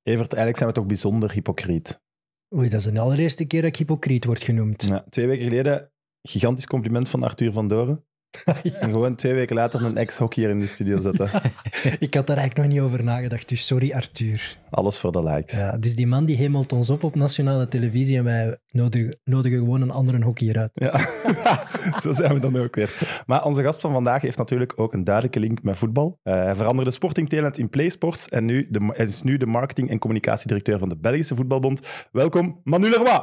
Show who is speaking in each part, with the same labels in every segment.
Speaker 1: Evert, eigenlijk zijn we toch bijzonder hypocriet.
Speaker 2: Oei, dat is de allereerste keer dat ik hypocriet word genoemd.
Speaker 1: Ja, 2 weken geleden, gigantisch compliment van Arthur van Doren.
Speaker 2: Ja.
Speaker 1: En gewoon 2 weken later een ex-hockeyer in de studio zetten.
Speaker 2: Ik had daar eigenlijk nog niet over nagedacht, dus sorry Arthur.
Speaker 1: Alles voor de likes.
Speaker 2: Ja, dus die man die hemelt ons op nationale televisie en wij nodigen gewoon een andere hockeyer uit.
Speaker 1: Ja, zo zijn we dan ook weer. Maar onze gast van vandaag heeft natuurlijk ook een duidelijke link met voetbal. Hij veranderde Sporting Talent in PlaySports en hij is nu de marketing- en communicatiedirecteur van de Belgische Voetbalbond. Welkom, Manu Leroy!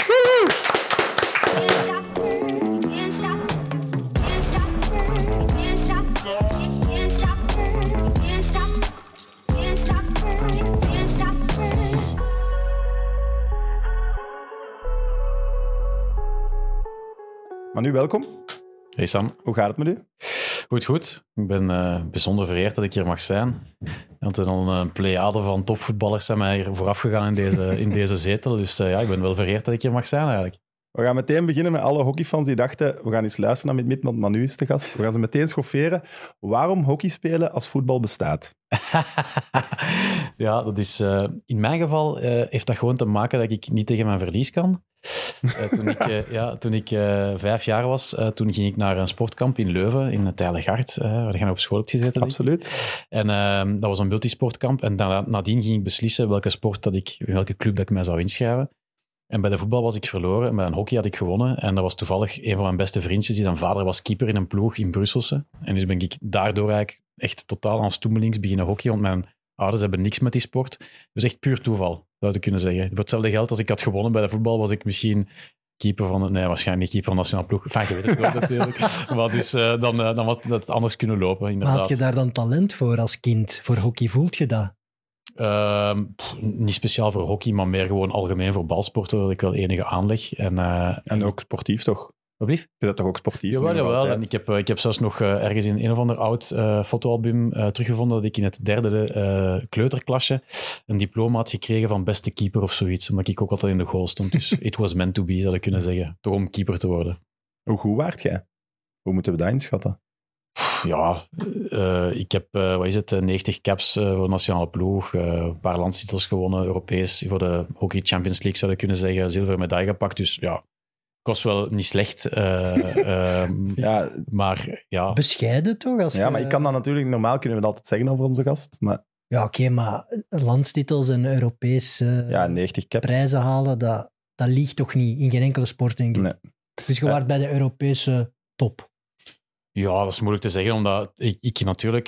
Speaker 1: Manu, welkom.
Speaker 3: Hey Sam.
Speaker 1: Hoe gaat het met u?
Speaker 3: Goed. Ik ben bijzonder vereerd dat ik hier mag zijn. Want er al een pleiade van topvoetballers zijn mij hier vooraf gegaan in deze zetel. Dus ja, ik ben wel vereerd dat ik hier mag zijn eigenlijk.
Speaker 1: We gaan meteen beginnen met alle hockeyfans die dachten, we gaan eens luisteren naar Mid, want Manu is de gast. We gaan ze meteen schofferen. Waarom hockey spelen als voetbal bestaat?
Speaker 3: Ja, dat is... in mijn geval heeft dat gewoon te maken dat ik niet tegen mijn verlies kan. Toen ik 5 jaar was, toen ging ik naar een sportkamp in Leuven, in het Tijlegard, waar je op school hebt gezeten.
Speaker 1: Absoluut.
Speaker 3: En dat was een multisportkamp. En nadien ging ik beslissen welke club dat ik mij zou inschrijven. En bij de voetbal was ik verloren en bij een hockey had ik gewonnen. En dat was toevallig een van mijn beste vriendjes. Zijn vader was keeper in een ploeg in Brusselse. En dus ben ik daardoor eigenlijk echt totaal aan stoemelings beginnen hockey. Want mijn ouders hebben niks met die sport. Dus echt puur toeval, zou je kunnen zeggen. Voor hetzelfde geld, als ik had gewonnen bij de voetbal, was ik misschien keeper van... Nee, waarschijnlijk niet keeper van de nationale ploeg. Enfin, je weet het wel natuurlijk. Maar dus dan was dat anders kunnen lopen, inderdaad.
Speaker 2: Maar had je daar dan talent voor als kind? Voor hockey voelt je dat?
Speaker 3: Niet speciaal voor hockey, maar meer gewoon algemeen voor balsporten, dat ik wel enige aanleg.
Speaker 1: En ook sportief, toch?
Speaker 3: Wat blieft?
Speaker 1: Je bent toch ook sportief?
Speaker 3: Jawel. En ik heb zelfs nog ergens in een of ander oud fotoalbum teruggevonden dat ik in het 3e kleuterklasje een diploma had gekregen van beste keeper of zoiets, omdat ik ook altijd in de goal stond. Dus it was meant to be, zou ik kunnen zeggen. Toch om keeper te worden.
Speaker 1: Hoe goed waart jij? Hoe moeten we dat inschatten?
Speaker 3: Ja, ik heb 90 caps voor de nationale ploeg, een paar landstitels gewonnen, Europees, voor de Hockey Champions League zou ik kunnen zeggen, zilveren medaille gepakt. Dus ja, ik was wel niet slecht.
Speaker 1: Ja,
Speaker 3: maar ja...
Speaker 2: Bescheiden toch?
Speaker 1: maar ik kan dat natuurlijk... Normaal kunnen we dat altijd zeggen over onze gast, maar...
Speaker 2: Ja, oké, maar landstitels en Europese
Speaker 1: 90 caps.
Speaker 2: prijzen halen, dat liegt toch niet in geen enkele sport, denk ik.
Speaker 1: Nee.
Speaker 2: Dus je waart bij de Europese top.
Speaker 3: Ja, dat is moeilijk te zeggen, omdat ik natuurlijk...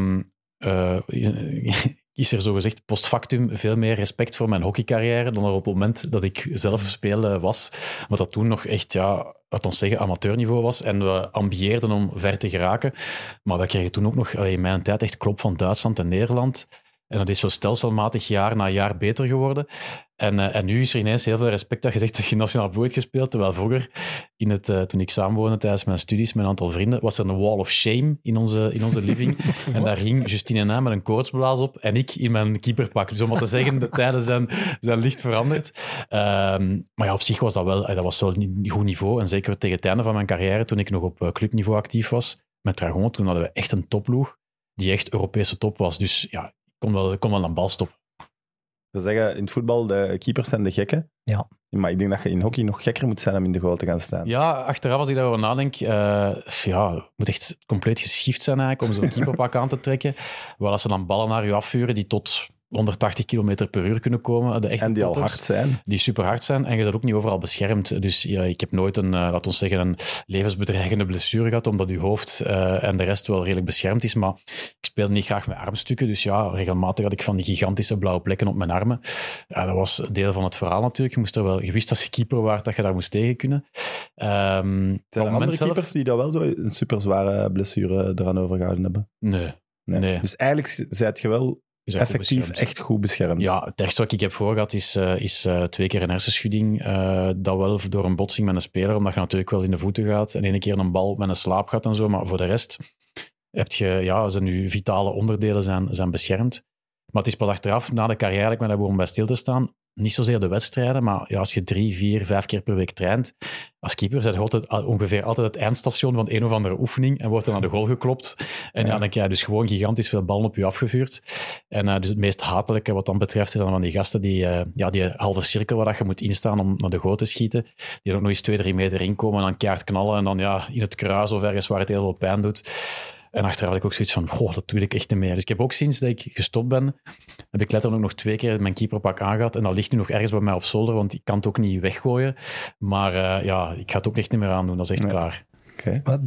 Speaker 3: is er zogezegd post factum veel meer respect voor mijn hockeycarrière dan er op het moment dat ik zelf speelde was. Maar dat toen nog echt, laat ons zeggen, amateurniveau was. En we ambieerden om ver te geraken. Maar we kregen toen ook nog in mijn tijd echt klop van Duitsland en Nederland. En dat is zo stelselmatig jaar na jaar beter geworden. En nu is er ineens heel veel respect dat je zegt dat je nationaal ploeg hebt gespeeld. Terwijl vroeger, toen ik samenwoonde tijdens mijn studies met een aantal vrienden, was er een wall of shame in onze living. En daar hing Justine Henin met een koortsblaas op en ik in mijn keeperpak. Dus om maar te zeggen, de tijden zijn licht veranderd. Maar ja, op zich was dat was wel een goed niveau. En zeker tegen het einde van mijn carrière, toen ik nog op clubniveau actief was, met Dragon, toen hadden we echt een topploeg die echt Europese top was. Dus ja, ik kon wel aan bal stoppen.
Speaker 1: Ze zeggen in het voetbal, de keepers zijn de gekken.
Speaker 2: Ja. Maar
Speaker 1: ik denk dat je in hockey nog gekker moet zijn om in de goal te gaan staan.
Speaker 3: Ja, achteraf als ik daarover nadenk, het moet echt compleet geschift zijn eigenlijk om zo'n keeperpak aan te trekken. Waar als ze dan ballen naar je afvuren die tot 180 km per uur kunnen komen. De echte
Speaker 1: en die
Speaker 3: toppers,
Speaker 1: al hard zijn.
Speaker 3: Die super hard zijn. En je bent ook niet overal beschermd. Dus ja, ik heb nooit een levensbedreigende blessure gehad, omdat je hoofd en de rest wel redelijk beschermd is. Maar ik speelde niet graag met armstukken. Dus ja, regelmatig had ik van die gigantische blauwe plekken op mijn armen. Ja, dat was deel van het verhaal natuurlijk. Je wist als je keeper waart dat je daar moest tegen kunnen.
Speaker 1: Zijn er andere keepers die dat wel zo een super zware blessure eraan overgehouden hebben?
Speaker 3: Nee.
Speaker 1: Dus eigenlijk zijt je wel effectief echt goed beschermd.
Speaker 3: Ja, het ergste wat ik heb voorgehad is 2 keer een hersenschudding. Dat wel door een botsing met een speler, omdat je natuurlijk wel in de voeten gaat. En 1 keer een bal met een slaap gaat en zo. Maar voor de rest zijn nu vitale onderdelen zijn beschermd. Maar het is pas achteraf, na de carrière, dat ik me daar begon bij stil te staan. niet zozeer de wedstrijden, maar ja, als je 3, 4, 5 keer per week traint, als keeper zit je ongeveer altijd het eindstation van een of andere oefening en wordt er naar de goal geklopt. En dan krijg je dus gewoon gigantisch veel ballen op je afgevuurd. En dus het meest hatelijke wat dan betreft is dan van die gasten die halve cirkel waar je moet instaan om naar de goal te schieten, die er ook nog eens 2, 3 meter inkomen en dan keihard knallen en dan in het kruis of ergens waar het heel veel pijn doet. En achteraf had ik ook zoiets van, dat wil ik echt niet meer. Dus ik heb ook sinds dat ik gestopt ben, heb ik letterlijk ook nog 2 keer mijn keeperpak aangehad. En dat ligt nu nog ergens bij mij op zolder, want ik kan het ook niet weggooien. Maar ik ga het ook echt niet meer aandoen, dat is echt klaar.
Speaker 1: Okay.
Speaker 2: Maar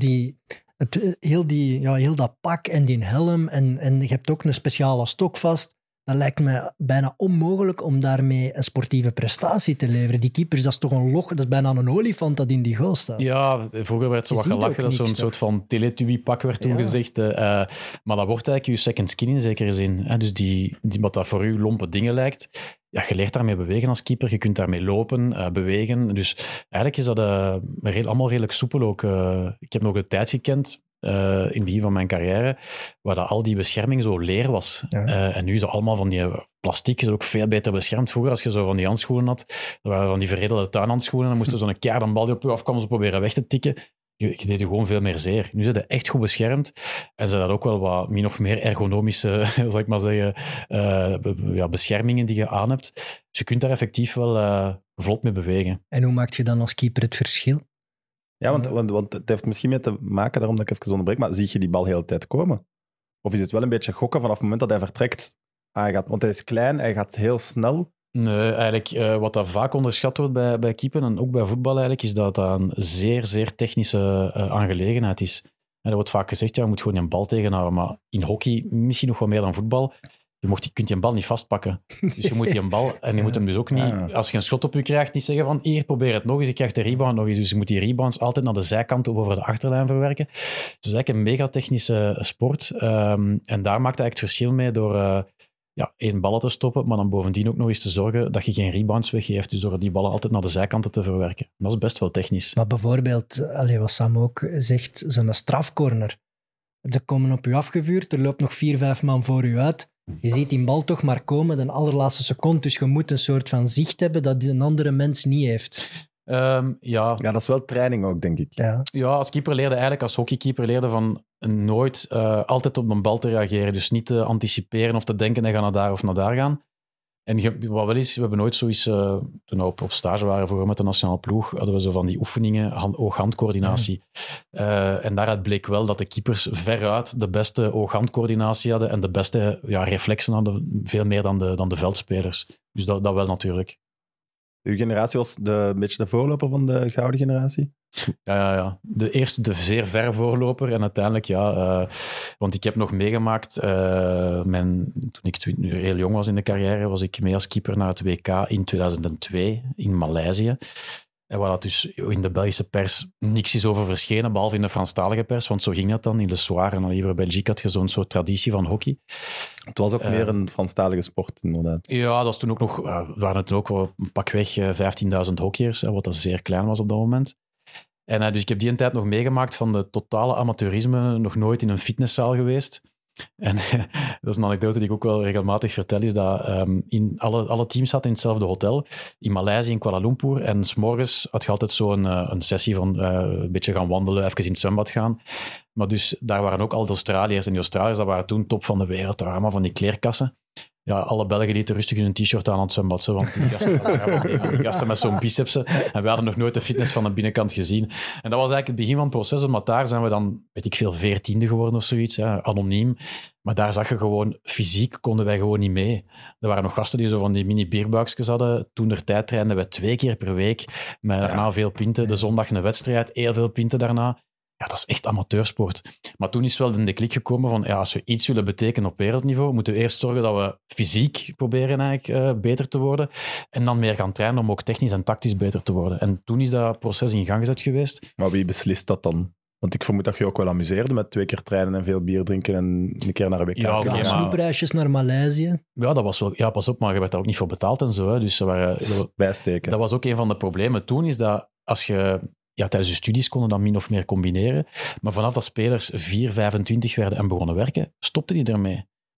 Speaker 2: heel dat pak en die helm en je hebt ook een speciale stok vast. Dat lijkt me bijna onmogelijk om daarmee een sportieve prestatie te leveren. Die keepers, dat is toch een log, dat is bijna een olifant dat in die goal staat.
Speaker 3: Ja, vroeger werd zo wat gelachen, dat zo'n soort van Teletubby-pak werd toen gezegd. Maar dat wordt eigenlijk je second skin in zekere zin. Dus die wat dat voor u lompe dingen lijkt, je leert daarmee bewegen als keeper, je kunt daarmee lopen, bewegen. Dus eigenlijk is dat allemaal redelijk soepel ook. Ik heb nog een tijd gekend, in het begin van mijn carrière, waar dat al die bescherming zo leer was. Ja. En nu is dat allemaal van die plastic, is ook veel beter beschermd. Vroeger, als je zo van die handschoenen had, dat waren van die verredelde tuinhandschoenen, dan moest er zo'n keiharde bal die op je afkwam, ze proberen weg te tikken. Je deed je gewoon veel meer zeer. Nu zijn ze echt goed beschermd en zijn dat ook wel wat min of meer ergonomische, zal ik maar zeggen, beschermingen die je aan hebt. Dus je kunt daar effectief wel vlot mee bewegen.
Speaker 2: En hoe maak je dan als keeper het verschil?
Speaker 1: Ja, want het heeft misschien mee te maken, daarom dat ik even onderbreek, maar zie je die bal de hele tijd komen? Of is het wel een beetje gokken vanaf het moment dat hij vertrekt? Want hij is klein, hij gaat heel snel.
Speaker 3: Nee, eigenlijk wat dat vaak onderschat wordt bij keepen en ook bij voetbal eigenlijk, is dat dat een zeer, zeer technische aangelegenheid is. En er wordt vaak gezegd, je moet gewoon een bal tegenhouden, maar in hockey misschien nog wel meer dan voetbal. Je kunt die bal niet vastpakken. Dus je moet die bal, en je moet hem dus ook niet, als je een schot op je krijgt, niet zeggen van, hier, probeer het nog eens, je krijgt de rebound nog eens. Dus je moet die rebounds altijd naar de zijkant of over de achterlijn verwerken. Dus het is eigenlijk een megatechnische sport. En daar maakt eigenlijk het verschil mee door 1 ballen te stoppen, maar dan bovendien ook nog eens te zorgen dat je geen rebounds weggeeft. Dus door die ballen altijd naar de zijkanten te verwerken. Dat is best wel technisch.
Speaker 2: Maar bijvoorbeeld, wat Sam ook zegt, zo'n strafcorner. Ze komen op u afgevuurd, er loopt nog 4-5 man voor u uit. Je ziet die bal toch maar komen de allerlaatste seconde, dus je moet een soort van zicht hebben dat een andere mens niet heeft.
Speaker 1: Ja, dat is wel training ook, denk ik.
Speaker 3: Ja, als keeper leerde eigenlijk, als hockeykeeper leerde van nooit altijd op een bal te reageren. Dus niet te anticiperen of te denken, hij gaat naar daar of naar daar gaan. En wat wel is, we hebben nooit zoiets, toen we op stage waren vroeger met de nationale ploeg, hadden we zo van die oefeningen, oog-handcoördinatie. En daaruit bleek wel dat de keepers veruit de beste oog-handcoördinatie hadden en de beste reflexen hadden, veel meer dan de veldspelers. Dus dat wel natuurlijk.
Speaker 1: Uw generatie was een beetje de voorloper van de gouden generatie?
Speaker 3: Ja. De zeer verre voorloper. En uiteindelijk, want ik heb nog meegemaakt, toen ik heel jong was in de carrière, was ik mee als keeper naar het WK in 2002 in Maleisië. En waar dat dus in de Belgische pers niks is over verschenen, behalve in de Franstalige pers, want zo ging dat dan. In Le Soir en Libre Belgique had je zo'n soort traditie van hockey.
Speaker 1: Het was ook meer een Franstalige sport, inderdaad.
Speaker 3: Ja, dat was toen ook nog, waren toen ook wel pakweg 15.000 hockeyers, wat dat zeer klein was op dat moment. En dus ik heb die een tijd nog meegemaakt van de totale amateurisme, nog nooit in een fitnesszaal geweest. En dat is een anekdote die ik ook wel regelmatig vertel, is dat alle teams zaten in hetzelfde hotel, in Maleisië, in Kuala Lumpur. En 's morgens had je altijd zo'n een sessie van een beetje gaan wandelen, even in het zwembad gaan. Maar dus daar waren ook al de Australiërs. En die Australiërs, dat waren toen top van de wereld. Daar waren allemaal van die kleerkassen. Ja, alle Belgen lieten rustig hun t-shirt aan het zwembad. Want die gasten met zo'n bicepsen. En we hadden nog nooit de fitness van de binnenkant gezien. En dat was eigenlijk het begin van het proces. Want daar zijn we dan, weet ik veel, 14e geworden of zoiets. Anoniem. Maar daar zag je gewoon, fysiek konden wij gewoon niet mee. Er waren nog gasten die zo van die mini-bierbuikjes hadden. Toen der tijd trainden we 2 keer per week. Met daarna veel pinten. De zondag een wedstrijd, heel veel pinten daarna. Ja, dat is echt amateursport. Maar toen is wel de klik gekomen van, als we iets willen betekenen op wereldniveau, moeten we eerst zorgen dat we fysiek proberen eigenlijk beter te worden en dan meer gaan trainen om ook technisch en tactisch beter te worden. En toen is dat proces in gang gezet geweest.
Speaker 1: Maar wie beslist dat dan? Want ik vermoed dat je ook wel amuseerde met 2 keer trainen en veel bier drinken en een keer naar een WK.
Speaker 2: Ja, snoepreisjes naar Maleisië.
Speaker 3: Ja, dat was wel... Ja, pas op, maar je werd daar ook niet voor betaald en zo. Hè. Dus
Speaker 1: bijsteken.
Speaker 3: Dat was ook een van de problemen. Toen is dat, als je... Ja, tijdens de studies konden dat min of meer combineren. Maar vanaf dat spelers 4, 25 werden en begonnen werken, stopten die ermee.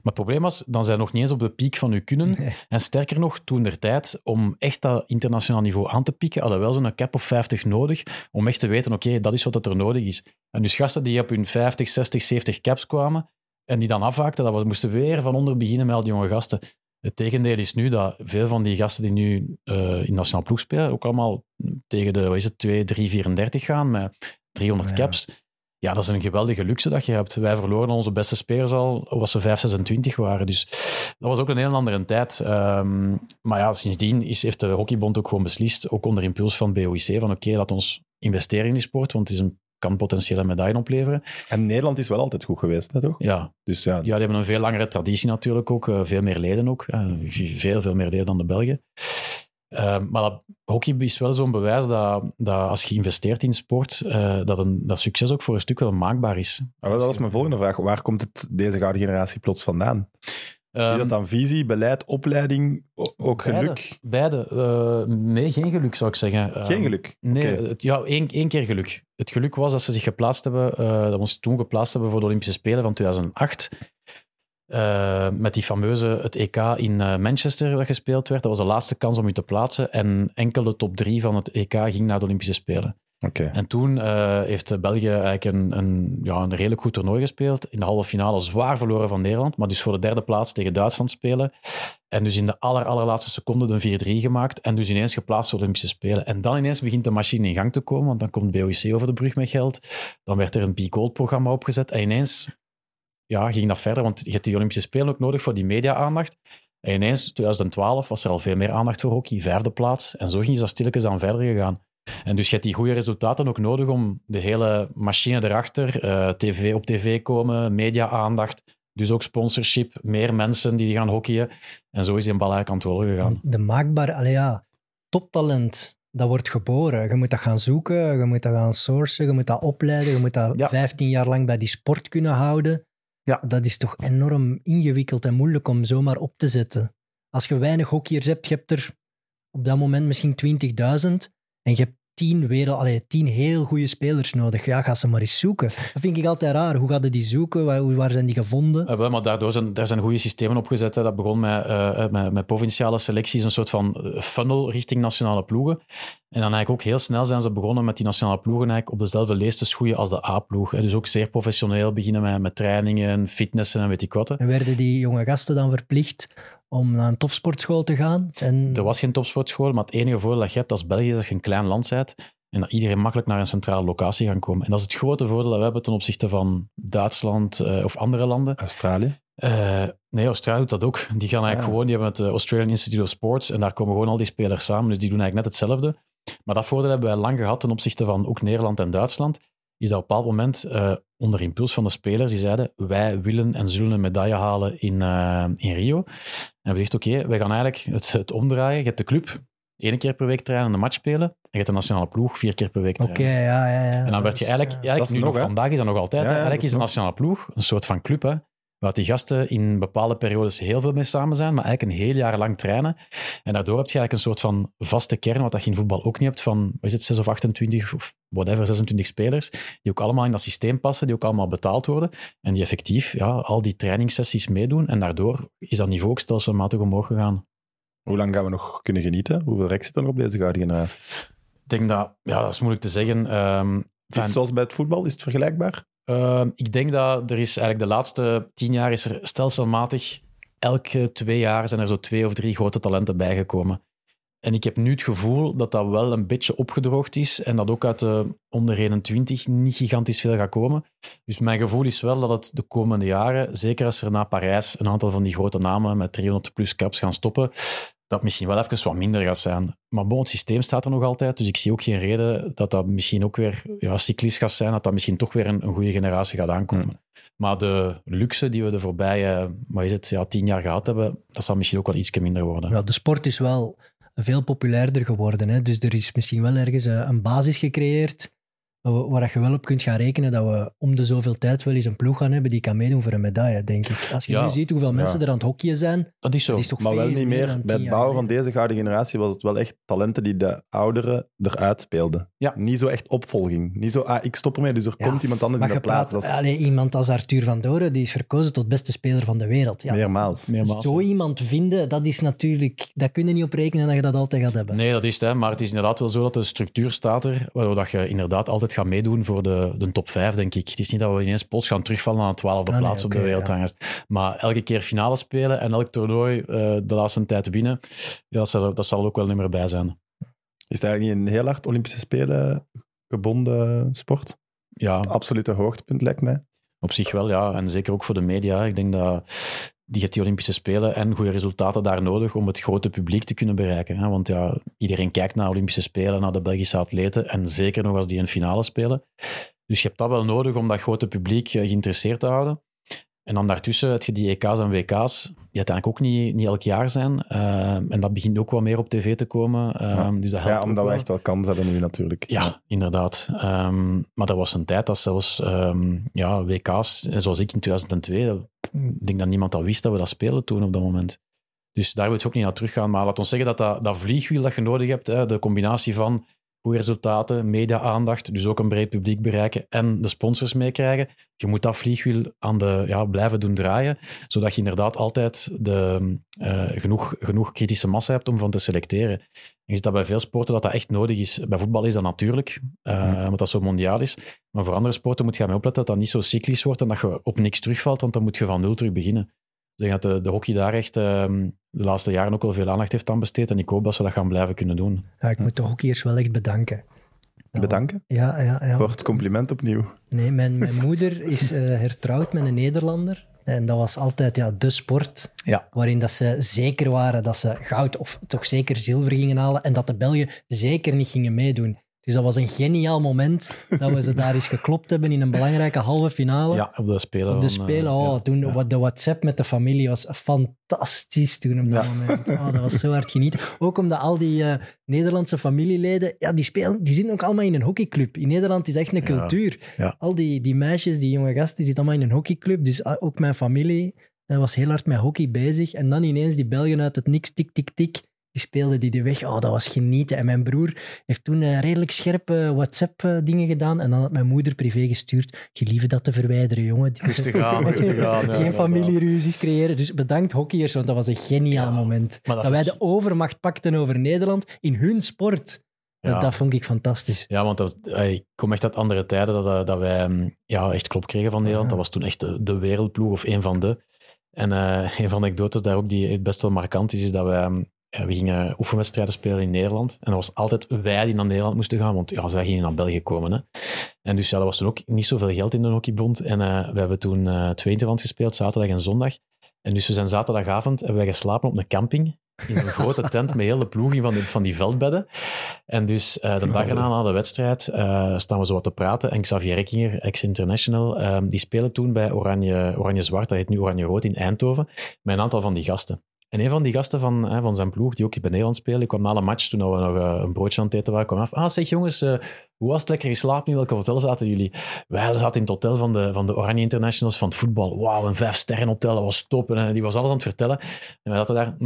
Speaker 3: Maar het probleem was, dan zijn we nog niet eens op de piek van uw kunnen.
Speaker 2: Nee.
Speaker 3: En sterker nog, toen der tijd, om echt dat internationaal niveau aan te pikken, hadden we wel zo'n cap of 50 nodig, om echt te weten, oké, dat is wat er nodig is. En dus gasten die op hun 50, 60, 70 caps kwamen, en die dan afhaakten, moesten weer van onder beginnen met al die jonge gasten. Het tegendeel is nu dat veel van die gasten die nu in nationaal ploeg spelen, ook allemaal tegen de 2, 3, 34 gaan, met 300 caps. Ja, dat is een geweldige luxe dat je hebt. Wij verloren onze beste spelers al, als ze 5, 26 waren. Dus dat was ook een heel andere tijd. Maar ja, sindsdien heeft de Hockeybond ook gewoon beslist, ook onder impuls van BOIC, van oké, laat ons investeren in die sport, want het kan potentiële medaille opleveren.
Speaker 1: En Nederland is wel altijd goed geweest, hè, toch?
Speaker 3: Ja.
Speaker 1: Dus ja,
Speaker 3: Die hebben een veel langere traditie natuurlijk ook. Veel meer leden ook. Veel meer leden dan de Belgen. Maar hockey is wel zo'n bewijs dat als je investeert in sport, dat succes ook voor een stuk wel maakbaar is.
Speaker 1: dat was mijn volgende vraag. Waar komt deze gouden generatie plots vandaan? Is dat dan visie, beleid, opleiding, ook geluk?
Speaker 3: Beide. Nee, geen geluk zou ik zeggen.
Speaker 1: Geen geluk?
Speaker 3: Nee, één keer geluk. Het geluk was dat ze zich geplaatst hebben, dat we ons toen geplaatst hebben voor de Olympische Spelen van 2008. Met die fameuze, het EK in Manchester dat gespeeld werd. Dat was de laatste kans om je te plaatsen. En enkel de top 3 van het EK ging naar de Olympische Spelen.
Speaker 1: Okay.
Speaker 3: En toen heeft België eigenlijk een redelijk goed toernooi gespeeld. In de halve finale zwaar verloren van Nederland, maar dus voor de derde plaats tegen Duitsland spelen. En dus in de allerlaatste seconde de 4-3 gemaakt en dus ineens geplaatst voor de Olympische Spelen. En dan ineens begint de machine in gang te komen, want dan komt BOIC over de brug met geld. Dan werd er een Be Gold-programma opgezet en ineens ging dat verder, want je hebt die Olympische Spelen ook nodig voor die media-aandacht. En ineens, 2012, was er al veel meer aandacht voor hockey, 5e plaats. En zo ging dat stilletjes aan verder gegaan. En dus je hebt die goede resultaten ook nodig om de hele machine erachter, op tv komen, media-aandacht, dus ook sponsorship, meer mensen die gaan hockeyen. En zo is die een bal eigenlijk aan het rollen gegaan.
Speaker 2: De maakbaar, toptalent, dat wordt geboren. Je moet dat gaan zoeken, je moet dat gaan sourcen, je moet dat opleiden, je moet dat 15 jaar lang bij die sport kunnen houden. Ja. Dat is toch enorm ingewikkeld en moeilijk om zomaar op te zetten. Als je weinig hockeyers hebt, je hebt er op dat moment misschien 20.000 en je hebt 10 heel goede spelers nodig. Ja, ga ze maar eens zoeken. Dat vind ik altijd raar. Hoe gaan die zoeken? Waar zijn die gevonden?
Speaker 3: Maar daar zijn goede systemen opgezet. Hè. Dat begon met provinciale selecties, een soort van funnel richting nationale ploegen. En dan eigenlijk ook heel snel zijn ze begonnen met die nationale ploegen eigenlijk op dezelfde lees te schoeien als de A-ploeg. Hè. Dus ook zeer professioneel beginnen met trainingen, fitnessen en weet ik wat. Hè.
Speaker 2: En werden die jonge gasten dan verplicht om naar een topsportschool te gaan?
Speaker 3: Er was geen topsportschool, maar het enige voordeel dat je hebt als België is dat je een klein land bent en dat iedereen makkelijk naar een centrale locatie kan komen. En dat is het grote voordeel dat we hebben ten opzichte van Duitsland of andere landen.
Speaker 1: Australië?
Speaker 3: Nee, Australië doet dat ook. Die gaan eigenlijk gewoon, die hebben het Australian Institute of Sports en daar komen gewoon al die spelers samen, dus die doen eigenlijk net hetzelfde. Maar dat voordeel hebben wij lang gehad ten opzichte van ook Nederland en Duitsland, is dat op een bepaald moment onder impuls van de spelers, die zeiden, wij willen en zullen een medaille halen in Rio. En we dachten, oké, wij gaan eigenlijk het omdraaien. Je hebt de club 1 keer per week trainen en een match spelen. En je hebt de nationale ploeg 4 keer per week trainen.
Speaker 2: Oké, ja.
Speaker 3: En dan werd je eigenlijk nu nog vandaag is dat nog altijd. Eigenlijk is de nationale ploeg een soort van club, hè, waar die gasten in bepaalde periodes heel veel mee samen zijn, maar eigenlijk een heel jaar lang trainen. En daardoor heb je eigenlijk een soort van vaste kern, wat je in voetbal ook niet hebt, van 6 of 28 of whatever, 26 spelers, die ook allemaal in dat systeem passen, die ook allemaal betaald worden en die effectief al die trainingssessies meedoen. En daardoor is dat niveau ook stelselmatig omhoog gegaan.
Speaker 1: Hoe lang gaan we nog kunnen genieten? Hoeveel rek zit er nog op deze gouden generatie?
Speaker 3: Ik denk dat is moeilijk te zeggen.
Speaker 1: Is het zoals bij het voetbal? Is het vergelijkbaar?
Speaker 3: Ik denk dat er is eigenlijk de laatste 10 jaar is er stelselmatig, elke 2 jaar zijn er zo 2 of 3 grote talenten bijgekomen. En ik heb nu het gevoel dat dat wel een beetje opgedroogd is en dat ook uit de onder 21 niet gigantisch veel gaat komen. Dus mijn gevoel is wel dat het de komende jaren, zeker als er na Parijs een aantal van die grote namen met 300 plus caps gaan stoppen, dat misschien wel even wat minder gaat zijn. Maar het systeem staat er nog altijd, dus ik zie ook geen reden dat dat misschien ook weer cyclisch gaat zijn, dat dat misschien toch weer een goede generatie gaat aankomen. Maar de luxe die we de voorbije 10 jaar gehad hebben, dat zal misschien ook wel iets minder worden.
Speaker 2: Ja, de sport is wel veel populairder geworden. Hè? Dus er is misschien wel ergens een basis gecreëerd waar je wel op kunt gaan rekenen dat we om de zoveel tijd wel eens een ploeg gaan hebben die kan meedoen voor een medaille, denk ik. Als je nu ziet hoeveel mensen er aan het hockeyen zijn,
Speaker 3: dat is zo.
Speaker 2: Dat is toch
Speaker 1: Maar wel niet meer.
Speaker 2: dan
Speaker 1: Bij
Speaker 2: 10
Speaker 1: het
Speaker 2: jaar
Speaker 1: bouwen van
Speaker 2: geleden.
Speaker 1: deze gouden generatie was het wel echt talenten die de ouderen eruit speelden.
Speaker 3: Ja.
Speaker 1: Niet zo echt opvolging. Niet zo, ik stop ermee, dus er
Speaker 2: Ja,
Speaker 1: komt iemand anders in
Speaker 2: Maar
Speaker 1: de
Speaker 2: je
Speaker 1: plaats.
Speaker 2: praat,
Speaker 1: Dat is
Speaker 2: allee, iemand als Arthur van Doren, die is verkozen tot beste speler van de wereld. Ja,
Speaker 1: meermaals.
Speaker 2: zo iemand vinden, dat is natuurlijk... Daar kun je niet op rekenen dat je dat altijd gaat hebben.
Speaker 3: Nee, dat is het. Hè. Maar het is inderdaad wel zo dat de structuur staat er, waardoor dat je inderdaad altijd gaat meedoen voor de top 5, denk ik. Het is niet dat we ineens plots gaan terugvallen naar de 12e plaats op de wereldranglijst. Maar elke keer finale spelen en elk toernooi de laatste tijd winnen, ja, dat zal er ook wel niet meer bij zijn.
Speaker 1: Is het eigenlijk niet een heel hard Olympische Spelen gebonden sport?
Speaker 3: Ja,
Speaker 1: Dat is het absolute hoogtepunt, lijkt mij.
Speaker 3: op zich wel, ja. En zeker ook voor de media. Ik denk dat die hebt die Olympische Spelen en goede resultaten daar nodig om het grote publiek te kunnen bereiken. Hè? Want ja, iedereen kijkt naar Olympische Spelen, naar de Belgische atleten en zeker nog als die een finale spelen. Dus je hebt dat wel nodig om dat grote publiek geïnteresseerd te houden. En dan daartussen heb je die EK's en WK's, die uiteindelijk ook niet elk jaar zijn. En dat begint ook wat meer op tv te komen. Dus dat helpt ook
Speaker 1: omdat we
Speaker 3: wel.
Speaker 1: echt wel kans hebben nu natuurlijk.
Speaker 3: Ja, inderdaad. Maar er was een tijd dat zelfs WK's, zoals ik in 2002, ik denk dat niemand dat wist dat we dat spelen toen op dat moment. Dus daar wil je ook niet naar teruggaan. Maar laat ons zeggen dat vliegwiel dat je nodig hebt, hè, de combinatie van goede resultaten, media-aandacht, dus ook een breed publiek bereiken en de sponsors meekrijgen. Je moet dat vliegwiel blijven doen draaien, zodat je inderdaad altijd genoeg kritische massa hebt om van te selecteren. Je ziet dat bij veel sporten dat echt nodig is. Bij voetbal is dat natuurlijk, omdat dat zo mondiaal is. Maar voor andere sporten moet je ermee opletten dat dat niet zo cyclisch wordt en dat je op niks terugvalt, want dan moet je van nul terug beginnen. Dus ik denk dat de hockey daar echt de laatste jaren ook wel veel aandacht heeft aan besteed en ik hoop dat ze dat gaan blijven kunnen doen.
Speaker 2: Ja, ik moet de hockeyers wel echt bedanken.
Speaker 1: Bedanken
Speaker 2: Ja.
Speaker 1: voor het compliment opnieuw.
Speaker 2: Nee, mijn moeder is hertrouwd met een Nederlander. En dat was altijd de sport waarin dat ze zeker waren dat ze goud of toch zeker zilver gingen halen en dat de Belgen zeker niet gingen meedoen. Dus dat was een geniaal moment dat we ze daar eens geklopt hebben in een belangrijke halve finale.
Speaker 3: Ja, op de Spelen.
Speaker 2: Op de Spelen, toen de WhatsApp met de familie was fantastisch toen op dat moment. Dat was zo hard genieten. Ook omdat al die Nederlandse familieleden, die zitten ook allemaal in een hockeyclub. In Nederland is echt een cultuur.
Speaker 3: Ja.
Speaker 2: Al die meisjes, die jonge gasten, die zitten allemaal in een hockeyclub. Dus ook mijn familie was heel hard met hockey bezig. En dan ineens die Belgen uit het niks, tik, tik, tik. Die speelden die weg. Dat was genieten. En mijn broer heeft toen redelijk scherpe WhatsApp-dingen gedaan. En dan had mijn moeder privé gestuurd. Gelieve dat te verwijderen, jongen.
Speaker 3: Rustig aan.
Speaker 2: Geen familieruzies creëren. Dus bedankt hockeyers, want dat was een geniaal moment. Dat wij de overmacht pakten over Nederland in hun sport. Dat vond ik fantastisch.
Speaker 3: Ja, want ik kom echt uit andere tijden dat wij echt klop kregen van Nederland. Dat was toen echt de wereldploeg of een van de. En een van de anekdotes daar ook die best wel markant is dat wij... we gingen oefenwedstrijden spelen in Nederland. En dat was altijd wij die naar Nederland moesten gaan, want zij gingen naar België komen. Hè. En dus dat was toen ook niet zoveel geld in de hockeybond. En we hebben toen 2 interlands gespeeld, zaterdag en zondag. En dus we zijn zaterdagavond, hebben wij geslapen op een camping. In zo'n grote tent met heel de ploeg in van die veldbedden. En dus de dag erna na de wedstrijd staan we zo wat te praten. En Xavier Rekkinger, ex-international, die spelen toen bij Oranje-Zwart, dat heet nu Oranje-Rood in Eindhoven, met een aantal van die gasten. En een van die gasten van zijn ploeg, die ook bij Nederland spelen, die kwam na de match, toen we nog een broodje aan het eten waren, kwam af. Zeg jongens, hoe was het lekker geslapen? In welk hotel zaten jullie? Wij zaten in het hotel van de Oranje Internationals van het voetbal. Wauw, een 5-sterren hotel, dat was top. En die was alles aan het vertellen. En wij zaten daar.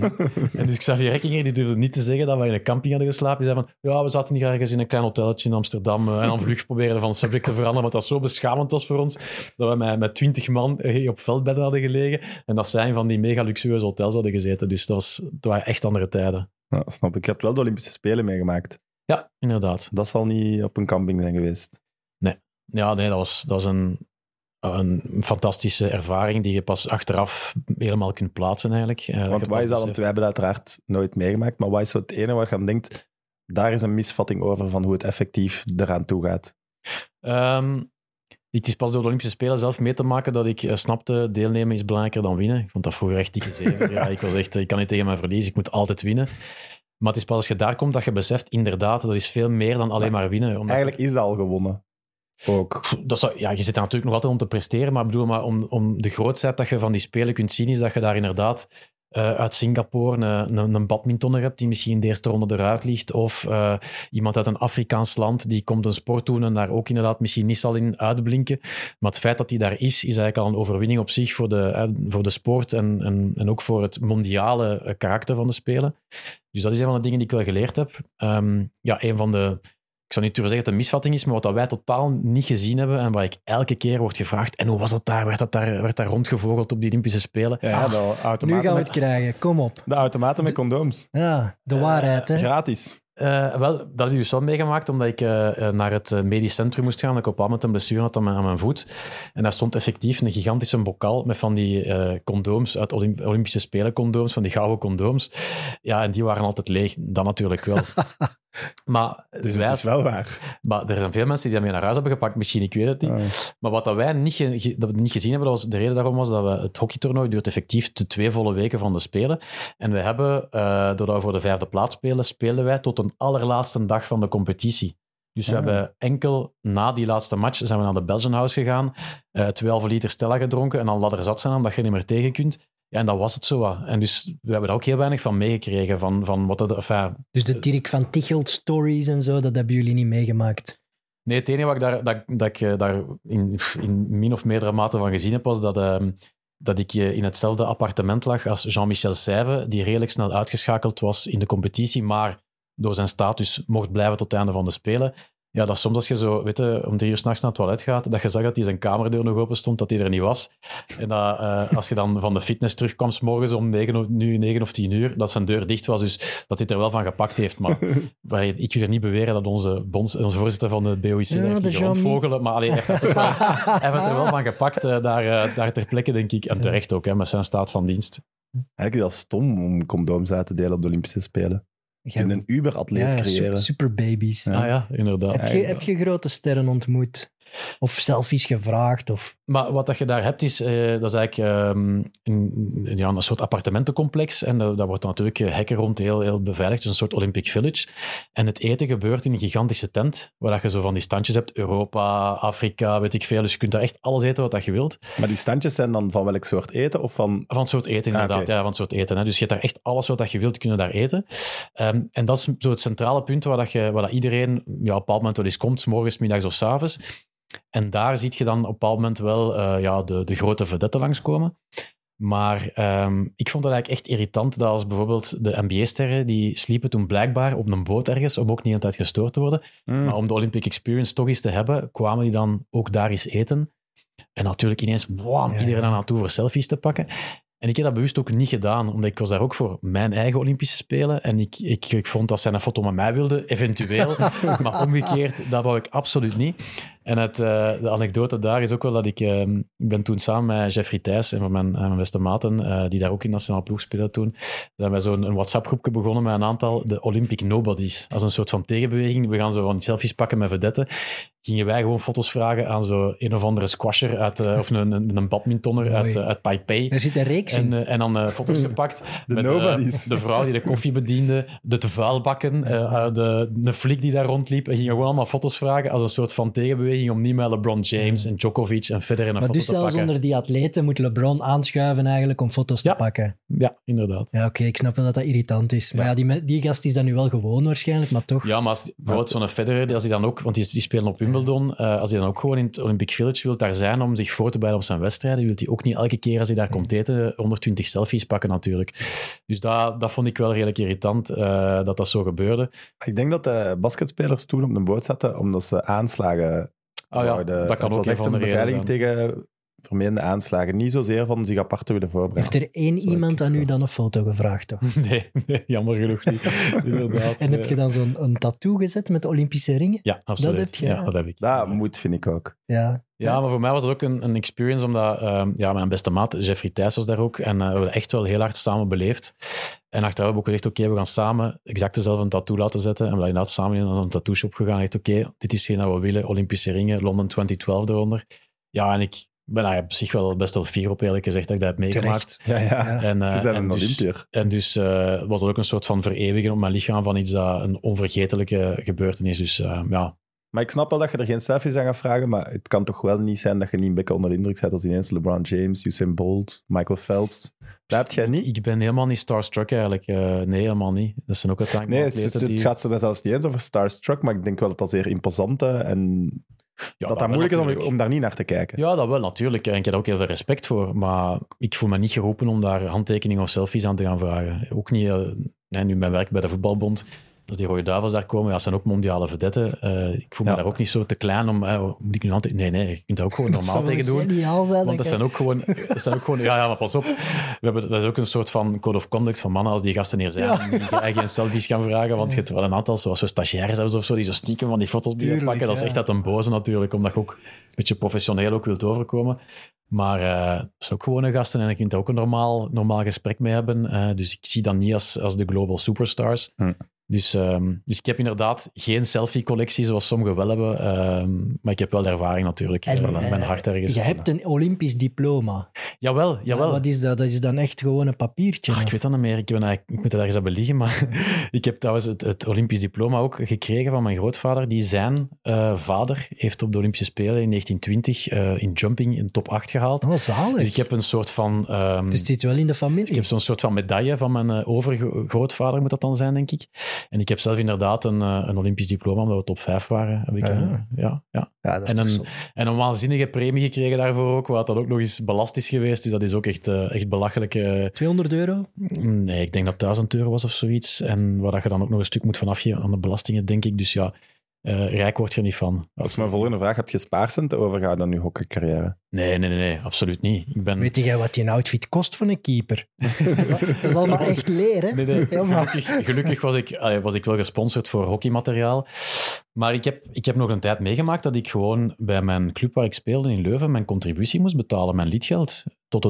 Speaker 3: En dus Xavier Rekkinger, die durfde niet te zeggen dat we in een camping hadden geslapen. Die zei van, we zaten hier ergens in een klein hotelletje in Amsterdam en dan vlug proberen van het subject te veranderen, want dat zo beschamend was voor ons, dat we met 20 man op veldbedden hadden gelegen en dat zij in van die mega luxueuze hotels hadden gezeten. Dus dat waren echt andere tijden.
Speaker 1: Ja, snap ik. Je hebt wel de Olympische Spelen meegemaakt.
Speaker 3: Ja, inderdaad.
Speaker 1: Dat zal niet op een camping zijn geweest.
Speaker 3: Nee. Ja, nee, dat was een fantastische ervaring die je pas achteraf helemaal kunt plaatsen eigenlijk.
Speaker 1: Want wat is dat? Want wij hebben dat uiteraard nooit meegemaakt, maar wat is zo het ene waar je aan denkt, daar is een misvatting over van hoe het effectief eraan toe gaat?
Speaker 3: Het is pas door de Olympische Spelen zelf mee te maken dat ik snapte, deelnemen is belangrijker dan winnen. Ik vond dat vroeger echt dikke zeven. Ja, ik kan niet tegen mij verliezen, ik moet altijd winnen. Maar het is pas als je daar komt dat je beseft, inderdaad, dat is veel meer dan alleen maar winnen.
Speaker 1: Eigenlijk is dat al gewonnen. Ook.
Speaker 3: Je zit daar natuurlijk nog altijd om te presteren, maar ik bedoel, om de grootheid dat je van die Spelen kunt zien, is dat je daar inderdaad uit Singapore een badmintonner hebt die misschien in de eerste ronde eruit ligt, of iemand uit een Afrikaans land die komt een sport doen en daar ook inderdaad misschien niet zal in uitblinken. Maar het feit dat hij daar is eigenlijk al een overwinning op zich voor de sport en ook voor het mondiale karakter van de Spelen. Dus dat is een van de dingen die ik wel geleerd heb. Een van de... Ik zou niet durven zeggen dat het een misvatting is, maar wat dat wij totaal niet gezien hebben en waar ik elke keer word gevraagd, en hoe was dat daar? Werd daar rondgevogeld op die Olympische Spelen?
Speaker 1: Ja, de automaten
Speaker 2: nu gaan we het krijgen, kom op.
Speaker 1: De automaten met condooms.
Speaker 2: Ja, de waarheid, hè.
Speaker 1: Gratis.
Speaker 3: Wel, dat heb ik dus wel meegemaakt, omdat ik naar het medisch centrum moest gaan. Dat ik op een moment een blessure had aan mijn voet. En daar stond effectief een gigantische bokaal met van die condooms uit Olympische Spelen condooms, van die gouden condooms. Ja, en die waren altijd leeg. Dat natuurlijk wel. Maar
Speaker 1: Dus het is wel waar.
Speaker 3: Maar er zijn veel mensen die dat mee naar huis hebben gepakt. Misschien, ik weet het niet.
Speaker 1: Oh.
Speaker 3: Maar wat dat wij niet gezien hebben, dat was, de reden daarom was dat we het hockeytoernooi duurt effectief de 2 volle weken van de Spelen. En we hebben, doordat we voor de 5e plaats spelen wij tot een allerlaatste dag van de competitie. Dus we hebben enkel na die laatste match zijn we naar de Belgian House gegaan, 2,5 liter Stella gedronken en dan ladderzat zijn omdat je niet meer tegen kunt. Ja, en dat was het zo wat. En dus we hebben daar ook heel weinig van meegekregen. Van wat dat,
Speaker 2: Dus de Dirk van Tichelt stories en zo, dat hebben jullie niet meegemaakt?
Speaker 3: Nee, het enige wat ik daar in min of meerdere mate van gezien heb, was dat ik in hetzelfde appartement lag als Jean-Michel Seyve, die redelijk snel uitgeschakeld was in de competitie, maar door zijn status mocht blijven tot het einde van de Spelen. Ja, dat soms als je zo, weet je, om 3 uur 's nachts naar het toilet gaat, dat je zag dat hij zijn kamerdeur nog open stond, dat hij er niet was. En dat als je dan van de fitness terugkwam 's morgens om 9 of 10 uur, dat zijn deur dicht was, dus dat hij er wel van gepakt heeft. Maar ik wil er niet beweren dat onze voorzitter van de BOIC heeft niet rondvogelen, maar hij heeft er wel van gepakt, daar ter plekke, denk ik. En terecht ook, hè, met zijn staat van dienst.
Speaker 1: Eigenlijk is dat stom om condooms uit te delen op de Olympische Spelen. Je kunt een Uber-atleet creëren.
Speaker 2: Superbabies.
Speaker 3: Ah ja, inderdaad.
Speaker 2: Heb je grote sterren ontmoet? Of selfies gevraagd? Of...
Speaker 3: Maar wat dat je daar hebt, dat is eigenlijk een soort appartementencomplex. En dat wordt dan natuurlijk hekken rond heel beveiligd. Dus een soort Olympic Village. En het eten gebeurt in een gigantische tent, waar dat je zo van die standjes hebt. Europa, Afrika, weet ik veel. Dus je kunt daar echt alles eten wat dat je wilt.
Speaker 1: Maar die standjes zijn dan van welk soort eten? Of van
Speaker 3: het soort eten, inderdaad.
Speaker 1: Okay.
Speaker 3: Ja, van het soort eten. Hè. Dus je hebt daar echt alles wat dat je wilt, kunnen daar eten. En dat is zo het centrale punt waar dat iedereen op een bepaald moment wel eens komt, 's morgens, 's middags of 's avonds. En daar zie je dan op een bepaald moment wel de grote vedetten langskomen. Maar ik vond het eigenlijk echt irritant dat als bijvoorbeeld de NBA-sterren, die sliepen toen blijkbaar op een boot ergens, om ook niet een tijd gestoord te worden. Maar om de Olympic Experience toch eens te hebben, kwamen die dan ook daar eens eten. En natuurlijk ineens, iedereen daar naartoe voor selfies te pakken. En ik heb dat bewust ook niet gedaan, omdat ik was daar ook voor mijn eigen Olympische Spelen. En ik vond dat zij een foto met mij wilde, eventueel. Maar omgekeerd, dat wou ik absoluut niet. En de anekdote daar is ook wel dat ik ben toen samen met Jeffrey Thijs, een van mijn beste maten, die daar ook in nationale ploeg spelen toen, zijn wij zo'n WhatsApp-groepje begonnen met een aantal de Olympic Nobodies. Als een soort van tegenbeweging. We gaan zo van selfies pakken met vedetten. Gingen wij gewoon foto's vragen aan zo een of andere squasher of een badmintonner uit Taipei.
Speaker 2: Er zit een reeks in.
Speaker 3: En dan foto's gepakt met
Speaker 1: de
Speaker 3: vrouw die de koffie bediende, de vuilbakken, de flik die daar rondliep. En gingen gewoon allemaal foto's vragen als een soort van tegenbeweging om niet met LeBron James en Djokovic en Federer een foto
Speaker 2: dus
Speaker 3: te pakken.
Speaker 2: Maar dus zelfs onder die atleten moet LeBron aanschuiven eigenlijk om foto's te pakken.
Speaker 3: Ja, inderdaad.
Speaker 2: Ja, oké, ik snap wel dat dat irritant is. Maar die gast is dan nu wel gewoon waarschijnlijk, maar toch.
Speaker 3: Ja, maar als bijvoorbeeld zo'n Federer, als die dan ook, want die spelen op Wimbledon, als hij dan ook gewoon in het Olympic Village wil daar zijn om zich voor te bereiden op zijn wedstrijden, wil hij ook niet elke keer als hij daar komt eten 120 selfies pakken natuurlijk. Dus dat vond ik wel redelijk irritant, dat zo gebeurde.
Speaker 1: Ik denk dat de basketspelers toen op een boot zaten omdat ze aanslagen
Speaker 3: wouden. Dat kan ook
Speaker 1: was echt een beveiliging tegen vermeende aanslagen. Niet zozeer van zich apart te willen voorbereiden.
Speaker 2: Heeft er iemand aan u dan een foto gevraagd, toch?
Speaker 3: Nee, jammer genoeg niet. Inderdaad.
Speaker 2: En heb je dan zo'n tattoo gezet met de Olympische ringen?
Speaker 3: Ja, absoluut.
Speaker 2: Dat heb je?
Speaker 3: Ja, dat heb ik.
Speaker 1: Dat moet, vind ik ook.
Speaker 3: Ja, maar voor mij was het ook een experience, omdat mijn beste maat, Jeffrey Thijs, was daar ook. En we hebben echt wel heel hard samen beleefd. En achteraf hebben we ook gezegd, oké, we gaan samen exact dezelfde tattoo laten zetten. En we zijn inderdaad samen in een tattoo shop gegaan. En gezegd, oké, dit is wat we willen. Olympische ringen, London 2012 eronder. Ja, en ik ben daar op zich wel best wel fier op, eerlijk gezegd, dat ik dat heb meegemaakt.
Speaker 1: Ja.
Speaker 3: En,
Speaker 1: je bent een Olympier.
Speaker 3: En dus was dat ook een soort van vereeuwigen op mijn lichaam van iets dat een onvergetelijke gebeurtenis. Dus
Speaker 1: Maar ik snap wel dat je er geen selfies aan gaat vragen, maar het kan toch wel niet zijn dat je niet een beetje onder de indruk bent als ineens LeBron James, Usain Bolt, Michael Phelps. Dat heb jij niet?
Speaker 3: Ik ben helemaal niet starstruck eigenlijk. Nee, helemaal niet. Dat zijn ook uiteindelijk
Speaker 1: Nee, het gaat ze zelfs niet eens over starstruck, maar ik denk wel dat dat zeer imposante en
Speaker 3: Ja,
Speaker 1: dat moeilijk is
Speaker 3: natuurlijk.
Speaker 1: om daar niet naar te kijken.
Speaker 3: Ja, dat wel, natuurlijk. En ik heb daar ook heel veel respect voor. Maar ik voel me niet geroepen om daar handtekeningen of selfies aan te gaan vragen. Ook niet, nu mijn werk bij de voetbalbond. Als die Rode Duivels daar komen, dat zijn ook mondiale vedetten. Ik voel me daar ook niet zo te klein om... moet ik nu nee, je kunt daar ook gewoon normaal tegen doen. Want dat zijn ook gewoon... Ja, maar pas op. Dat is ook een soort van code of conduct van mannen als die gasten hier zijn. Die geen selfies gaan vragen, want je hebt wel een aantal, zoals we stagiaires hebben of zo, die zo stiekem van die foto's die pakken. Dat is echt uit een boze natuurlijk, omdat je ook een beetje professioneel ook wilt overkomen. Maar dat zijn ook gewone gasten en je kunt daar ook een normaal gesprek mee hebben. Dus ik zie dat niet als de global superstars. Dus ik heb inderdaad geen selfie-collectie zoals sommigen wel hebben. Maar ik heb wel ervaring natuurlijk. Mijn hart ergens.
Speaker 2: Je hebt een Olympisch diploma.
Speaker 3: Jawel.
Speaker 2: Wat is dat? Dat is dan echt gewoon een papiertje.
Speaker 3: Ik weet dat niet meer. Ik moet het ergens hebben liggen. Maar ik heb trouwens het Olympisch diploma ook gekregen van mijn grootvader. Die zijn vader heeft op de Olympische Spelen in 1920 in jumping in top 8 gehaald.
Speaker 2: Oh, zalig.
Speaker 3: Dus ik heb een soort van...
Speaker 2: dus het zit wel in de familie.
Speaker 3: Ik heb zo'n soort van medaille van mijn overgrootvader, moet dat dan zijn, denk ik. En ik heb zelf inderdaad een Olympisch diploma, omdat we top 5 waren. Heb ik, ja,
Speaker 2: dat is
Speaker 3: en een waanzinnige premie gekregen daarvoor ook, wat dat ook nog eens belast is geweest. Dus dat is ook echt belachelijk.
Speaker 2: €200?
Speaker 3: Nee, ik denk dat €1.000 was of zoiets. En waar je dan ook nog een stuk moet van afgeven aan de belastingen, denk ik. Dus ja, rijk word je er niet van.
Speaker 1: Dat is mijn volgende vraag. Heb je spaarcenten overgehouden aan je hockeycarrière?
Speaker 3: Nee, absoluut niet.
Speaker 2: Weet jij wat die outfit kost voor een keeper? dat is allemaal echt leer, hè?
Speaker 3: Nee. Gelukkig was ik wel gesponsord voor hockeymateriaal. Maar ik heb nog een tijd meegemaakt dat ik gewoon bij mijn club waar ik speelde in Leuven mijn contributie moest betalen, mijn lidgeld.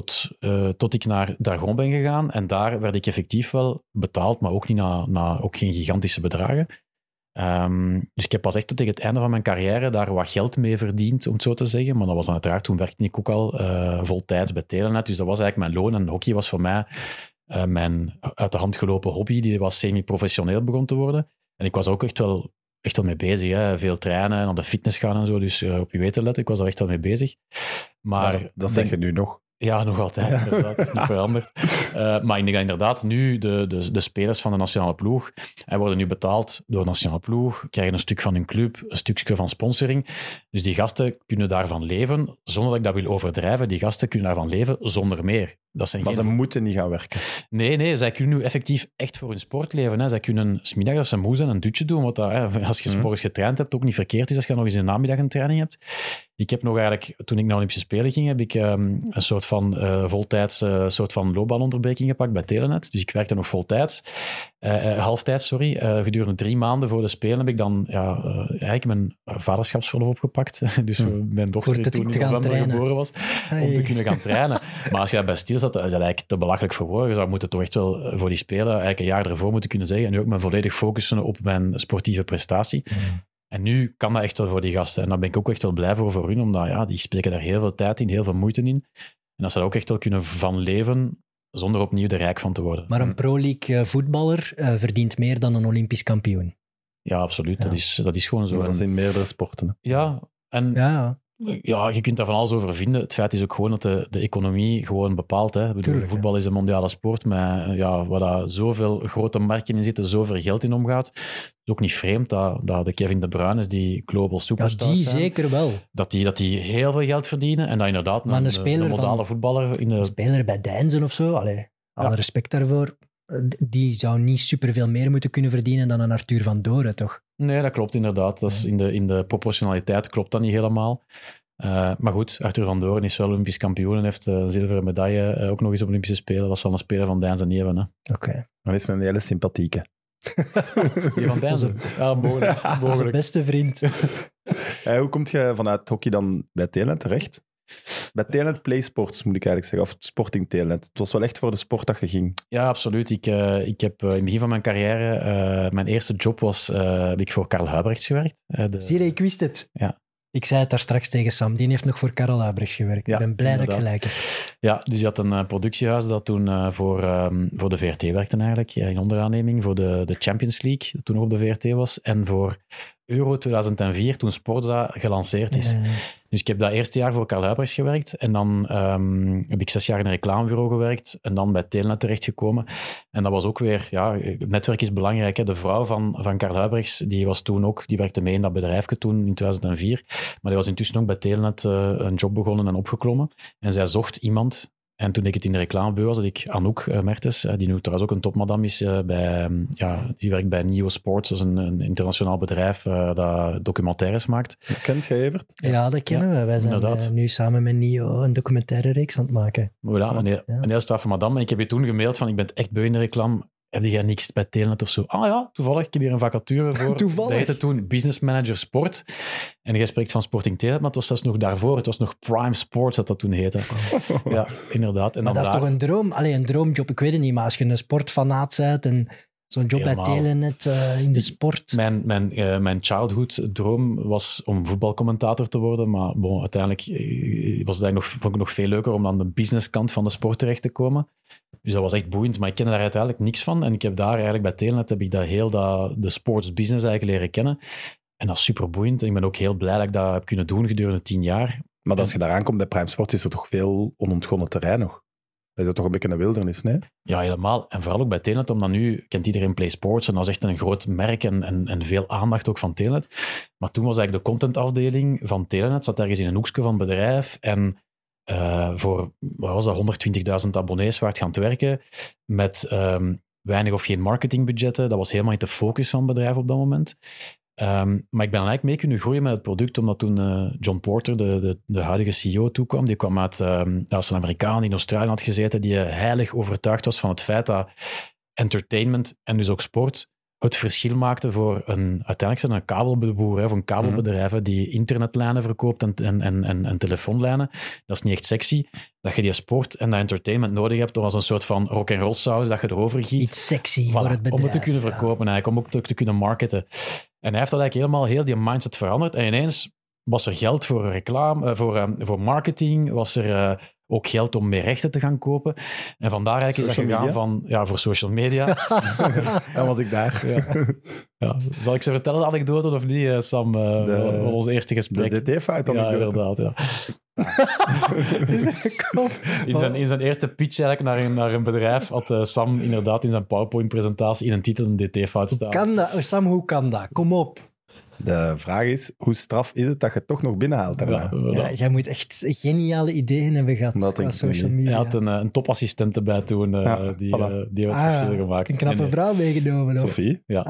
Speaker 3: Tot ik naar Dragon ben gegaan. En daar werd ik effectief wel betaald, maar ook niet ook geen gigantische bedragen. Dus ik heb pas echt tot tegen het einde van mijn carrière daar wat geld mee verdiend, om het zo te zeggen. Maar dat was dan uiteraard, toen werkte ik ook al voltijds bij Telenet. Dus dat was eigenlijk mijn loon. En hockey was voor mij mijn uit de hand gelopen hobby. Die was semi-professioneel begon te worden. En ik was ook echt wel mee bezig. Hè. Veel trainen en naar de fitness gaan en zo. Dus op je weten letten, ik was er echt wel mee bezig. Maar
Speaker 1: dat zeg je nu nog.
Speaker 3: Ja, nog altijd, inderdaad. Het is niet veranderd. Maar ik denk dat inderdaad nu de spelers van de nationale ploeg worden nu betaald door de nationale ploeg, krijgen een stuk van hun club, een stukje van sponsoring. Dus die gasten kunnen daarvan leven, zonder dat ik dat wil overdrijven. Die gasten kunnen daarvan leven zonder meer.
Speaker 1: Maar ze moeten niet gaan werken.
Speaker 3: Nee, zij kunnen nu effectief echt voor hun sport leven. Hè. Zij kunnen 's middags als ze moe zijn een dutje doen, wat dat, als je 's morgens getraind hebt ook niet verkeerd is als je nog eens in de namiddag een training hebt. Ik heb nog eigenlijk, toen ik naar Olympische Spelen ging, heb ik een soort van voltijds soort van loopbaanonderbreking gepakt bij Telenet. Dus ik werkte nog voltijds. Halftijds, gedurende 3 maanden voor de Spelen heb ik dan eigenlijk mijn vaderschapsverlof opgepakt. Dus mijn dochter die toen in november geboren was, om te kunnen gaan trainen. Maar als je daarbij stilstaat, is dat eigenlijk te belachelijk voor woorden. Je zou moeten toch echt wel voor die Spelen eigenlijk een jaar ervoor moeten kunnen zeggen en nu ook me volledig focussen op mijn sportieve prestatie. En nu kan dat echt wel voor die gasten. En daar ben ik ook echt wel blij voor hun, omdat die spreken daar heel veel tijd in, heel veel moeite in. En dat ze daar ook echt wel kunnen van leven, zonder opnieuw er rijk van te worden.
Speaker 2: Maar een Pro-League voetballer verdient meer dan een Olympisch kampioen.
Speaker 3: Ja, absoluut. Ja. Dat is gewoon zo.
Speaker 1: Dat zijn meerdere sporten.
Speaker 3: Ja, en je kunt daar van alles over vinden. Het feit is ook gewoon dat de economie gewoon bepaalt. Hè. Ik bedoel, voetbal is een mondiale sport, met, waar daar zoveel grote markten in zitten, zoveel geld in omgaat. Het is ook niet vreemd dat de Kevin De Bruyne's, die global superstars
Speaker 2: die zijn, zeker wel.
Speaker 3: Dat die heel veel geld verdienen en dat inderdaad een modale voetballer... Een
Speaker 2: speler bij Deinzen of zo, alle respect daarvoor, die zou niet superveel meer moeten kunnen verdienen dan een Arthur van Doren, toch?
Speaker 3: Nee, dat klopt inderdaad. Dat is in de proportionaliteit klopt dat niet helemaal. Maar goed, Arthur van Doren is wel Olympisch kampioen en heeft een zilveren medaille ook nog eens op Olympische Spelen. Dat zal een speler van Deinzen niet hebben.
Speaker 2: Oké.
Speaker 1: Dat is een hele sympathieke.
Speaker 3: Die van Deinzen? Ja, mogelijk.
Speaker 2: Onze beste vriend.
Speaker 1: Hoe kom je vanuit hockey dan bij Telenet terecht? Bij Telenet Play Sports, moet ik eigenlijk zeggen, of Sporting Telenet. Het was wel echt voor de sport dat je ging.
Speaker 3: Ja, absoluut. Ik heb in het begin van mijn carrière, mijn eerste job was, heb ik voor Karl Huibrechts gewerkt.
Speaker 2: Zie je, ik wist het.
Speaker 3: Ja.
Speaker 2: Ik zei het daar straks tegen Sam, die heeft nog voor Karel Huibrechts gewerkt. Ik ben blij dat ik gelijk heb.
Speaker 3: Ja, dus je had een productiehuis dat toen voor de VRT werkte eigenlijk, in onderaanneming, voor de Champions League, dat toen nog op de VRT was, en voor Euro 2004, toen Sportza gelanceerd is. Dus ik heb dat eerste jaar voor Karl Huybrechts gewerkt en dan heb ik 6 jaar in een reclamebureau gewerkt en dan bij Telenet terechtgekomen. En dat was ook weer, het netwerk is belangrijk. Hè. De vrouw van Karl Huybrechts, die werkte mee in dat bedrijfje toen in 2004, maar die was intussen ook bij Telenet een job begonnen en opgeklommen. En zij zocht iemand. En toen ik het in de reclamebureau was, had ik Anouk Mertens, die nu trouwens ook een topmadam is, die werkt bij NIO Sports, dat is een internationaal bedrijf dat documentaires maakt.
Speaker 1: Kent jij Evert?
Speaker 2: Ja, dat kennen we. Wij zijn nu samen met NIO een documentaire reeks aan het maken.
Speaker 3: Voilà, een heel straffe madame. En ik heb je toen gemaild van, ik ben echt beu in de reclame. Heb jij niks bij Telenet of zo? Ah ja, toevallig. Ik heb hier een vacature voor.
Speaker 2: Toevallig.
Speaker 3: Dat heette toen Business Manager Sport. En jij spreekt van Sporting Telenet, maar het was zelfs nog daarvoor. Het was nog Prime Sports dat toen heette. Ja, inderdaad. En
Speaker 2: maar
Speaker 3: dan
Speaker 2: dat is toch een droom? Allee, een droomjob, ik weet het niet. Maar als je een sportfanaat bent en zo'n job bij Telenet in de sport...
Speaker 3: Mijn childhood droom was om voetbalcommentator te worden, maar uiteindelijk vond ik nog veel leuker om aan de businesskant van de sport terecht te komen. Dus dat was echt boeiend, maar ik kende daar uiteindelijk niks van. En ik heb daar eigenlijk bij Telenet de sports business eigenlijk leren kennen. En dat is super boeiend. En ik ben ook heel blij dat ik dat heb kunnen doen gedurende 10 jaar.
Speaker 1: Maar als je daar aankomt bij Prime Sports, is er toch veel onontgonnen terrein nog? Dat is toch een beetje een wildernis, nee?
Speaker 3: Ja, helemaal. En vooral ook bij Telenet, omdat nu kent iedereen Play Sports en dat is echt een groot merk en veel aandacht ook van Telenet. Maar toen was eigenlijk de contentafdeling van Telenet, zat ergens in een hoekje van het bedrijf en voor, wat was dat, 120.000 abonnees waar het gaan werken met weinig of geen marketingbudgetten. Dat was helemaal niet de focus van het bedrijf op dat moment. Maar ik ben eigenlijk mee kunnen groeien met het product, omdat toen John Porter, de huidige CEO, toekwam. Die kwam uit als een Amerikaan die in Australië had gezeten, die heilig overtuigd was van het feit dat entertainment en dus ook sport het verschil maakte voor uiteindelijk zijn een kabelboer of een kabelbedrijf die internetlijnen verkoopt en telefoonlijnen. Dat is niet echt sexy. Dat je die sport en dat entertainment nodig hebt om als een soort van rock'n'roll saus dat je erover giet.
Speaker 2: Iets sexy voor het bedrijf.
Speaker 3: Om het te kunnen verkopen eigenlijk, om ook te kunnen marketen. En hij heeft dat eigenlijk helemaal heel die mindset veranderd. En ineens was er geld voor reclame, voor marketing, was er ook geld om meer rechten te gaan kopen. En vandaar eigenlijk is dat gegaan van... Ja, voor social media.
Speaker 1: Dan was ik daar.
Speaker 3: Ja. Zal ik ze vertellen, de anekdote of niet, Sam? Van ons eerste gesprek.
Speaker 1: De DT-fout dan.
Speaker 3: Ja, inderdaad, ja. In zijn eerste pitch eigenlijk naar een bedrijf had Sam inderdaad in zijn PowerPoint-presentatie in een titel een DT-fout staan.
Speaker 2: Kan dat? Sam, hoe kan dat? Kom op.
Speaker 1: De vraag is, hoe straf is het dat je het toch nog binnenhaalt daarna?
Speaker 2: Ja, jij moet echt geniale ideeën hebben gehad qua social media.
Speaker 3: Hij had een topassistent erbij toen, die had verschil gemaakt.
Speaker 2: Een knappe vrouw meegenomen.
Speaker 1: Sophie?
Speaker 3: Ja.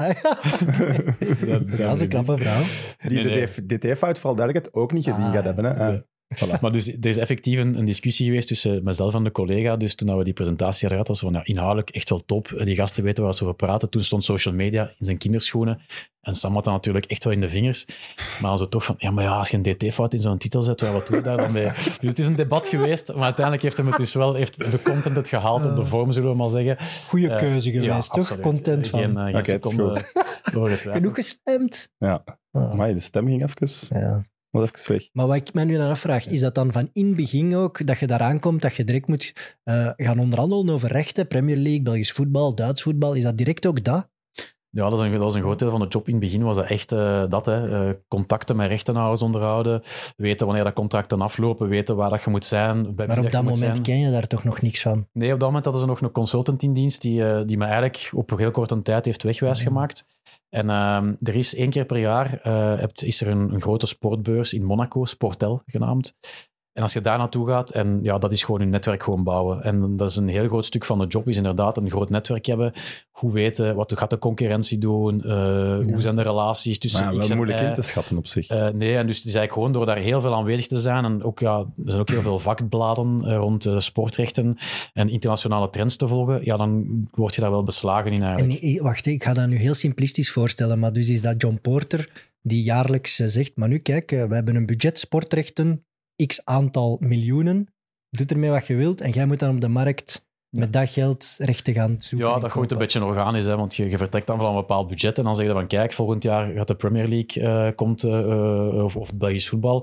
Speaker 2: Dat is een knappe vrouw.
Speaker 1: Die de DT-fout vooral duidelijkheid ook niet gezien gaat hebben. Hè?
Speaker 3: Voilà. Maar dus er is effectief een discussie geweest tussen mezelf en de collega. Dus toen we die presentatie hadden, was van inhoudelijk echt wel top. Die gasten weten waar ze over praten. Toen stond social media in zijn kinderschoenen. En Sam had dat natuurlijk echt wel in de vingers. Maar dan zo toch van, als je een DT-fout in zo'n titel zet, wat doe je daar dan mee? Dus het is een debat geweest, maar uiteindelijk heeft de content het gehaald op de vorm, zullen we maar zeggen.
Speaker 2: Goeie keuze geweest, toch?
Speaker 3: Absoluut.
Speaker 2: Content van.
Speaker 3: Geen seconde doorgetwijfeld.
Speaker 2: Genoeg gespamd.
Speaker 1: Ja. Maar de stem ging even...
Speaker 2: Ja.
Speaker 1: Was even weg.
Speaker 2: Maar wat ik mij nu dan afvraag, is dat dan van in het begin ook, dat je daar aankomt, dat je direct moet gaan onderhandelen over rechten, Premier League, Belgisch voetbal, Duits voetbal, is dat direct ook dat?
Speaker 3: Ja, dat was een groot deel van de job. In het begin was dat echt dat. Contacten met rechtenhouders onderhouden, weten wanneer dat contracten aflopen, weten waar dat je moet zijn.
Speaker 2: Maar op dat moment ken je daar toch nog niks van?
Speaker 3: Nee, op dat moment hadden ze nog een consultant in dienst die me eigenlijk op een heel korte tijd heeft wegwijs gemaakt. En er is 1 keer per jaar is er een grote sportbeurs in Monaco, Sportel genaamd. En als je daar naartoe gaat, en ja, dat is gewoon je netwerk gewoon bouwen. En dat is een heel groot stuk van de job, is inderdaad een groot netwerk hebben. Hoe weten, wat gaat de concurrentie doen? Hoe zijn de relaties tussen
Speaker 1: X en wel moeilijk in te schatten op zich.
Speaker 3: Nee, en dus het is eigenlijk gewoon door daar heel veel aanwezig te zijn. En ook, er zijn ook heel veel vakbladen rond sportrechten en internationale trends te volgen. Ja, dan word je daar wel beslagen in eigenlijk.
Speaker 2: En wacht, ik ga dat nu heel simplistisch voorstellen, maar dus is dat John Porter die jaarlijks zegt, maar nu kijk, we hebben een budget sportrechten, x aantal miljoenen, doe ermee wat je wilt en jij moet dan op de markt met dat geld rechten gaan zoeken.
Speaker 3: Ja, dat gooit een beetje organisch, hè, want je vertrekt dan van een bepaald budget en dan zeg je van kijk, volgend jaar gaat de Premier League of Belgisch voetbal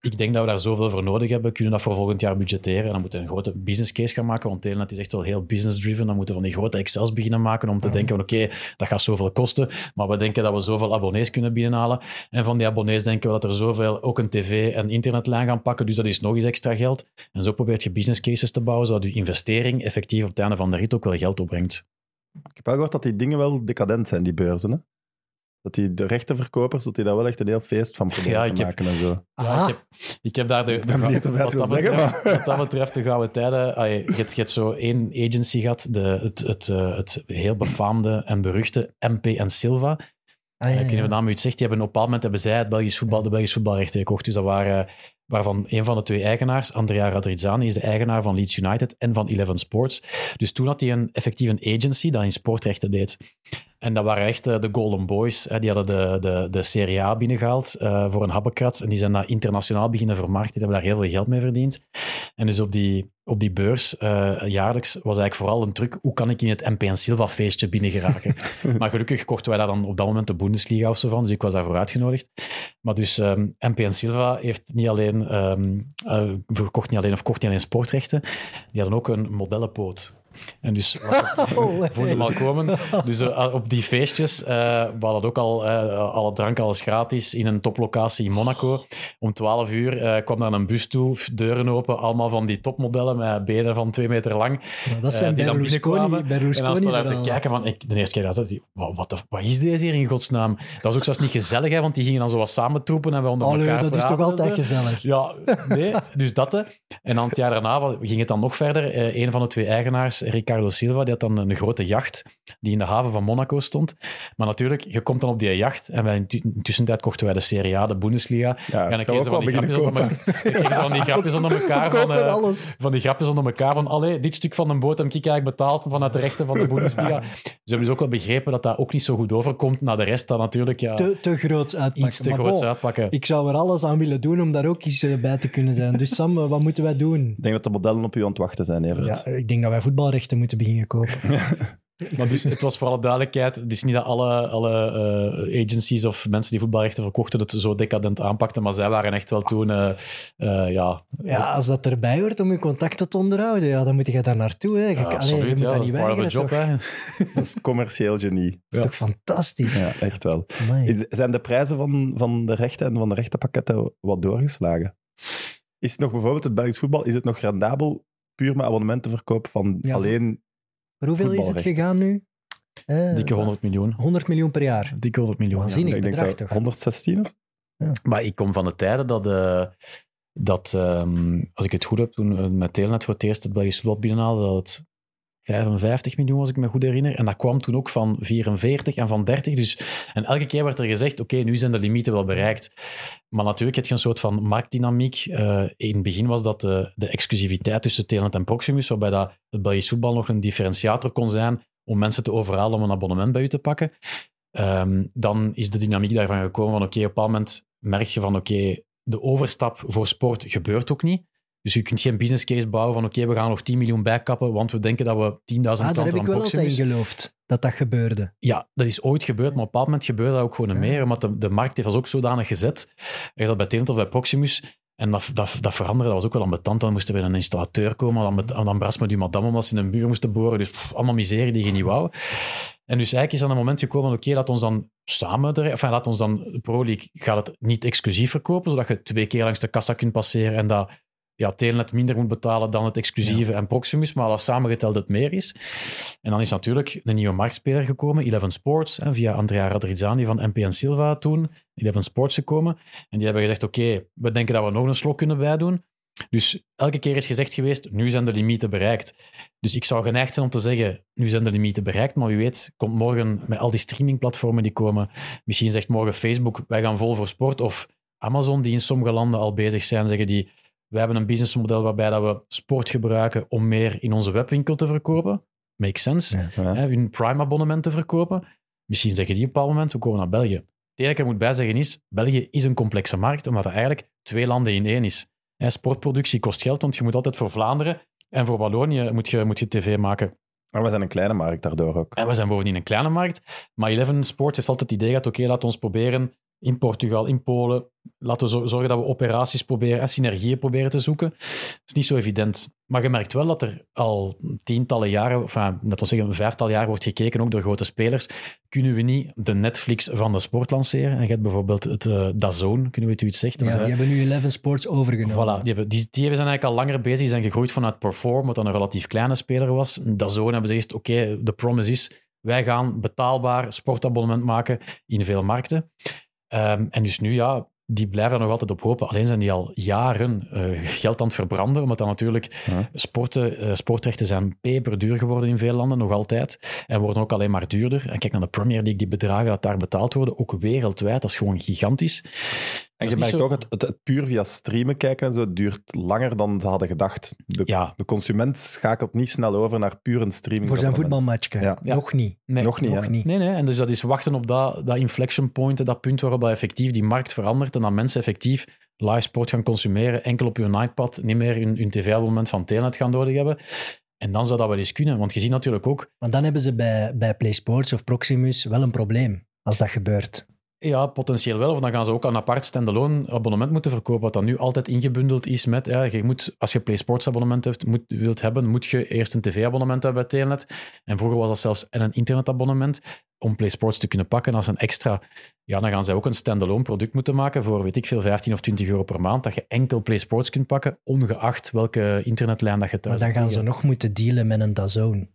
Speaker 3: ik denk dat we daar zoveel voor nodig hebben. Kunnen dat voor volgend jaar budgetteren. En dan moeten we een grote business case gaan maken, want Telenet is echt wel heel business-driven. Dan moeten we van die grote Excels beginnen maken om te denken van oké, dat gaat zoveel kosten, maar we denken dat we zoveel abonnees kunnen binnenhalen. En van die abonnees denken we dat er zoveel ook een tv- en internetlijn gaan pakken, dus dat is nog eens extra geld. En zo probeert je business cases te bouwen, zodat je investering effectief op het einde van de rit ook wel geld opbrengt.
Speaker 1: Ik heb wel gehoord dat die dingen wel decadent zijn, die beurzen. Hè? Dat de rechtenverkopers, dat die daar wel echt een heel feest van proberen te maken en zo.
Speaker 3: Ja, ik heb daar
Speaker 1: Ik ben benieuwd of jij het wil zeggen, maar...
Speaker 3: Wat dat betreft de gouden tijden. Je hebt zo één agency gehad, het heel befaamde en beruchte MP en Silva. Ik weet niet of de naam u het zegt. Die hebben op een bepaald moment hebben zij de Belgisch voetbalrechten gekocht. Dus dat waren... waarvan een van de twee eigenaars, Andrea Radrizzani, is de eigenaar van Leeds United en van Eleven Sports. Dus toen had hij effectief een agency dat in sportrechten deed. En dat waren echt de Golden Boys. Die hadden de Serie A binnengehaald voor een habbekrats. En die zijn dat internationaal beginnen vermarkten. Die hebben daar heel veel geld mee verdiend. En dus op die beurs jaarlijks was eigenlijk vooral een truc. Hoe kan ik in het MP en Silva feestje binnen geraken? Maar gelukkig kochten wij daar dan op dat moment de Bundesliga of zo van. Dus ik was daarvoor uitgenodigd. Maar dus MP en Silva heeft niet alleen kocht niet alleen sportrechten. Die hadden ook een modellenpoot. En dus voelde hem al komen. Dus op die feestjes, we hadden ook al alle drank, alles gratis in een toplocatie in Monaco. Om 12 uur kwam daar een bus toe, deuren open, allemaal van die topmodellen met benen van 2 meter lang.
Speaker 2: Nou, dat zijn
Speaker 3: die dan binnenkwamen. En dan stond daar te kijken van, de eerste keer dat ik wat is deze hier in godsnaam? Dat was ook zelfs niet gezellig, hè, want die gingen dan zo wat samentroepen en we onder elkaar praten.
Speaker 2: Dat is toch altijd gezellig?
Speaker 3: Ja, nee, dus dat. En dan het jaar daarna ging het dan nog verder. Een van de twee eigenaars, Ricardo Silva, die had dan een grote jacht die in de haven van Monaco stond. Maar natuurlijk, je komt dan op die jacht en in tussentijd kochten wij de Serie A, de Bundesliga.
Speaker 1: Ja,
Speaker 3: en dan kregen ze van die grapjes onder elkaar. Van die grapjes onder elkaar van, allee, dit stuk van een boot heb ik eigenlijk betaald vanuit de rechten van de Bundesliga. Ze hebben dus ook wel begrepen dat dat ook niet zo goed overkomt naar de rest dan natuurlijk. Ja,
Speaker 2: te groots uitpakken.
Speaker 3: Iets te groots uitpakken.
Speaker 2: Ik zou er alles aan willen doen om daar ook eens bij te kunnen zijn. Dus Sam, wat moeten wij doen?
Speaker 1: Ik denk dat de modellen op u aan het wachten zijn, Evert.
Speaker 2: Ja, ik denk dat wij voetbalrechten moeten beginnen kopen.
Speaker 3: Maar dus, het was voor alle duidelijkheid, het is niet dat alle agencies of mensen die voetbalrechten verkochten het zo decadent aanpakten, maar zij waren echt wel toen,
Speaker 2: Ja, als dat erbij hoort om je contacten te onderhouden, ja, dan moet je daar naartoe. Hè.
Speaker 3: Absoluut,
Speaker 2: je moet dat niet weigeren.
Speaker 3: Job,
Speaker 1: dat is commercieel genie.
Speaker 2: Dat is toch fantastisch?
Speaker 1: Ja, echt wel. Zijn de prijzen van de rechten en van de rechtenpakketten wat doorgeslagen? Is het nog bijvoorbeeld het Belgisch voetbal, is het nog rendabel puur met abonnementenverkoop van alleen...
Speaker 2: Maar hoeveel is het gegaan nu?
Speaker 3: Dikke 100 miljoen.
Speaker 2: 100 miljoen per jaar.
Speaker 3: Dikke 100 miljoen.
Speaker 2: Waanzinnig
Speaker 1: ja.
Speaker 2: bedrag,
Speaker 1: Ik denk
Speaker 2: toch?
Speaker 1: 116 of?
Speaker 2: Ja.
Speaker 3: Maar ik kom van de tijden dat als ik het goed heb, toen met Telenet voor het eerst het Belgisch voetbal binnenhaalde, dat het 55 miljoen, als ik me goed herinner. En dat kwam toen ook van 44 en van 30. Dus, en elke keer werd er gezegd, oké, nu zijn de limieten wel bereikt. Maar natuurlijk heb je een soort van marktdynamiek. In het begin was dat de exclusiviteit tussen Telenet en Proximus, waarbij dat het Belgisch voetbal nog een differentiator kon zijn om mensen te overhalen om een abonnement bij u te pakken. Dan is de dynamiek daarvan gekomen van, oké, op een bepaald moment merk je van, oké, de overstap voor sport gebeurt ook niet. Dus je kunt geen business case bouwen van oké, we gaan nog 10 miljoen bijkappen, want we denken dat we 10.000 klanten aan Proximus...
Speaker 2: Daar heb ik wel altijd in geloofd, dat dat gebeurde.
Speaker 3: Ja, dat is ooit gebeurd, maar op een bepaald moment gebeurde dat ook gewoon meer, omdat de markt heeft ons ook zodanig gezet. Er is dat bij Telenet of bij Proximus, en dat veranderde, dat was ook wel ambetant. Dan moesten we een installateur komen, dan brast met die madame omdat ze in een muur moesten boren, dus allemaal miserie die je niet wou. En dus eigenlijk is dan een moment gekomen, oké, laat ons dan samen... laat ons dan... Pro League gaat het niet exclusief verkopen, zodat je 2 keer langs de kassa kunt passeren en dat... Ja, Telenet minder moet betalen dan het exclusieve en Proximus, maar als samengeteld het meer is. En dan is natuurlijk een nieuwe marktspeler gekomen, Eleven Sports, via Andrea Radrizzani van MP en Silva toen, Eleven Sports gekomen. En die hebben gezegd, oké, we denken dat we nog een slok kunnen bijdoen. Dus elke keer is gezegd geweest, nu zijn de limieten bereikt. Dus ik zou geneigd zijn om te zeggen, nu zijn de limieten bereikt, maar wie weet, komt morgen met al die streamingplatformen die komen, misschien zegt morgen Facebook, wij gaan vol voor sport, of Amazon, die in sommige landen al bezig zijn, zeggen die... Wij hebben een businessmodel waarbij dat we sport gebruiken om meer in onze webwinkel te verkopen. Makes sense.
Speaker 1: Ja.
Speaker 3: Hun Prime-abonnement te verkopen. Misschien zeggen die op een bepaald moment, we komen naar België. Het enige dat ik moet bijzeggen is, België is een complexe markt, omdat het eigenlijk 2 landen in 1 is. Sportproductie kost geld, want je moet altijd voor Vlaanderen en voor Wallonië moet je tv maken.
Speaker 1: Maar we zijn een kleine markt daardoor ook.
Speaker 3: En we zijn bovendien een kleine markt. Maar Eleven Sports heeft altijd het idee gehad, oké, laat ons proberen in Portugal, in Polen. Laten we zorgen dat we operaties proberen en synergieën proberen te zoeken. Dat is niet zo evident. Maar je merkt wel dat er al tientallen jaren, net als zeggen, een 5-tal jaar wordt gekeken, ook door grote spelers. Kunnen we niet de Netflix van de sport lanceren? En je hebt bijvoorbeeld het DAZN, kunnen we het u iets zeggen?
Speaker 2: Ja, die hebben nu 11 Sports overgenomen.
Speaker 3: Voilà, die zijn eigenlijk al langer bezig, die zijn gegroeid vanuit Perform, wat dan een relatief kleine speler was. DAZN hebben ze gezegd, oké, de promise is, wij gaan betaalbaar sportabonnement maken in veel markten. En dus nu, ja, die blijven er nog altijd op hopen. Alleen zijn die al jaren geld aan het verbranden, omdat dan natuurlijk sportrechten zijn peperduur geworden in veel landen, nog altijd. En worden ook alleen maar duurder. En kijk naar de Premier League, die bedragen dat daar betaald worden, ook wereldwijd, dat is gewoon gigantisch.
Speaker 1: En je merkt ook, het puur via streamen kijken en zo duurt langer dan ze hadden gedacht. De consument schakelt niet snel over naar puur een streaming.
Speaker 2: Voor zijn voetbalmatch kijken. Ja. Nog niet.
Speaker 3: Nee,
Speaker 1: nog niet.
Speaker 3: Nee. En dus dat is wachten op dat inflection point, dat punt waarop dat effectief die markt verandert en dat mensen effectief live sport gaan consumeren, enkel op hun iPad, niet meer hun tv-abonnement van Telenet gaan nodig hebben. En dan zou dat wel eens kunnen, want je ziet natuurlijk ook...
Speaker 2: Want dan hebben ze bij PlaySports of Proximus wel een probleem, als dat gebeurt.
Speaker 3: Ja, potentieel wel. Of dan gaan ze ook een apart standalone abonnement moeten verkopen, wat dan nu altijd ingebundeld is met, je moet, als je PlaySports abonnement wilt hebben, moet je eerst een tv-abonnement hebben bij Telenet. En vroeger was dat zelfs een internetabonnement om PlaySports te kunnen pakken als een extra. Ja, dan gaan zij ook een standalone product moeten maken voor, weet ik veel, 15 of 20 euro per maand, dat je enkel PlaySports kunt pakken, ongeacht welke internetlijn dat je thuis
Speaker 2: hebt. Maar dan gaan ze nog moeten dealen met een DAZN.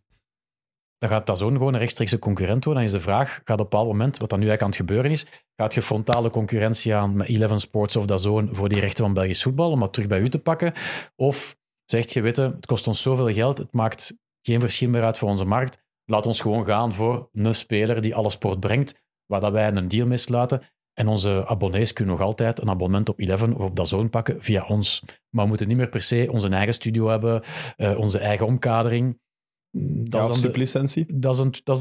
Speaker 3: Dan gaat DAZN gewoon een rechtstreekse concurrent worden. Dan is de vraag, gaat op een bepaald moment, wat dan nu eigenlijk aan het gebeuren is, gaat je frontale concurrentie aan met 11 Sports of DAZN voor die rechten van Belgisch voetbal, om dat terug bij u te pakken? Of zegt je, weet je, het kost ons zoveel geld, het maakt geen verschil meer uit voor onze markt, laat ons gewoon gaan voor een speler die alle sport brengt, waar dat wij een deal mee sluiten. En onze abonnees kunnen nog altijd een abonnement op 11 of op DAZN pakken via ons. Maar we moeten niet meer per se onze eigen studio hebben, onze eigen omkadering.
Speaker 1: Dat is sublicentie?
Speaker 3: Dat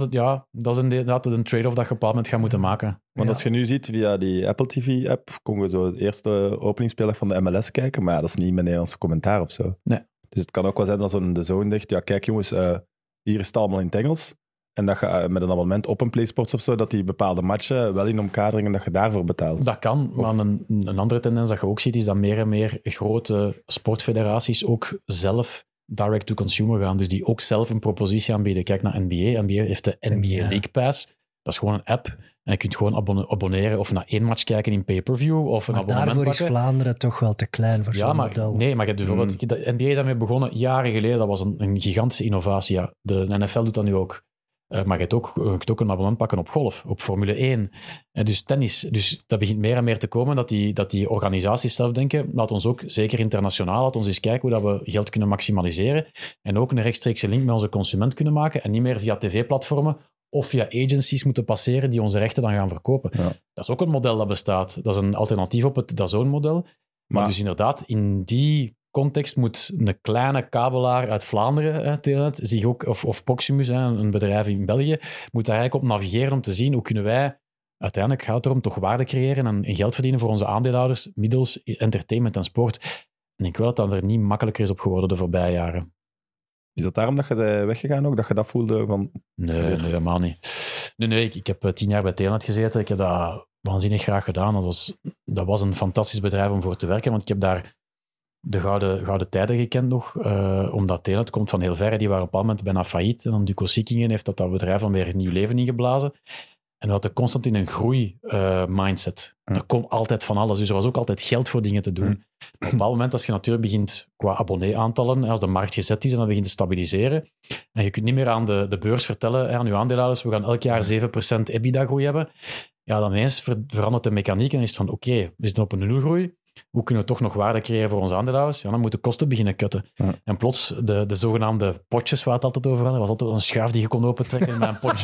Speaker 3: is inderdaad een trade-off dat je op een bepaald moment gaat moeten maken.
Speaker 1: Want als je nu ziet, via die Apple TV-app, konden we zo de eerste openingsspeeldag van de MLS kijken, maar dat is niet met Nederlandse commentaar of zo.
Speaker 3: Nee.
Speaker 1: Dus het kan ook wel zijn dat zo'n DAZN zegt, ja kijk jongens, hier is het allemaal in het Engels. En dat je met een abonnement op een PlaySports of zo, dat die bepaalde matchen wel in omkaderingen, dat je daarvoor betaalt.
Speaker 3: Dat kan, maar een andere tendens dat je ook ziet, is dat meer en meer grote sportfederaties ook zelf direct-to-consumer gaan, dus die ook zelf een propositie aanbieden. Kijk naar NBA. NBA heeft de NBA League Pass. Dat is gewoon een app. En je kunt gewoon abonneren of naar één match kijken in pay-per-view of een abonnement
Speaker 2: daarvoor
Speaker 3: pakken.
Speaker 2: is Vlaanderen toch wel te klein voor zo'n model.
Speaker 3: Nee, maar je hebt bijvoorbeeld... De NBA is daarmee begonnen jaren geleden. Dat was een gigantische innovatie. Ja. De NFL doet dat nu ook. Maar je kunt ook een abonnement pakken op golf, op Formule 1. Dus tennis. Dus dat begint meer en meer te komen dat die organisaties zelf denken, laat ons ook, zeker internationaal, laat ons eens kijken hoe dat we geld kunnen maximaliseren en ook een rechtstreekse link met onze consument kunnen maken en niet meer via tv-platformen of via agencies moeten passeren die onze rechten dan gaan verkopen. Ja. Dat is ook een model dat bestaat. Dat is een alternatief op het DAZN-model. Maar dus inderdaad, in die context moet een kleine kabelaar uit Vlaanderen, Telenet, zich ook, of Proximus, een bedrijf in België, moet daar eigenlijk op navigeren om te zien hoe kunnen wij, uiteindelijk gaat het erom, toch waarde creëren en geld verdienen voor onze aandeelhouders middels entertainment en sport. En ik wil dat er niet makkelijker is op geworden de voorbije jaren.
Speaker 1: Is dat daarom dat je bent weggegaan ook? Dat je dat voelde van...
Speaker 3: Nee, helemaal niet. Nee, ik heb 10 jaar bij Telenet gezeten. Ik heb dat waanzinnig graag gedaan. Dat was een fantastisch bedrijf om voor te werken, want ik heb daar de gouden tijden gekend nog, omdat Telenet komt van heel ver. Die waren op een bepaald moment bijna failliet. En dan Duco Sikkingen heeft dat bedrijf dan weer een nieuw leven ingeblazen. En we hadden constant in een groei-mindset. Er kon altijd van alles. Dus er was ook altijd geld voor dingen te doen. Op een bepaald moment, als je natuurlijk begint qua abonnee-aantallen, als de markt gezet is en dat begint te stabiliseren, en je kunt niet meer aan de beurs vertellen, aan je aandeelhouders, we gaan elk jaar 7% EBITDA-groei hebben, ja, dan ineens verandert de mechaniek en is het van, oké, we zitten op een nulgroei. Hoe kunnen we toch nog waarde creëren voor onze aandeelhouders? Ja, dan moeten kosten beginnen kutten. Ja. En plots, de zogenaamde potjes waar het altijd over had, er was altijd een schuif die je kon opentrekken met een potje.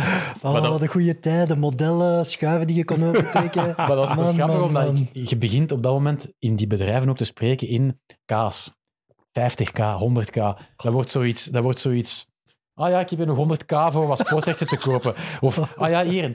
Speaker 2: Wat een goede tijden, modellen, schuiven die je kon opentrekken.
Speaker 3: Maar dat is grappig, omdat je begint op dat moment in die bedrijven ook te spreken in K's. 50k, 100k. Dat wordt zoiets Ah ja, ik heb hier nog 100k voor wat sportrechten te kopen. Of, ah ja, hier,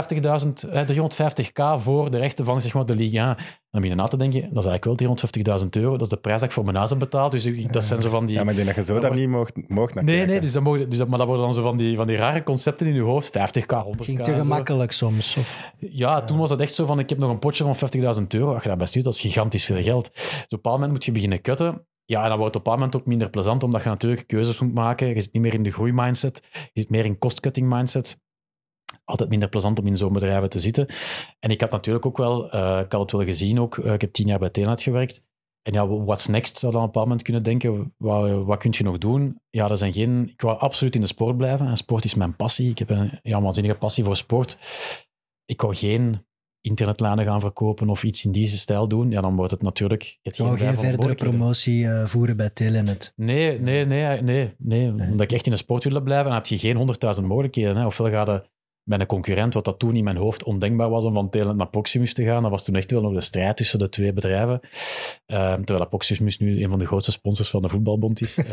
Speaker 3: 350k voor de rechten van zeg maar, de Ligue 1. Dan begin je na te denken, dat is eigenlijk wel €350.000. Dat is de prijs dat ik voor mijn huis heb betaald. Dus dat zijn zo van die...
Speaker 1: Ja, maar ik denk dat je zo daar niet mocht naar
Speaker 3: Nee,
Speaker 1: kijken.
Speaker 3: maar dat worden dan zo van die rare concepten in je hoofd. 50k, 100k.
Speaker 2: Het ging te gemakkelijk soms. Of...
Speaker 3: Ja, toen was dat echt zo van, ik heb nog een potje van €50.000. Als je dat best ziet, dat is gigantisch veel geld. Dus op een bepaald moment moet je beginnen cutten. Ja, en dan wordt het op een bepaald moment ook minder plezant, omdat je natuurlijk keuzes moet maken. Je zit niet meer in de groeimindset, je zit meer in cost-cutting mindset. Altijd minder plezant om in zo'n bedrijven te zitten. En ik had natuurlijk ook wel, ik had het wel gezien ook, ik heb 10 jaar bij Telenet gewerkt. En ja, what's next, zou dan op een bepaald moment kunnen denken. Wat kun je nog doen? Ja, ik wou absoluut in de sport blijven. En sport is mijn passie. Ik heb een waanzinnige passie voor sport. Ik wou geen internetlijnen gaan verkopen of iets in deze stijl doen. Ja, dan wordt het natuurlijk...
Speaker 2: Ik wou geen verdere promotie voeren bij Telenet.
Speaker 3: Nee. Omdat ik echt in de sport wilde blijven, dan heb je geen 100.000 mogelijkheden. Hè. Ofwel ga je bij een concurrent, wat dat toen in mijn hoofd ondenkbaar was om van Telenet naar Proximus te gaan. Dat was toen echt wel nog de strijd tussen de twee bedrijven. Terwijl Proximus nu een van de grootste sponsors van de voetbalbond is.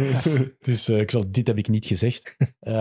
Speaker 3: Dus dit heb ik niet gezegd.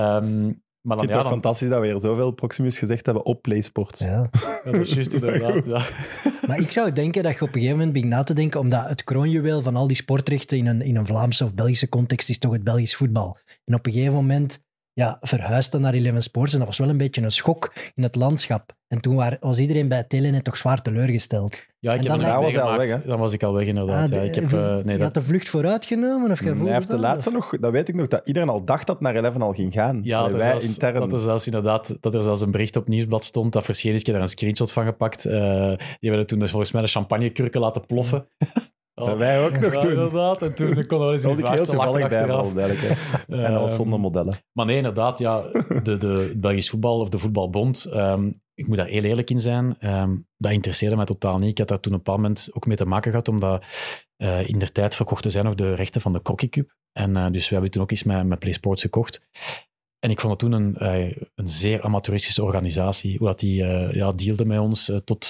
Speaker 3: Maar dan,
Speaker 1: ik vind het fantastisch dat we hier zoveel Proximus gezegd hebben op PlaySports.
Speaker 2: Ja.
Speaker 3: Dat is juist inderdaad, ja.
Speaker 2: Maar ik zou denken dat je op een gegeven moment begint na te denken, omdat het kroonjuweel van al die sportrechten in een Vlaamse of Belgische context is toch het Belgisch voetbal. En op een gegeven moment verhuisde dat naar Eleven Sports en dat was wel een beetje een schok in het landschap. En toen was iedereen bij Telenet toch zwaar teleurgesteld.
Speaker 3: Ja, ik heb een
Speaker 1: was al weg, hè?
Speaker 3: Dan was ik al weg, inderdaad.
Speaker 2: Je had de vlucht vooruit genomen? Of
Speaker 1: hij heeft de laatste nog, dat weet ik nog, dat iedereen al dacht dat naar Eleven al ging gaan.
Speaker 3: Ja, dat er zelfs een bericht op Nieuwsblad stond, dat verscheen is, ik heb daar een screenshot van gepakt. Die werden toen volgens mij de champagnekurken laten ploffen.
Speaker 1: Dat wij ook nog toen.
Speaker 3: Inderdaad, en toen konden we eens
Speaker 1: een heel toevallig bijvallen, en al zonder modellen.
Speaker 3: Maar nee, inderdaad, de Belgisch voetbal of de voetbalbond, ik moet daar heel eerlijk in zijn, dat interesseerde mij totaal niet. Ik had daar toen op een bepaald moment ook mee te maken gehad, omdat in der tijd verkochten zij nog de rechten van de Crocky Cup. En dus we hebben toen ook eens met PlaySports gekocht. En ik vond het toen een zeer amateuristische organisatie. Hoe dat die dealde met ons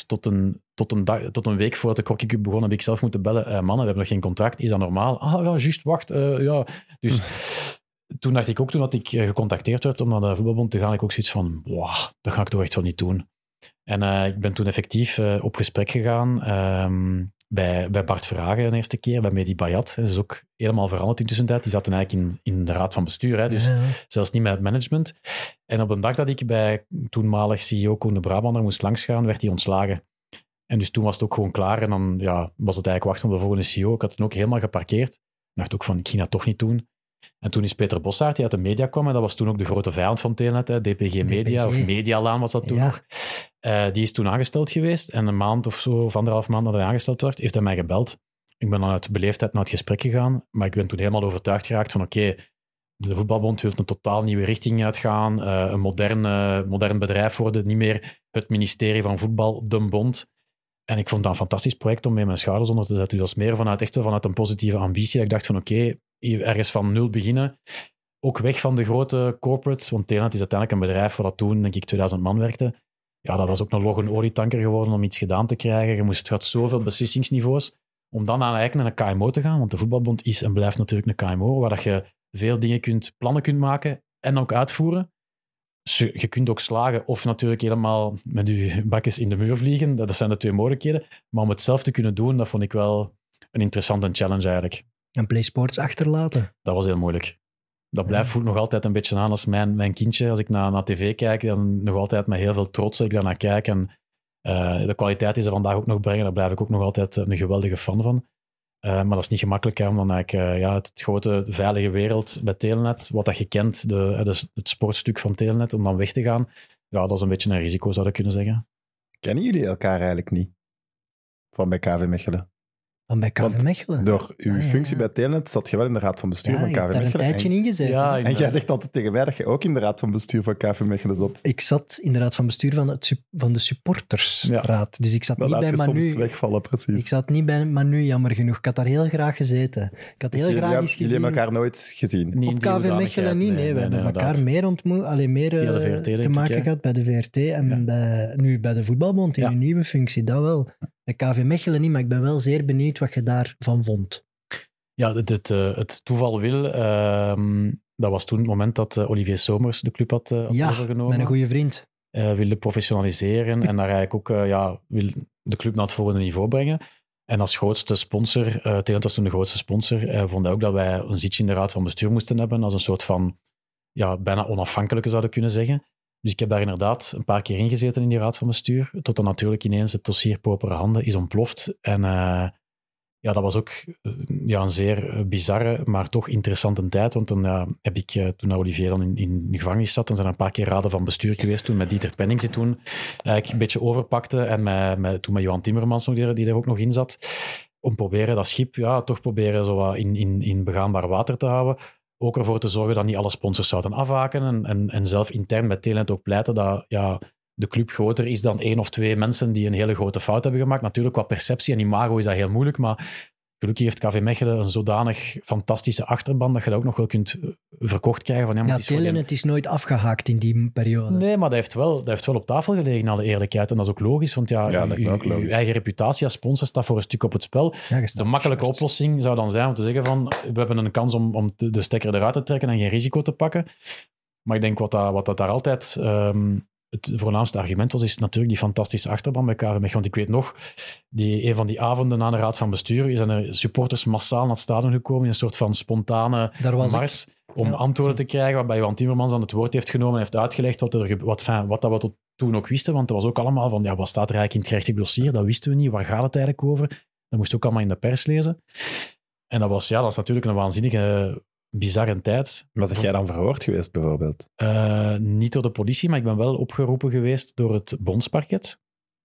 Speaker 3: tot een week voordat de Crocky Cup begon, heb ik zelf moeten bellen. Mannen, we hebben nog geen contract. Is dat normaal? Ah ja, juist, wacht. Ja. Dus toen dacht ik ook, toen dat ik gecontacteerd werd om naar de voetbalbond te gaan, ik ook zoiets van, wow, dat ga ik toch echt wel niet doen. En ik ben toen effectief op gesprek gegaan bij Bart Verhagen de eerste keer, bij Mehdi Bayat. Dat is ook helemaal veranderd in tussentijd. Die zaten eigenlijk in de raad van bestuur, hè, dus zelfs niet met het management. En op een dag dat ik bij toenmalig CEO Koen de Brabander moest langsgaan, werd hij ontslagen. En dus toen was het ook gewoon klaar. En dan was het eigenlijk wachten op de volgende CEO. Ik had het ook helemaal geparkeerd. Ik dacht ook van, ik ging dat toch niet doen. En toen is Peter Bossaert, die uit de media kwam, en dat was toen ook de grote vijand van Telenet, hè, DPG Media, of Medialaan was dat toen nog. Die is toen aangesteld geweest. En een maand of zo, of 1,5 maand nadat hij aangesteld werd, heeft hij mij gebeld. Ik ben dan uit beleefdheid naar het gesprek gegaan. Maar ik ben toen helemaal overtuigd geraakt van, oké, de voetbalbond wil een totaal nieuwe richting uitgaan. Een modern bedrijf worden. Niet meer het ministerie van voetbal, de bond. En ik vond dat een fantastisch project om mee mijn schouders onder te zetten. Dus dat was meer vanuit een positieve ambitie. Ik dacht van oké, ergens van nul beginnen. Ook weg van de grote corporates. Want Telenet is uiteindelijk een bedrijf waar dat toen, denk ik, 2000 man werkte. Ja, dat was ook nog een olietanker geworden om iets gedaan te krijgen. Je had zoveel beslissingsniveaus. Om dan eigenlijk naar een KMO te gaan. Want de voetbalbond is en blijft natuurlijk een KMO. Waar dat je veel plannen kunt maken en ook uitvoeren. Je kunt ook slagen of natuurlijk helemaal met je bakjes in de muur vliegen. Dat zijn de twee mogelijkheden. Maar om het zelf te kunnen doen, dat vond ik wel een interessante challenge eigenlijk.
Speaker 2: En PlaySports achterlaten?
Speaker 3: Dat was heel moeilijk. Dat voelt nog altijd een beetje aan als mijn kindje. Als ik naar tv kijk, dan nog altijd met heel veel trots dat ik daarnaar kijk. En de kwaliteit die ze vandaag ook nog brengen, daar blijf ik ook nog altijd een geweldige fan van. Maar dat is niet gemakkelijk, hè, om dan eigenlijk het grote veilige wereld bij Telenet, wat dat je kent, het sportstuk van Telenet, om dan weg te gaan. Ja, dat is een beetje een risico, zou ik kunnen zeggen.
Speaker 1: Kennen jullie elkaar eigenlijk niet? Van bij KV Mechelen?
Speaker 2: Van bij KV Mechelen?
Speaker 1: Door uw functie bij Telenet zat je wel in de raad van bestuur van KV Mechelen.
Speaker 2: Ja, ik heb daar een tijdje in gezeten.
Speaker 3: Ja,
Speaker 1: en jij zegt altijd tegen mij dat je ook in de raad van bestuur van KV Mechelen zat.
Speaker 2: Ik zat in de raad van bestuur van de supportersraad. Ja. Dus ik zat niet bij Manu.
Speaker 1: Soms wegvallen, precies.
Speaker 2: Ik zat niet bij Manu, jammer genoeg. Ik had daar heel graag gezeten. Ik had heel graag eens gezien.
Speaker 1: Jullie hebben elkaar nooit gezien?
Speaker 2: Op KV Mechelen niet, nee. We hebben elkaar meer ontmoet, meer te maken gehad bij de VRT en nu bij de voetbalbond in een nieuwe functie, dat wel. Bij KV Mechelen niet, maar ik ben wel zeer benieuwd wat je daarvan vond.
Speaker 3: Ja, het toeval wil. Dat was toen het moment dat Olivier Somers de club had overgenomen.
Speaker 2: Mijn goede vriend.
Speaker 3: Wilde professionaliseren en daar eigenlijk ook wil de club naar het volgende niveau brengen. En als grootste sponsor, Telenet was toen de grootste sponsor, vond hij ook dat wij een zitje in de raad van bestuur moesten hebben, als een soort van, bijna onafhankelijke zouden kunnen zeggen. Dus ik heb daar inderdaad een paar keer ingezeten in die raad van bestuur, tot dan natuurlijk ineens het dossier Propere Handen is ontploft. En dat was ook een zeer bizarre, maar toch interessante tijd, want dan heb ik, toen Olivier dan in de gevangenis zat, dan zijn er een paar keer raden van bestuur geweest, toen met Dieter Pennings, die toen eigenlijk een beetje overpakte, en toen met Johan Timmermans, die er ook nog in zat, om proberen dat schip, toch proberen zo wat in begaanbaar water te houden. Ook ervoor te zorgen dat niet alle sponsors zouden afhaken en zelf intern bij Telenet ook pleiten dat de club groter is dan 1 of 2 mensen die een hele grote fout hebben gemaakt. Natuurlijk, qua perceptie en imago is dat heel moeilijk, maar gelukkig heeft KV Mechelen een zodanig fantastische achterban dat je dat ook nog wel kunt verkocht krijgen. Van,
Speaker 2: Telenet is nooit afgehaakt in die periode.
Speaker 3: Nee, maar dat heeft wel op tafel gelegen, in alle eerlijkheid. En dat is ook logisch, want je eigen reputatie als sponsor staat voor een stuk op het spel. De makkelijke oplossing zou dan zijn om te zeggen van, we hebben een kans om de stekker eruit te trekken en geen risico te pakken. Maar ik denk wat dat daar altijd het voornaamste argument was, is natuurlijk die fantastische achterban bij KV Mechelen. Want ik weet nog, een van die avonden na de raad van bestuur zijn er supporters massaal naar het stadion gekomen in een soort van spontane mars om antwoorden te krijgen, waarbij Johan Timmermans dan het woord heeft genomen en heeft uitgelegd wat we tot toen ook wisten. Want er was ook allemaal van, wat staat er eigenlijk in het gerechtelijk dossier? Dat wisten we niet. Waar gaat het eigenlijk over? Dat moest ook allemaal in de pers lezen. En dat is natuurlijk een waanzinnige, bizarre tijd.
Speaker 1: Wat heb jij dan verhoord geweest, bijvoorbeeld?
Speaker 3: Niet door de politie, maar ik ben wel opgeroepen geweest door het bondsparket.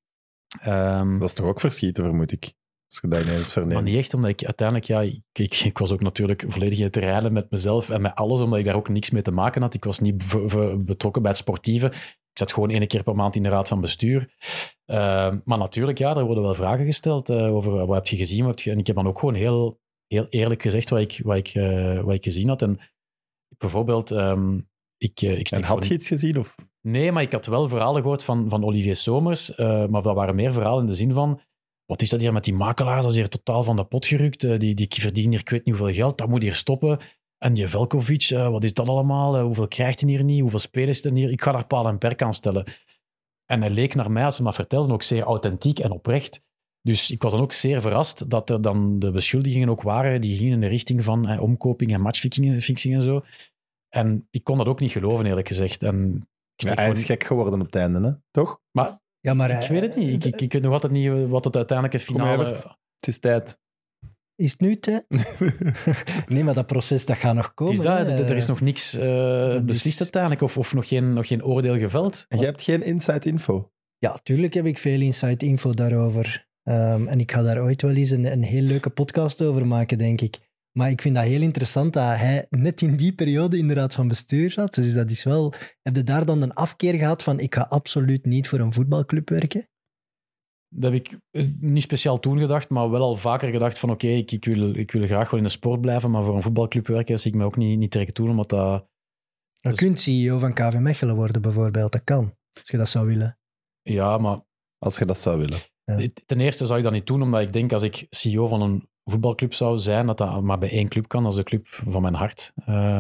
Speaker 1: Dat is toch ook verschieten, vermoed ik? Als je dat ineens verneemt.
Speaker 3: Maar niet echt, omdat ik uiteindelijk... Ik was ook natuurlijk volledig in het rijden met mezelf en met alles, omdat ik daar ook niks mee te maken had. Ik was niet betrokken bij het sportieve. Ik zat gewoon 1 keer per maand in de raad van bestuur. Maar natuurlijk, er worden wel vragen gesteld over wat heb je gezien. En ik heb dan ook gewoon heel eerlijk gezegd wat ik gezien had. En bijvoorbeeld... En
Speaker 1: had je iets gezien? Of?
Speaker 3: Nee, maar ik had wel verhalen gehoord van Olivier Somers. Maar dat waren meer verhalen in de zin van... Wat is dat hier met die makelaars? Dat is hier totaal van de pot gerukt. Die verdienen hier ik weet niet hoeveel geld. Dat moet hier stoppen. En die Veljkovic, wat is dat allemaal? Hoeveel krijgt hij hier niet? Hoeveel spelers er hier? Ik ga daar paal en perk aan stellen. En hij leek naar mij, als ze me vertelden, ook zeer authentiek en oprecht. Dus ik was dan ook zeer verrast dat er dan de beschuldigingen ook waren. Die gingen in de richting van omkoping en matchfixing en zo. En ik kon dat ook niet geloven, eerlijk gezegd. En
Speaker 1: hij is gek geworden op het einde, hè? Toch?
Speaker 3: Maar ik weet het niet. Ik weet nog altijd niet wat het uiteindelijke finale...
Speaker 1: Het is tijd.
Speaker 2: Is het nu tijd? Nee, maar dat proces dat gaat nog komen.
Speaker 3: Het is dat, er is nog niks beslist uiteindelijk, of nog geen oordeel geveld.
Speaker 1: En je hebt geen inside info?
Speaker 2: Ja, tuurlijk heb ik veel inside info daarover. En ik ga daar ooit wel eens een heel leuke podcast over maken, denk ik. Maar ik vind dat heel interessant dat hij net in die periode in de raad van bestuur zat. Dus dat is wel... Heb je daar dan een afkeer gehad van ik ga absoluut niet voor een voetbalclub werken?
Speaker 3: Dat heb ik niet speciaal toen gedacht, maar wel al vaker gedacht van oké, ik wil graag gewoon in de sport blijven, maar voor een voetbalclub werken, dat zie ik me ook niet direct doen, omdat dat...
Speaker 2: Je kunt CEO van KV Mechelen worden bijvoorbeeld, dat kan. Als je dat zou willen.
Speaker 3: Ja, maar...
Speaker 1: Als je dat zou willen.
Speaker 3: Ja. Ten eerste zou ik dat niet doen, omdat ik denk als ik CEO van een voetbalclub zou zijn, dat maar bij 1 club kan, dat is de club van mijn hart.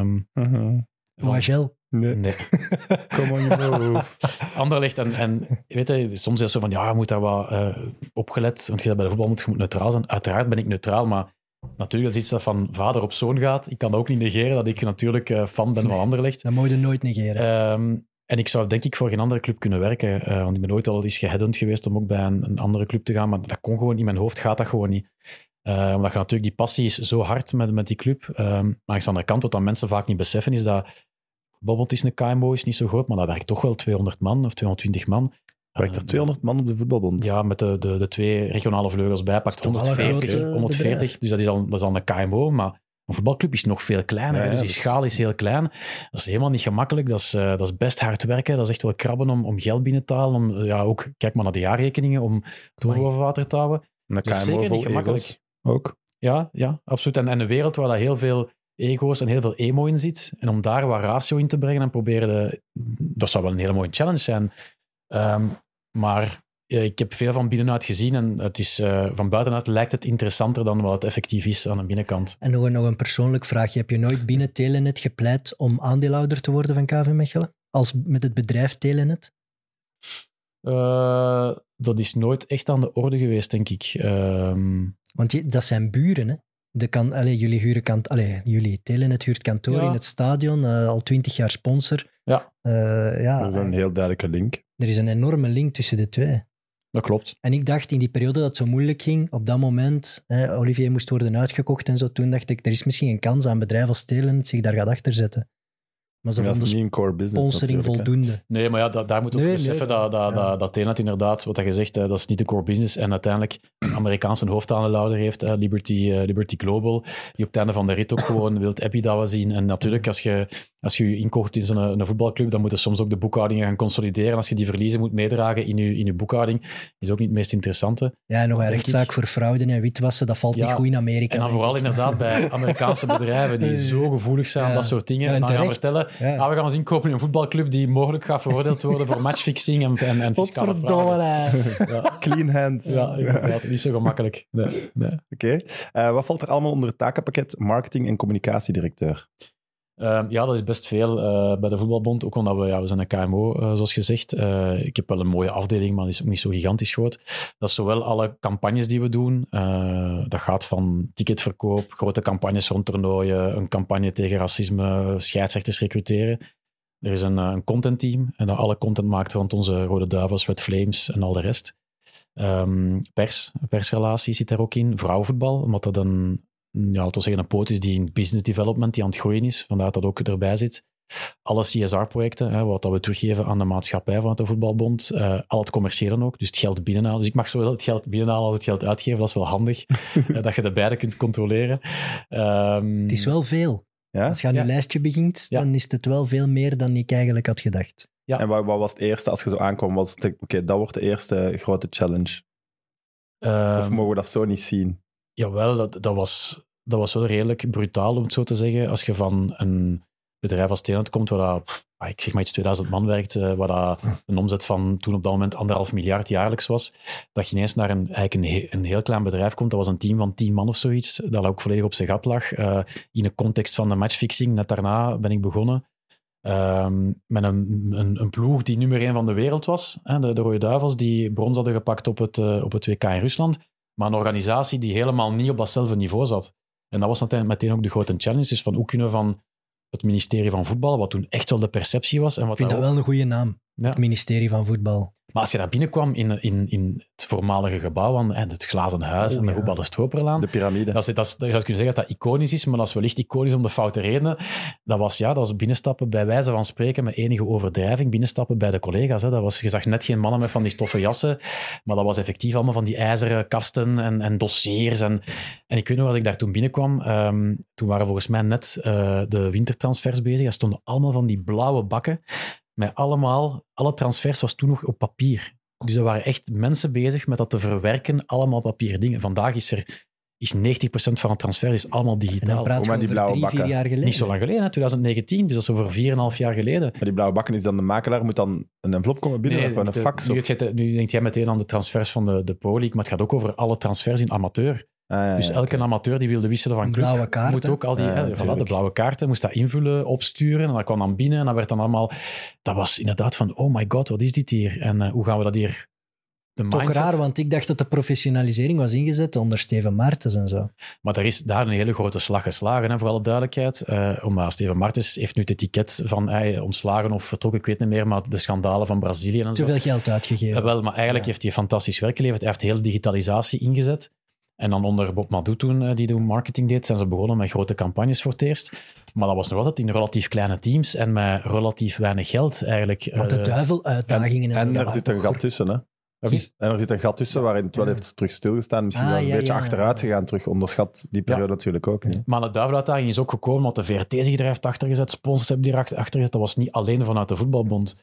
Speaker 2: OHL?
Speaker 3: Nee.
Speaker 1: Kom on, bro.
Speaker 3: Anderlecht en weet je, soms is het zo van, je moet daar wat opgelet, want je bij de voetbal moet neutraal zijn. Uiteraard ben ik neutraal, maar natuurlijk dat is iets dat van vader op zoon gaat. Ik kan dat ook niet negeren, dat ik natuurlijk fan ben van Anderlecht.
Speaker 2: Dat moet je nooit negeren.
Speaker 3: En ik zou denk ik voor geen andere club kunnen werken, want ik ben ooit al eens geheadhunt geweest om ook bij een andere club te gaan, maar dat kon gewoon niet, in mijn hoofd gaat dat gewoon niet. Omdat je natuurlijk, die passie is zo hard met die club. Maar aan de andere kant, wat dan mensen vaak niet beseffen, is dat bijvoorbeeld is een KMO is niet zo groot, maar dat werkt toch wel 200 man of 220 man.
Speaker 1: Werkt er 200 man op de voetbalbond?
Speaker 3: Ja, met de 2 regionale vleugels bij, pakt 140. Dus dat is al een KMO, maar een voetbalclub is nog veel kleiner. Ja, dus die schaal is heel klein. Dat is helemaal niet gemakkelijk. Dat is best hard werken. Dat is echt wel krabben om geld binnen te halen. Ook, kijk maar naar de jaarrekeningen om het boven water te houden.
Speaker 1: Dat is zeker niet gemakkelijk. Ook.
Speaker 3: Ja, absoluut. En een wereld waar dat heel veel ego's en heel veel emo in zit. En om daar wat ratio in te brengen en proberen... Dat zou wel een hele mooie challenge zijn. Maar ik heb veel van binnenuit gezien en het is, van buitenuit lijkt het interessanter dan wat het effectief is aan de binnenkant.
Speaker 2: En nog een persoonlijk vraagje. Heb je nooit binnen Telenet gepleit om aandeelhouder te worden van KV Mechelen? Als met het bedrijf Telenet?
Speaker 3: Dat is nooit echt aan de orde geweest, denk ik.
Speaker 2: Want dat zijn buren, hè? Jullie Telenet huurt kantoor in het stadion, al 20 jaar sponsor.
Speaker 3: Ja.
Speaker 1: Dat is een heel duidelijke link.
Speaker 2: Er is een enorme link tussen de twee.
Speaker 3: Dat klopt.
Speaker 2: En ik dacht in die periode dat het zo moeilijk ging, op dat moment, Olivier moest worden uitgekocht en zo, toen dacht ik, er is misschien een kans aan een bedrijf als Telenet zich daar gaat achter zetten. Maar ze vonden
Speaker 1: niet een core business
Speaker 2: sponsoring voldoende.
Speaker 3: Nee, maar ja, daar moet ook beseffen dat Telenet inderdaad, wat je zegt, dat is niet de core business. En uiteindelijk een Amerikaanse hoofdaandeelhouder heeft, Liberty Global, die op het einde van de rit ook gewoon wil EBITDA zien. En natuurlijk, als je je inkoopt in zo'n voetbalclub, dan moeten soms ook de boekhoudingen gaan consolideren. Als je die verliezen moet meedragen in je boekhouding, is ook niet het meest interessante.
Speaker 2: Ja, en nog een rechtszaak voor fraude en witwassen, dat valt niet goed in Amerika.
Speaker 3: En dan vooral inderdaad bij Amerikaanse bedrijven die zo gevoelig zijn aan dat soort dingen. En dan gaan vertellen, we gaan ons inkopen in een voetbalclub die mogelijk gaat veroordeeld worden voor matchfixing en fiscale fraude.
Speaker 1: Clean hands.
Speaker 3: Ja, inderdaad. Niet zo gemakkelijk. Nee.
Speaker 1: Oké. Wat valt er allemaal onder het takenpakket marketing- en communicatiedirecteur?
Speaker 3: Dat is best veel bij de voetbalbond, ook omdat we zijn een KMO, zoals gezegd. Ik heb wel een mooie afdeling, maar die is ook niet zo gigantisch groot. Dat is zowel alle campagnes die we doen, dat gaat van ticketverkoop, grote campagnes rond toernooien, een campagne tegen racisme, scheidsrechters recruteren. Er is een contentteam en dat alle content maakt rond onze Rode Duivels, Red Flames en al de rest. Persrelatie zit daar ook in, vrouwenvoetbal, omdat dat laten we zeggen, een poot is die in business development die aan het groeien is, vandaar dat ook erbij zit. Alle CSR-projecten, wat we teruggeven aan de maatschappij vanuit de voetbalbond, al het commerciële ook, dus het geld binnenhalen. Dus ik mag zowel het geld binnenhalen als het geld uitgeven, dat is wel handig, dat je de beide kunt controleren.
Speaker 2: Het is wel veel.
Speaker 1: Ja?
Speaker 2: Als je aan je lijstje begint, dan is het wel veel meer dan ik eigenlijk had gedacht.
Speaker 1: Ja. En wat was het eerste als je zo aankwam? Oké, dat wordt de eerste grote challenge. Of mogen we dat zo niet zien?
Speaker 3: Jawel, dat was wel redelijk brutaal, om het zo te zeggen. Als je van een bedrijf als Telenet komt, waar ik zeg maar iets 2000 man werkt, waar dat een omzet van toen op dat moment 1,5 miljard jaarlijks was, dat je ineens naar een heel klein bedrijf komt. Dat was een team van 10 man of zoiets, dat ook volledig op zijn gat lag. In de context van de matchfixing, net daarna ben ik begonnen. Met een ploeg die nummer 1 van de wereld was. De Rode Duivels, die brons hadden gepakt op het WK in Rusland. Maar een organisatie die helemaal niet op datzelfde niveau zat. En dat was meteen ook de grote challenge. Dus van hoe kunnen we van het ministerie van Voetbal, wat toen echt wel de perceptie was. En
Speaker 2: ik vind dat wel een goede naam, het ministerie van Voetbal.
Speaker 3: Maar als je daar binnenkwam in het voormalige gebouw, aan het glazen huis en de Voetballerstroperlaan.
Speaker 1: De piramide.
Speaker 3: Je zou kunnen zeggen dat dat iconisch is, maar dat is wellicht iconisch om de foute redenen. Dat was binnenstappen bij wijze van spreken met enige overdrijving, binnenstappen bij de collega's. Je zag net geen mannen met van die stoffen jassen, maar dat was effectief allemaal van die ijzeren kasten en dossiers. En ik weet nog, als ik daar toen binnenkwam, toen waren volgens mij net de wintertransfers bezig. Er stonden allemaal van die blauwe bakken. Met alle transfers was toen nog op papier. Dus er waren echt mensen bezig met dat te verwerken, allemaal papieren dingen. Vandaag is 90% van het transfer is allemaal digitaal.
Speaker 2: En dan praat je over
Speaker 1: die blauwe
Speaker 2: 3-4 jaar geleden.
Speaker 3: Niet zo lang geleden, 2019. Dus dat is over 4,5 jaar geleden.
Speaker 1: Maar die blauwe bakken is dan de makelaar, moet dan een envelop komen binnen of gewoon een fax?
Speaker 3: Nu denkt jij meteen aan de transfers van de Pro League, maar het gaat ook over alle transfers in amateur. Dus elke amateur die wilde wisselen van club,
Speaker 2: blauwe kaart,
Speaker 3: moet ook al die de blauwe kaarten, moest dat invullen, opsturen, en dat kwam dan binnen en dat werd dan allemaal... Dat was inderdaad van, oh my god, wat is dit hier? En hoe gaan we dat hier...
Speaker 2: Toch raar, want ik dacht dat de professionalisering was ingezet onder Steven Martens en zo.
Speaker 3: Maar er is daar een hele grote slag geslagen, voor alle duidelijkheid. Omdat Steven Martens heeft nu het etiket van ontslagen of vertrokken, ik weet niet meer, maar de schandalen van Brazilië en zo.
Speaker 2: Te veel geld uitgegeven.
Speaker 3: Wel, maar eigenlijk heeft hij fantastisch werk geleverd. Hij heeft heel digitalisatie ingezet. En dan onder Bob Madou toen, die de marketing deed, zijn ze begonnen met grote campagnes voor het eerst. Maar dat was nog altijd in relatief kleine teams en met relatief weinig geld eigenlijk.
Speaker 2: Maar de duiveluitdagingen
Speaker 1: en er zit een gat tussen, hè? En er zit een gat tussen waarin het wel heeft terug stilgestaan. Misschien wel een beetje achteruit gegaan terug. Onderschat die periode natuurlijk ook niet.
Speaker 3: Maar de duiveluitdaging is ook gekomen omdat de VRT zich er heeft achtergezet. Sponsors hebben die erachter gezet. Dat was niet alleen vanuit de voetbalbond.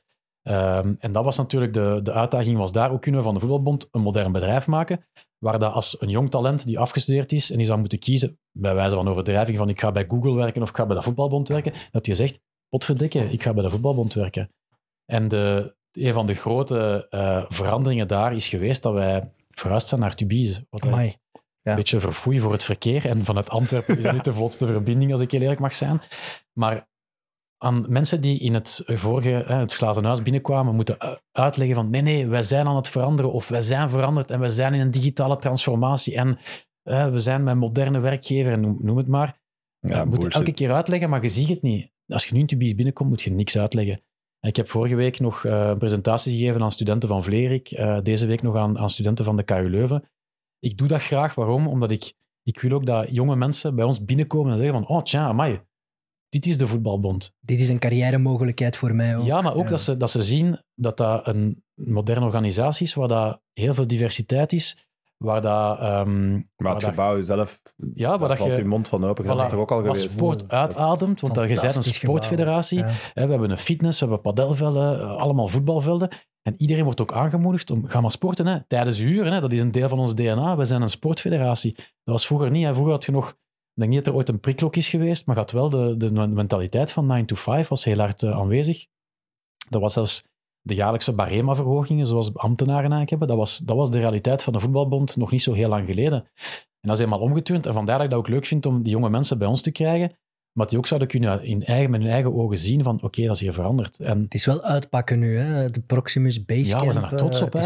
Speaker 3: En dat was natuurlijk de uitdaging was daar. Hoe kunnen we van de voetbalbond een modern bedrijf maken waar dat als een jong talent die afgestudeerd is en die zou moeten kiezen, bij wijze van overdrijving, van ik ga bij Google werken of ik ga bij de voetbalbond werken, dat je zegt, potverdikke, ik ga bij de voetbalbond werken. En de een van de grote veranderingen daar is geweest dat wij verhuisd zijn naar Tubize. Wat
Speaker 2: Amai. Ja.
Speaker 3: een beetje verfoei voor het verkeer. En vanuit Antwerpen is dat niet de vlotste verbinding, als ik heel eerlijk mag zijn. Maar aan mensen die in het vorige, het glazen huis binnenkwamen, moeten uitleggen van nee, wij zijn aan het veranderen of wij zijn veranderd en wij zijn in een digitale transformatie en we zijn met moderne werkgever en noem het maar.
Speaker 1: Ja,
Speaker 3: moet je elke keer uitleggen, maar je ziet het niet. Als je nu in Tubize binnenkomt, moet je niks uitleggen. En ik heb vorige week nog een presentatie gegeven aan studenten van Vlerik, deze week nog aan studenten van de KU Leuven. Ik doe dat graag. Waarom? Omdat ik wil ook dat jonge mensen bij ons binnenkomen en zeggen van tja, amai, dit is de voetbalbond.
Speaker 2: Dit is een carrière-mogelijkheid voor mij ook.
Speaker 3: Ja, maar ook dat ze zien dat dat een moderne organisatie is, waar dat heel veel diversiteit is, waar dat...
Speaker 1: maar het gebouw zelf,
Speaker 3: ja, waar
Speaker 1: daar valt
Speaker 3: je
Speaker 1: je mond van open. Dat is er ook al
Speaker 3: wat
Speaker 1: geweest.
Speaker 3: sport uitademt, want je bent een sportfederatie. Ja. We hebben een fitness, we hebben padelvelden, allemaal voetbalvelden. En iedereen wordt ook aangemoedigd om, ga maar sporten, hè, tijdens uren. Hè, dat is een deel van ons DNA. We zijn een sportfederatie. Dat was vroeger niet. Hè. Vroeger had je nog, ik denk niet dat er ooit een prikklok is geweest, maar had wel de mentaliteit van 9 to 5 was heel hard aanwezig. Dat was zelfs de jaarlijkse barema-verhogingen, zoals ambtenaren eigenlijk hebben. Dat was de realiteit van de voetbalbond nog niet zo heel lang geleden. En dat is helemaal omgeturnd. En vandaar dat ik dat ook leuk vind om die jonge mensen bij ons te krijgen, maar die ook zouden kunnen met hun eigen ogen zien van oké, dat is hier veranderd. En
Speaker 2: het is wel uitpakken nu, hè? De Proximus Basecamp.
Speaker 3: Ja, we zijn er trots op.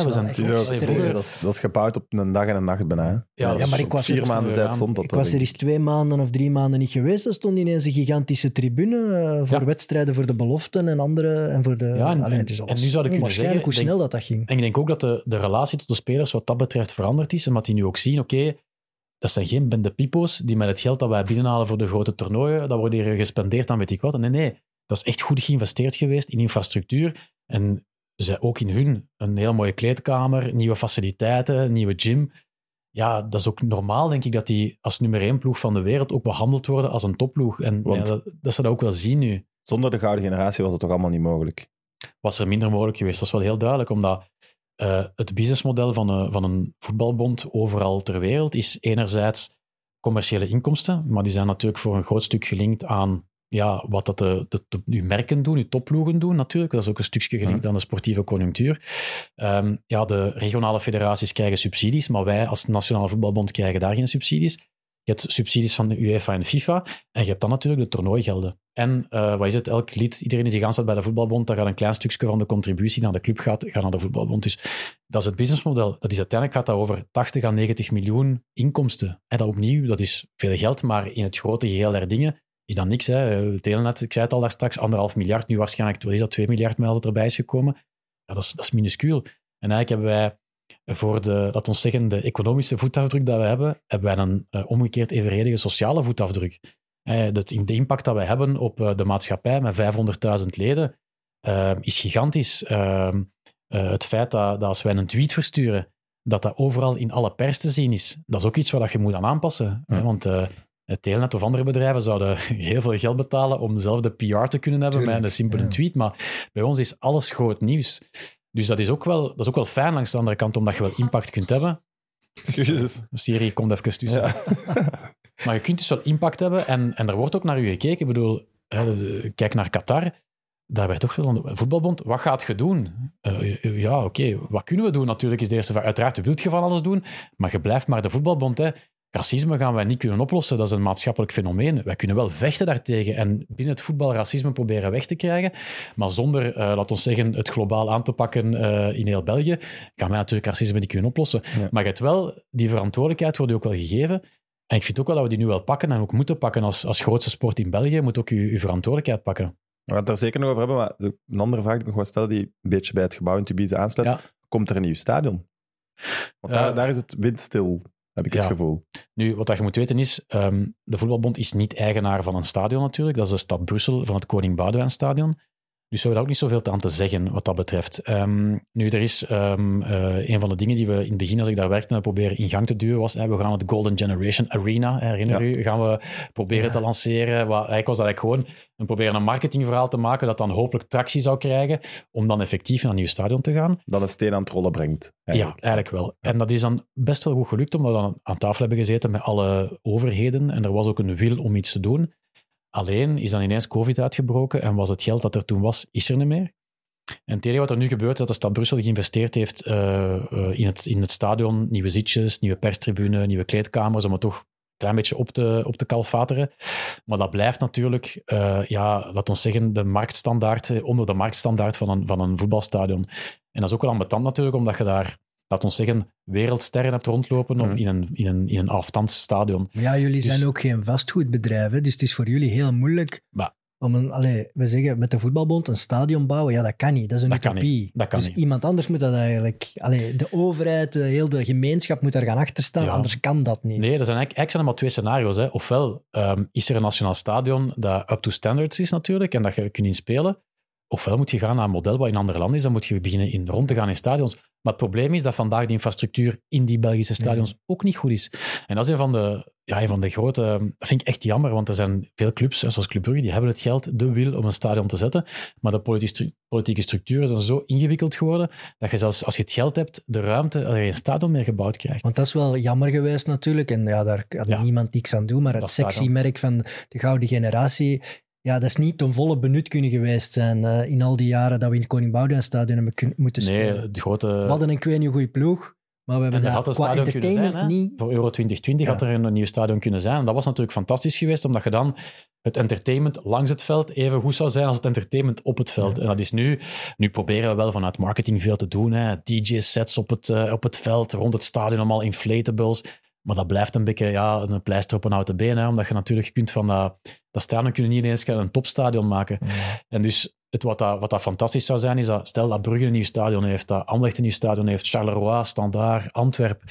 Speaker 1: Dat is gebouwd op een dag en een nacht bijna. Hè?
Speaker 2: Ja, maar ik was
Speaker 1: 4 maanden tijd stond dat.
Speaker 2: Ik was er eens 2 maanden of 3 maanden niet geweest. Er stond ineens een gigantische tribune voor wedstrijden voor de beloften en andere. En voor de,
Speaker 3: en nu zou ik kunnen zeggen
Speaker 2: hoe snel dat ging.
Speaker 3: En ik denk ook dat de relatie tot de spelers wat dat betreft veranderd is. Omdat die nu ook zien, oké, dat zijn geen bende pipo's die met het geld dat wij binnenhalen voor de grote toernooien, dat wordt hier gespendeerd aan weet ik wat. Nee, dat is echt goed geïnvesteerd geweest in infrastructuur. En zij ook in hun een heel mooie kleedkamer, nieuwe faciliteiten, nieuwe gym. Ja, dat is ook normaal, denk ik, dat die als nummer 1 ploeg van de wereld ook behandeld worden als een topploeg. En dat ze dat ook wel zien nu.
Speaker 1: Zonder de gouden generatie was het toch allemaal niet mogelijk?
Speaker 3: Was er minder mogelijk geweest. Dat is wel heel duidelijk, omdat het businessmodel van een voetbalbond overal ter wereld is enerzijds commerciële inkomsten, maar die zijn natuurlijk voor een groot stuk gelinkt aan wat dat uw merken doen, uw topploegen doen natuurlijk. Dat is ook een stukje gelinkt aan de sportieve conjunctuur. De regionale federaties krijgen subsidies, maar wij als Nationale Voetbalbond krijgen daar geen subsidies. Je hebt subsidies van de UEFA en FIFA en je hebt dan natuurlijk de toernooigelden. En wat is het? Elk lid, iedereen die zich aansluit bij de voetbalbond, daar gaat een klein stukje van de contributie naar de club gaat naar de voetbalbond. Dus dat is het businessmodel. Dat is uiteindelijk gaat dat over 80 à 90 miljoen inkomsten. En dat opnieuw, dat is veel geld, maar in het grote geheel der dingen is dat niks. Hè. Telenet, ik zei het al daar straks, 1,5 miljard, nu waarschijnlijk, wat is dat, 2 miljard mijl dat erbij is gekomen. Ja, dat is minuscuul. En eigenlijk hebben wij voor laat ons zeggen, de economische voetafdruk dat we hebben wij een omgekeerd evenredige sociale voetafdruk. De impact dat wij hebben op de maatschappij met 500.000 leden is gigantisch. Het feit dat als wij een tweet versturen, dat overal in alle pers te zien is, dat is ook iets wat je moet aanpassen. Ja. Want Telenet of andere bedrijven zouden heel veel geld betalen om dezelfde PR te kunnen hebben met een simpele tweet. Maar bij ons is alles groot nieuws. Dus dat is ook wel fijn langs de andere kant, omdat je wel impact kunt hebben. Siri komt even tussen. Ja. Maar je kunt dus wel impact hebben en er wordt ook naar u gekeken. Ik bedoel, kijk naar Qatar. Daar werd toch wel een voetbalbond. Wat gaat je doen? Wat kunnen we doen? Natuurlijk is de eerste vraag. Uiteraard, wilt je van alles doen, maar je blijft maar de voetbalbond. Hè. Racisme gaan wij niet kunnen oplossen. Dat is een maatschappelijk fenomeen. Wij kunnen wel vechten daartegen en binnen het voetbal racisme proberen weg te krijgen. Maar zonder, laten we zeggen, het globaal aan te pakken in heel België, gaan wij natuurlijk racisme niet kunnen oplossen. Ja. Maar je hebt wel, die verantwoordelijkheid wordt ook wel gegeven. En ik vind ook wel dat we die nu wel pakken en ook moeten pakken als grootste sport in België. Moet ook uw verantwoordelijkheid pakken.
Speaker 1: We gaan het daar zeker nog over hebben, maar een andere vraag die ik nog wel stel, die een beetje bij het gebouw in Tubize aansluit. Ja. Komt er een nieuw stadion? Want daar is het windstil, heb ik het gevoel.
Speaker 3: Nu, wat je moet weten is, de voetbalbond is niet eigenaar van een stadion natuurlijk. Dat is de stad Brussel van het Koning Boudewijnstadion. Dus we hebben daar ook niet zoveel aan te zeggen wat dat betreft. Nu, er is een van de dingen die we in het begin, als ik daar werkte, proberen in gang te duwen, was we gaan het Golden Generation Arena, herinner u, gaan we proberen te lanceren. Eigenlijk was dat gewoon proberen een marketingverhaal te maken dat dan hopelijk tractie zou krijgen om dan effectief naar een nieuw stadion te gaan.
Speaker 1: Dat een steen aan het rollen brengt.
Speaker 3: Eigenlijk. Ja, eigenlijk wel. En dat is dan best wel goed gelukt, omdat we dan aan tafel hebben gezeten met alle overheden en er was ook een wil om iets te doen. Alleen is dan ineens COVID uitgebroken en was het geld dat er toen was, is er niet meer. En het enige wat er nu gebeurt, is dat de stad Brussel geïnvesteerd heeft in het stadion. Nieuwe zitjes, nieuwe perstribune, nieuwe kleedkamers, om het toch een klein beetje op te kalfateren. Maar dat blijft natuurlijk, laat ons zeggen, de marktstandaard, onder de marktstandaard van een voetbalstadion. En dat is ook wel ambetant natuurlijk, omdat je daar, laat ons zeggen, wereldsterren hebt rondlopen om in een afstands stadion.
Speaker 2: Ja, jullie zijn ook geen vastgoedbedrijf, hè? Dus het is voor jullie heel moeilijk om we zeggen met de voetbalbond een stadion bouwen. Ja, dat kan niet. Dat is een utopie.
Speaker 3: Dus
Speaker 2: iemand anders moet dat eigenlijk... de overheid, heel de gemeenschap moet daar gaan achter staan, anders kan dat niet.
Speaker 3: Nee, er zijn eigenlijk zijn er maar twee scenario's. Hè. Ofwel is er een nationaal stadion dat up to standards is natuurlijk en dat je kunt inspelen. Ofwel moet je gaan naar een model wat in andere landen is, dan moet je beginnen rond te gaan in stadions. Maar het probleem is dat vandaag de infrastructuur in die Belgische stadions ook niet goed is. En dat is een van de grote... Dat vind ik echt jammer, want er zijn veel clubs, zoals Club Brugge, die hebben het geld, de wil om een stadion te zetten. Maar de politieke structuren zijn zo ingewikkeld geworden dat je zelfs als je het geld hebt, de ruimte, er geen stadion meer gebouwd krijgt.
Speaker 2: Want dat is wel jammer geweest natuurlijk. En daar kan niemand niks aan doen. Maar het sexy merk van de gouden generatie... Ja, dat is niet ten volle benut kunnen geweest zijn in al die jaren dat we in het Koning Boudewijnstadion hebben moeten spelen.
Speaker 3: Nee, de grote...
Speaker 2: We hadden een goede ploeg, maar we hebben
Speaker 3: dat
Speaker 2: qua entertainment
Speaker 3: zijn,
Speaker 2: niet...
Speaker 3: Voor Euro 2020 had er een nieuw stadion kunnen zijn. En dat was natuurlijk fantastisch geweest, omdat je dan het entertainment langs het veld even goed zou zijn als het entertainment op het veld. Ja. En dat is nu proberen we wel vanuit marketing veel te doen. DJ-sets op het veld, rond het stadion allemaal inflatables... Maar dat blijft een beetje een pleister op een houten been. Hè, omdat je natuurlijk kunt van dat stadion kun je niet ineens een topstadion maken. Ja. En dus wat dat fantastisch zou zijn, is dat stel dat Brugge een nieuw stadion heeft, dat Anderlecht een nieuw stadion heeft, Charleroi, Standaard, Antwerpen.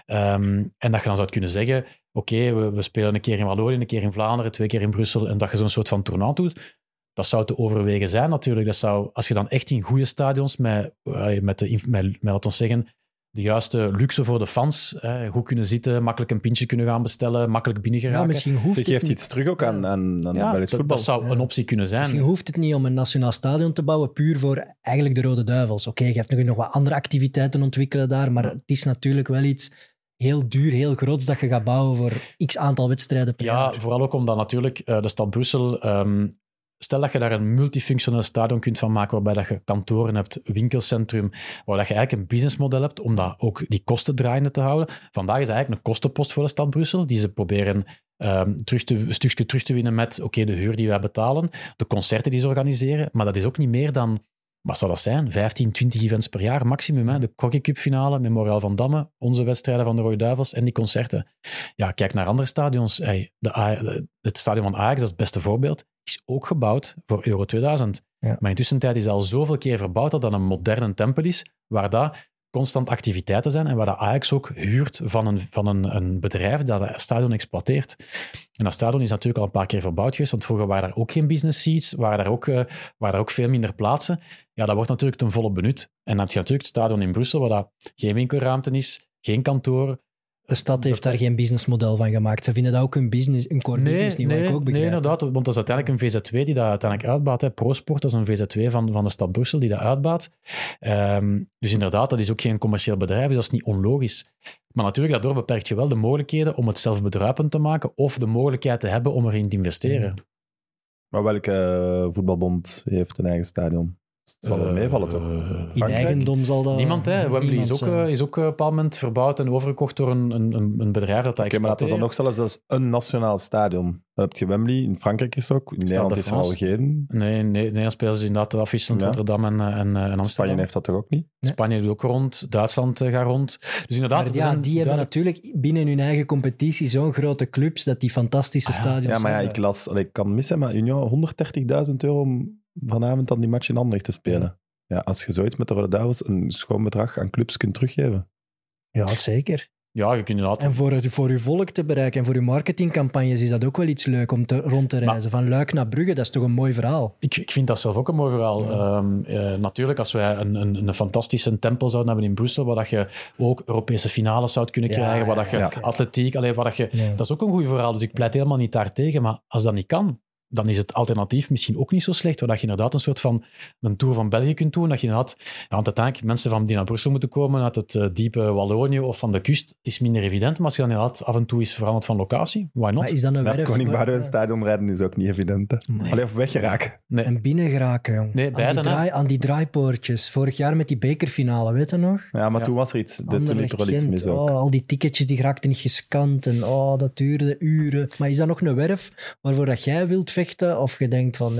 Speaker 3: En dat je dan zou kunnen zeggen, oké, we spelen een keer in Wallonië, een keer in Vlaanderen, 2 keer in Brussel, en dat je zo'n soort van toernooi doet. Dat zou te overwegen zijn natuurlijk. Dat zou, als je dan echt in goede stadions met laten we zeggen, de juiste luxe voor de fans. Goed kunnen zitten, makkelijk een pintje kunnen gaan bestellen, makkelijk binnengeraken.
Speaker 2: Ja, misschien hoeft
Speaker 1: je geeft iets terug ook aan Belgisch voetbal.
Speaker 3: Dat zou een optie kunnen zijn.
Speaker 2: Misschien hoeft het niet om een nationaal stadion te bouwen, puur voor eigenlijk de Rode Duivels. Oké, je hebt nog wat andere activiteiten ontwikkelen daar, maar het is natuurlijk wel iets heel duur, heel groots dat je gaat bouwen voor x aantal wedstrijden per jaar.
Speaker 3: Ja, vooral ook omdat natuurlijk de stad Brussel... Stel dat je daar een multifunctioneel stadion kunt van maken, waarbij dat je kantoren hebt, winkelcentrum, waar dat je eigenlijk een businessmodel hebt om dat ook die kosten draaiende te houden. Vandaag is eigenlijk een kostenpost voor de stad Brussel, die ze proberen een stukje terug te winnen met de huur die wij betalen, de concerten die ze organiseren, maar dat is ook niet meer dan, wat zou dat zijn, 15, 20 events per jaar maximum. Hè? De Hockey Cup finale, Memorial van Damme, onze wedstrijden van de Rode Duivels en die concerten. Ja, kijk naar andere stadions. Het stadion van Ajax, dat is het beste voorbeeld, is ook gebouwd voor Euro 2000. Ja. Maar intussen is het al zoveel keer verbouwd dat dat een moderne tempel is, waar dat constant activiteiten zijn en waar dat Ajax ook huurt van een bedrijf dat het stadion exploiteert. En dat stadion is natuurlijk al een paar keer verbouwd geweest, want vroeger waren daar ook geen business seats, waren daar ook veel minder plaatsen. Ja, dat wordt natuurlijk ten volle benut. En dan heb je natuurlijk het stadion in Brussel, waar dat geen winkelruimte is, geen kantoor.
Speaker 2: De stad heeft daar geen businessmodel van gemaakt. Ze vinden dat ook een core business niet, wat ik ook begrijp.
Speaker 3: Nee, inderdaad, want dat is uiteindelijk een VZW die dat uiteindelijk uitbaat. Hè. ProSport, dat is een VZW van de stad Brussel die dat uitbaat. Dus inderdaad, dat is ook geen commercieel bedrijf, dus dat is niet onlogisch. Maar natuurlijk, daardoor beperkt je wel de mogelijkheden om het zelf bedruipend te maken of de mogelijkheid te hebben om erin te investeren.
Speaker 1: Maar welke voetbalbond heeft een eigen stadion? Het zal wel meevallen, toch?
Speaker 2: In eigendom zal dat...
Speaker 3: Niemand, hè. Wembley is ook op een bepaald moment verbouwd en overgekocht door een bedrijf dat exploiteert.
Speaker 1: Maar dat is dan nog zelfs als een nationaal stadion. Dan heb je Wembley, in Frankrijk is het ook. In Nederland is er al geen.
Speaker 3: Nee, Nederland spelen ze inderdaad afwisselend Rotterdam en Amsterdam.
Speaker 1: Spanje heeft dat toch ook niet?
Speaker 3: Nee. Spanje doet ook rond, Duitsland gaat rond. Dus inderdaad...
Speaker 2: Maar die hebben natuurlijk binnen hun eigen competitie zo'n grote clubs dat die fantastische stadions
Speaker 1: hebben. Ja, maar ik kan missen, maar Union, €130.000 om vanavond dan die match in Anderlecht te spelen. Ja, als je zoiets met de Rode Duivels een schoon bedrag aan clubs kunt teruggeven.
Speaker 2: Ja, zeker.
Speaker 3: Ja, je kunt inderdaad...
Speaker 2: En voor uw volk te bereiken en voor uw marketingcampagnes is dat ook wel iets leuk om rond te reizen. Van Luik naar Brugge, dat is toch een mooi verhaal?
Speaker 3: Ik vind dat zelf ook een mooi verhaal. Ja. Natuurlijk, als wij een fantastische tempel zouden hebben in Brussel, waar dat je ook Europese finales zou kunnen krijgen, waar dat je atletiek... dat is ook een goed verhaal, dus ik pleit helemaal niet daartegen. Maar als dat niet kan, dan is het alternatief misschien ook niet zo slecht, waar dat je inderdaad een soort van een Tour van België kunt doen, dat je inderdaad, want uiteindelijk mensen die naar Brussel moeten komen uit het diepe Wallonië of van de kust, is minder evident, maar als je dan inderdaad af en toe is veranderd van locatie, why not?
Speaker 2: Maar is dat een
Speaker 1: Naar
Speaker 2: werf?
Speaker 1: Koning Boudewijn stadion rijden is ook niet evident. Hè.
Speaker 2: Nee.
Speaker 1: Allee, of weggeraken.
Speaker 3: Nee.
Speaker 2: En binnen geraken, jong.
Speaker 3: Nee, beide,
Speaker 2: aan die draaipoortjes. Vorig jaar met die bekerfinale, weet je nog?
Speaker 1: Ja, maar
Speaker 3: Ja.
Speaker 1: toen was er iets, toen
Speaker 2: Anderlecht,
Speaker 1: liep er wel iets
Speaker 2: Gent.
Speaker 1: mis ook.
Speaker 2: Al die ticketjes die geraakten niet gescand en dat duurde uren. Maar is dat nog een werf waarvoor dat jij wilt vechten? Of je denkt van,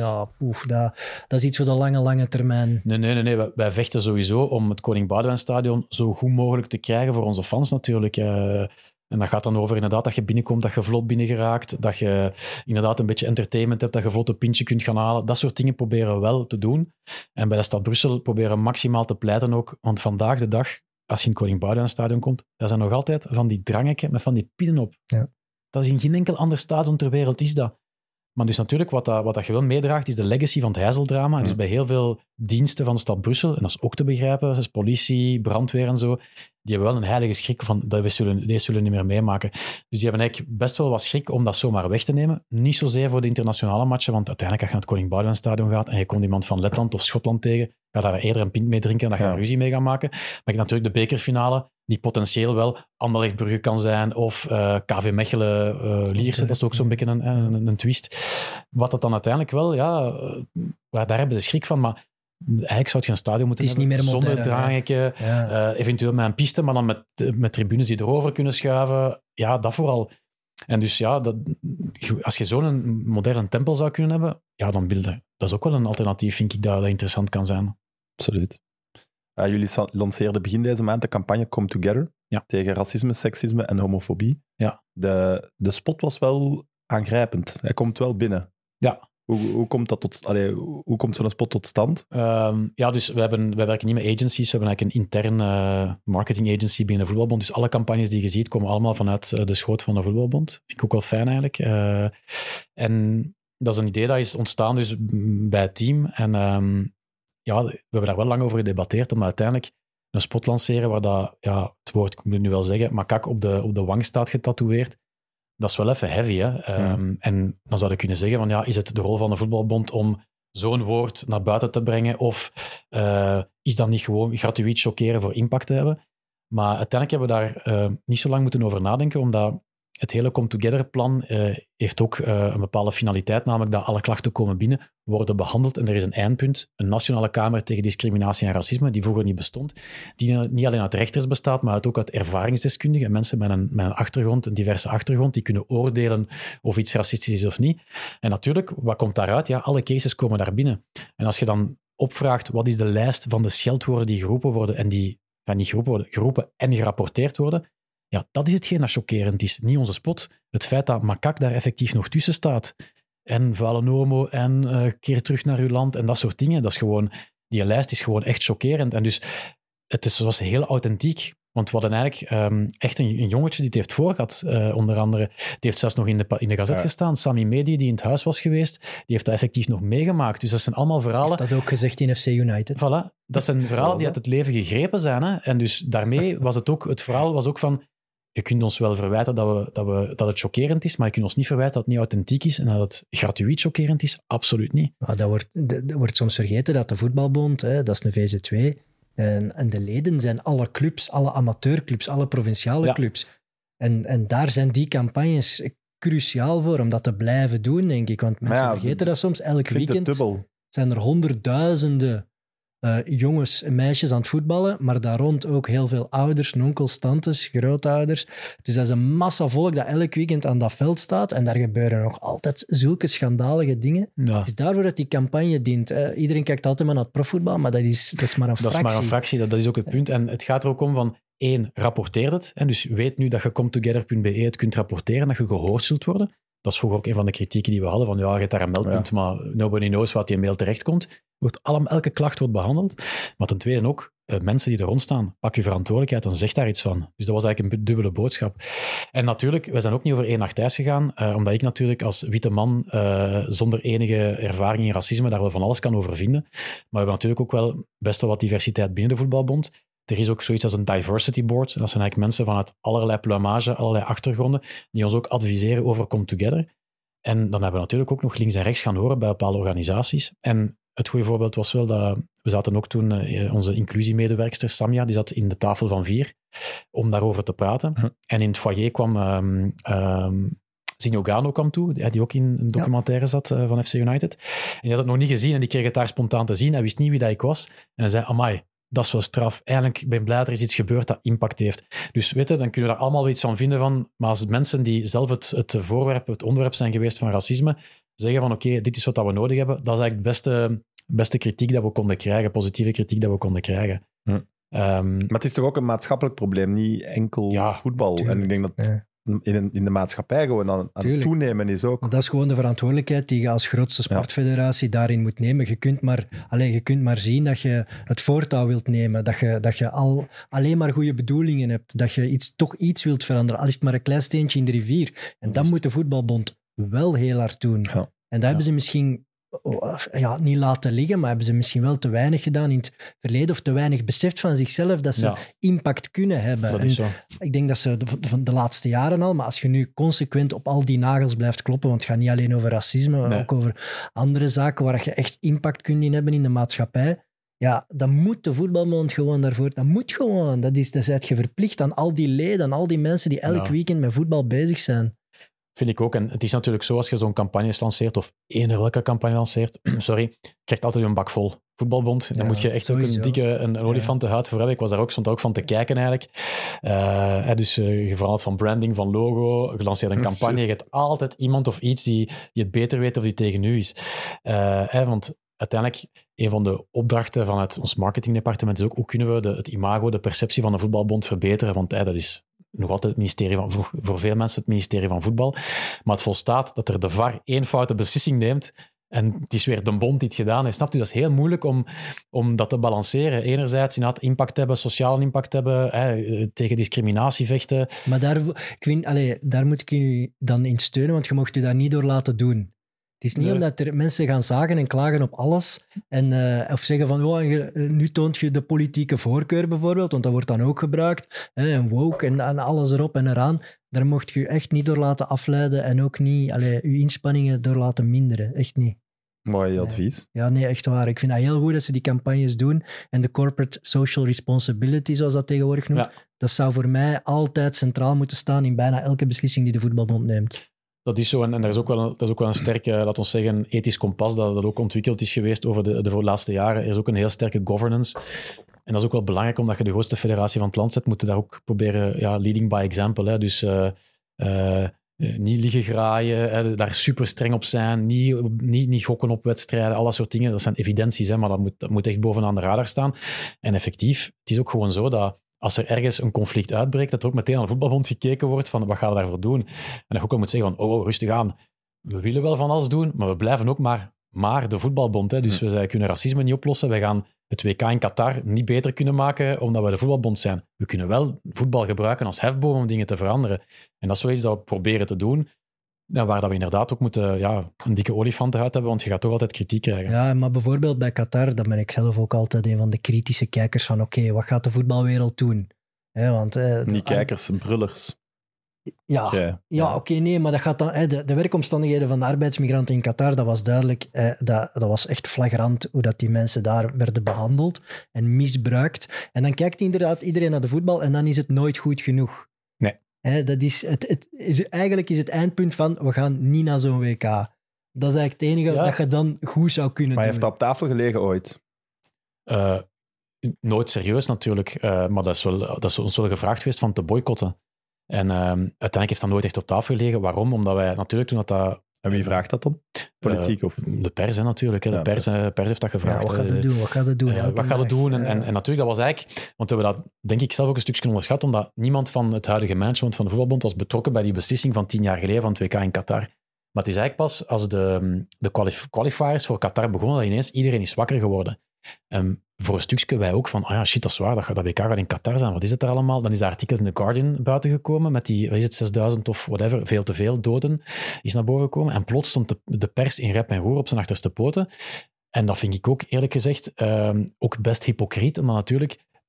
Speaker 2: dat is iets voor de lange termijn?
Speaker 3: Nee. Wij vechten sowieso om het Koning Boudewijnstadion zo goed mogelijk te krijgen voor onze fans natuurlijk. En dat gaat dan over inderdaad dat je binnenkomt, dat je vlot binnen geraakt, dat je inderdaad een beetje entertainment hebt, dat je vlot een pintje kunt gaan halen. Dat soort dingen proberen we wel te doen. En bij de stad Brussel proberen we maximaal te pleiten ook, want vandaag de dag, als je in het Koning Boudewijnstadion komt, daar zijn nog altijd van die drangetje met van die pinnen op.
Speaker 2: Ja.
Speaker 3: Dat is in geen enkel ander stadion ter wereld is dat. Maar dus natuurlijk, wat dat je wel meedraagt, is de legacy van het Heizeldrama. En dus bij heel veel diensten van de stad Brussel, en dat is ook te begrijpen, dus politie, brandweer en zo, die hebben wel een heilige schrik van, deze zullen we niet meer meemaken. Dus die hebben eigenlijk best wel wat schrik om dat zomaar weg te nemen. Niet zozeer voor de internationale matchen, want uiteindelijk als je naar het Koning Boudewijnstadion gaat en je komt iemand van Letland of Schotland tegen, ga daar eerder een pint mee drinken dan dat je een ruzie mee gaat maken. Maar je hebt natuurlijk de bekerfinale, die potentieel wel Anderlecht Brugge kan zijn, of KV Mechelen Lierse, dat is ook zo'n beetje een twist. Wat dat dan uiteindelijk wel, daar hebben ze schrik van, maar eigenlijk zou je een stadion moeten
Speaker 2: Het is
Speaker 3: hebben
Speaker 2: niet meer modern,
Speaker 3: zonder drangetje, eventueel met een piste, maar dan met tribunes die erover kunnen schuiven. Ja, dat vooral. En dus als je zo'n moderne tempel zou kunnen hebben, dan beelden. Dat is ook wel een alternatief, vind ik, dat interessant kan zijn.
Speaker 1: Absoluut. Jullie lanceerden begin deze maand de campagne Come Together tegen racisme, seksisme en homofobie.
Speaker 3: Ja.
Speaker 1: De spot was wel aangrijpend. Hij komt wel binnen.
Speaker 3: Ja.
Speaker 1: Hoe komt zo'n spot tot stand?
Speaker 3: Dus wij werken niet met agencies. We hebben eigenlijk een interne marketing agency binnen de voetbalbond. Dus alle campagnes die je ziet, komen allemaal vanuit de schoot van de voetbalbond. Vind ik ook wel fijn eigenlijk. En dat is een idee dat is ontstaan dus bij het team. En we hebben daar wel lang over gedebatteerd, om uiteindelijk een spot lanceren waar dat, het woord, ik moet het nu wel zeggen, makak op de wang staat getatoeëerd. Dat is wel even heavy, hè. En dan zou je kunnen zeggen van, is het de rol van de voetbalbond om zo'n woord naar buiten te brengen, of is dat niet gewoon gratuit chockeren voor impact te hebben? Maar uiteindelijk hebben we daar niet zo lang moeten over nadenken, omdat het hele Come Together plan heeft ook een bepaalde finaliteit, namelijk dat alle klachten komen binnen, worden behandeld en er is een eindpunt, een nationale kamer tegen discriminatie en racisme, die vroeger niet bestond, die niet alleen uit rechters bestaat, maar ook uit ervaringsdeskundigen, mensen met een achtergrond, een diverse achtergrond, die kunnen oordelen of iets racistisch is of niet. En natuurlijk, wat komt daaruit? Ja, alle cases komen daar binnen. En als je dan opvraagt, wat is de lijst van de scheldwoorden die geroepen worden en die niet geroepen worden, geroepen en gerapporteerd worden, ja, dat is hetgeen dat chockerend is. Niet onze spot. Het feit dat makak daar effectief nog tussen staat. En vuile homo en keer terug naar uw land en dat soort dingen. Dat is gewoon, die lijst is gewoon echt chockerend. En dus, het was heel authentiek. Want we hadden eigenlijk echt een jongetje die het heeft voorgehad, onder andere. Die heeft zelfs nog in de gazet gestaan. Sami Medi, die in het huis was geweest, die heeft dat effectief nog meegemaakt. Dus dat zijn allemaal verhalen...
Speaker 2: Heeft dat ook gezegd in FC United.
Speaker 3: Voilà. Dat zijn verhalen die uit het leven gegrepen zijn. Hè? En dus daarmee was het verhaal was ook van... Je kunt ons wel verwijten dat het chockerend is, maar je kunt ons niet verwijten dat het niet authentiek is en dat het gratuit chockerend is. Absoluut niet.
Speaker 2: Maar dat wordt soms vergeten dat de voetbalbond, dat is een VZ2, en de leden zijn alle clubs, alle amateurclubs, alle provinciale clubs. En daar zijn die campagnes cruciaal voor om dat te blijven doen, denk ik. Want mensen vergeten dat soms. Elk weekend zijn er honderdduizenden jongens en meisjes aan het voetballen, maar daar rond ook heel veel ouders, onkels, tantes, grootouders. Dus dat is een massa volk dat elk weekend aan dat veld staat en daar gebeuren nog altijd zulke schandalige dingen. Ja. Het is daarvoor dat die campagne dient. Iedereen kijkt altijd maar naar het profvoetbal, maar dat is maar een fractie.
Speaker 3: Dat is maar een fractie, dat is ook het punt. En het gaat er ook om van, 1, rapporteer het. En dus weet nu dat je cometogether.be het kunt rapporteren, dat je gehoord zult worden. Dat is vroeger ook een van de kritieken die we hadden, van je hebt daar een meldpunt, maar nobody knows wat die mail terechtkomt. Elke klacht wordt behandeld. Maar ten tweede ook, mensen die er rond staan, pak je verantwoordelijkheid en zeg daar iets van. Dus dat was eigenlijk een dubbele boodschap. En natuurlijk, we zijn ook niet over 1 nacht ijs gegaan, omdat ik natuurlijk als witte man zonder enige ervaring in racisme daar wel van alles kan over vinden. Maar we hebben natuurlijk ook wel best wel wat diversiteit binnen de voetbalbond. Er is ook zoiets als een diversity board. Dat zijn eigenlijk mensen vanuit allerlei plumage, allerlei achtergronden, die ons ook adviseren over Come Together. En dan hebben we natuurlijk ook nog links en rechts gaan horen bij bepaalde organisaties. En het goede voorbeeld was wel dat we zaten ook toen, onze inclusiemedewerkster Samia, die zat in de tafel van 4 om daarover te praten. En in het foyer kwam Zinogano kwam toe, die ook in een documentaire zat van FC United. En die had het nog niet gezien en die kreeg het daar spontaan te zien. Hij wist niet wie dat ik was. En hij zei, amai, dat is wel straf. Eigenlijk ben ik blij dat er is iets gebeurd dat impact heeft. Dus weet je, dan kunnen we daar allemaal wel iets van vinden van. Maar als mensen die zelf het onderwerp zijn geweest van racisme, zeggen van oké, dit is wat we nodig hebben, dat is eigenlijk de beste kritiek dat we konden krijgen, positieve kritiek dat we konden krijgen.
Speaker 1: Maar het is toch ook een maatschappelijk probleem, niet enkel voetbal.
Speaker 2: Tuurlijk.
Speaker 1: En ik denk dat in de maatschappij gewoon aan het toenemen is ook.
Speaker 2: Maar dat is gewoon de verantwoordelijkheid die je als grootste sportfederatie daarin moet nemen. Je kunt maar zien dat je het voortouw wilt nemen, dat je alleen maar goede bedoelingen hebt, dat je toch iets wilt veranderen, al is het maar een klein steentje in de rivier. En dan moet de voetbalbond wel heel hard doen. Ja. En dat hebben ze misschien niet laten liggen, maar hebben ze misschien wel te weinig gedaan in het verleden of te weinig beseft van zichzelf dat ze impact kunnen hebben.
Speaker 3: Dat is zo.
Speaker 2: Ik denk dat ze van de laatste jaren al, maar als je nu consequent op al die nagels blijft kloppen, want het gaat niet alleen over racisme, maar ook over andere zaken waar je echt impact kunt in hebben in de maatschappij, dan moet de voetbalbond gewoon daarvoor. Dat moet gewoon. Dat zijt je verplicht aan al die leden, aan al die mensen die elk weekend met voetbal bezig zijn.
Speaker 3: Vind ik ook. En het is natuurlijk zo, als je zo'n campagne lanceert, of welke campagne lanceert, krijgt altijd een bak vol. Voetbalbond, dan moet je echt sowieso ook een olifantenhuid voor hebben. Ik was daar stond daar ook van te kijken eigenlijk. Dus je verhaalt van branding, van logo, je lanceert een campagne, je hebt altijd iemand of iets die het beter weet of die tegen u is. Want uiteindelijk, een van de opdrachten vanuit ons marketingdepartement is ook hoe kunnen we het imago, de perceptie van de voetbalbond verbeteren, want dat is nog altijd het ministerie voor veel mensen het ministerie van voetbal. Maar het volstaat dat er de VAR 1 foute beslissing neemt en het is weer de bond die het gedaan heeft. Snapt u? Dat is heel moeilijk om dat te balanceren. Enerzijds inderdaad impact hebben, sociaal impact hebben, tegen discriminatie vechten.
Speaker 2: Maar daar moet ik u dan in steunen, want je mocht u daar niet door laten doen. Het is niet omdat er mensen gaan zagen en klagen op alles of zeggen van nu toont je de politieke voorkeur bijvoorbeeld, want dat wordt dan ook gebruikt, en woke en alles erop en eraan. Daar mocht je echt niet door laten afleiden en ook niet je inspanningen door laten minderen. Echt niet.
Speaker 1: Mooi advies.
Speaker 2: Ja, nee, echt waar. Ik vind dat heel goed dat ze die campagnes doen en de corporate social responsibility, zoals dat tegenwoordig noemt, dat zou voor mij altijd centraal moeten staan in bijna elke beslissing die de voetbalbond neemt.
Speaker 3: Dat is zo, en dat is ook wel een sterke, laten we zeggen, een ethisch kompas dat ook ontwikkeld is geweest over de laatste jaren. Er is ook een heel sterke governance. En dat is ook wel belangrijk, omdat je de grootste federatie van het land zet, moeten daar ook proberen, leading by example. Dus niet liggen graaien, daar super streng op zijn, niet gokken op wedstrijden, al dat soort dingen. Dat zijn evidenties, maar dat moet echt bovenaan de radar staan. En effectief, het is ook gewoon zo dat als er ergens een conflict uitbreekt, dat er ook meteen aan de voetbalbond gekeken wordt van wat gaan we daarvoor doen? En dat je ook al moet zeggen van, rustig aan. We willen wel van alles doen, maar we blijven ook maar de voetbalbond. Dus we kunnen racisme niet oplossen. Wij gaan het WK in Qatar niet beter kunnen maken omdat we de voetbalbond zijn. We kunnen wel voetbal gebruiken als hefboom om dingen te veranderen. En dat is wel iets dat we proberen te doen. Waar dat we inderdaad ook moeten een dikke olifantenhuid hebben, want je gaat toch altijd kritiek krijgen. Ja,
Speaker 2: maar bijvoorbeeld bij Qatar, dan ben ik zelf ook altijd een van de kritische kijkers van oké, wat gaat de voetbalwereld doen?
Speaker 1: Niet kijkers, brullers.
Speaker 2: Nee, maar dat gaat dan, de werkomstandigheden van de arbeidsmigranten in Qatar, dat was duidelijk, dat was echt flagrant hoe dat die mensen daar werden behandeld en misbruikt. En dan kijkt inderdaad iedereen naar de voetbal en dan is het nooit goed genoeg. Dat is eigenlijk is het eindpunt van, we gaan niet naar zo'n WK. Dat is eigenlijk het enige dat je dan goed zou kunnen doen.
Speaker 1: Maar heeft dat op tafel gelegen ooit?
Speaker 3: Nooit serieus natuurlijk, maar dat is ons wel gevraagd geweest van te boycotten. En uiteindelijk heeft dat nooit echt op tafel gelegen. Waarom? Omdat wij natuurlijk toen dat...
Speaker 1: En wie vraagt dat dan? Politiek of?
Speaker 3: De pers natuurlijk. De pers heeft dat gevraagd.
Speaker 2: Wat gaat het doen? Wat gaat het doen?
Speaker 3: En natuurlijk, dat was eigenlijk... Want we hebben dat, denk ik, zelf ook een stukje onderschat, omdat niemand van het huidige management van de voetbalbond was betrokken bij die beslissing van 10 jaar geleden van het WK in Qatar. Maar het is eigenlijk pas als de qualifiers voor Qatar begonnen, dat ineens iedereen is wakker geworden. Voor een stukje wij ook van, shit, dat is waar, dat WK gaat in Qatar zijn. Wat is het er allemaal? Dan is dat artikel in The Guardian buitengekomen met die, 6000 of whatever, veel te veel doden is naar boven gekomen. En plots stond de pers in rep en roer op zijn achterste poten. En dat vind ik ook, eerlijk gezegd, ook best hypocriet. Maar natuurlijk,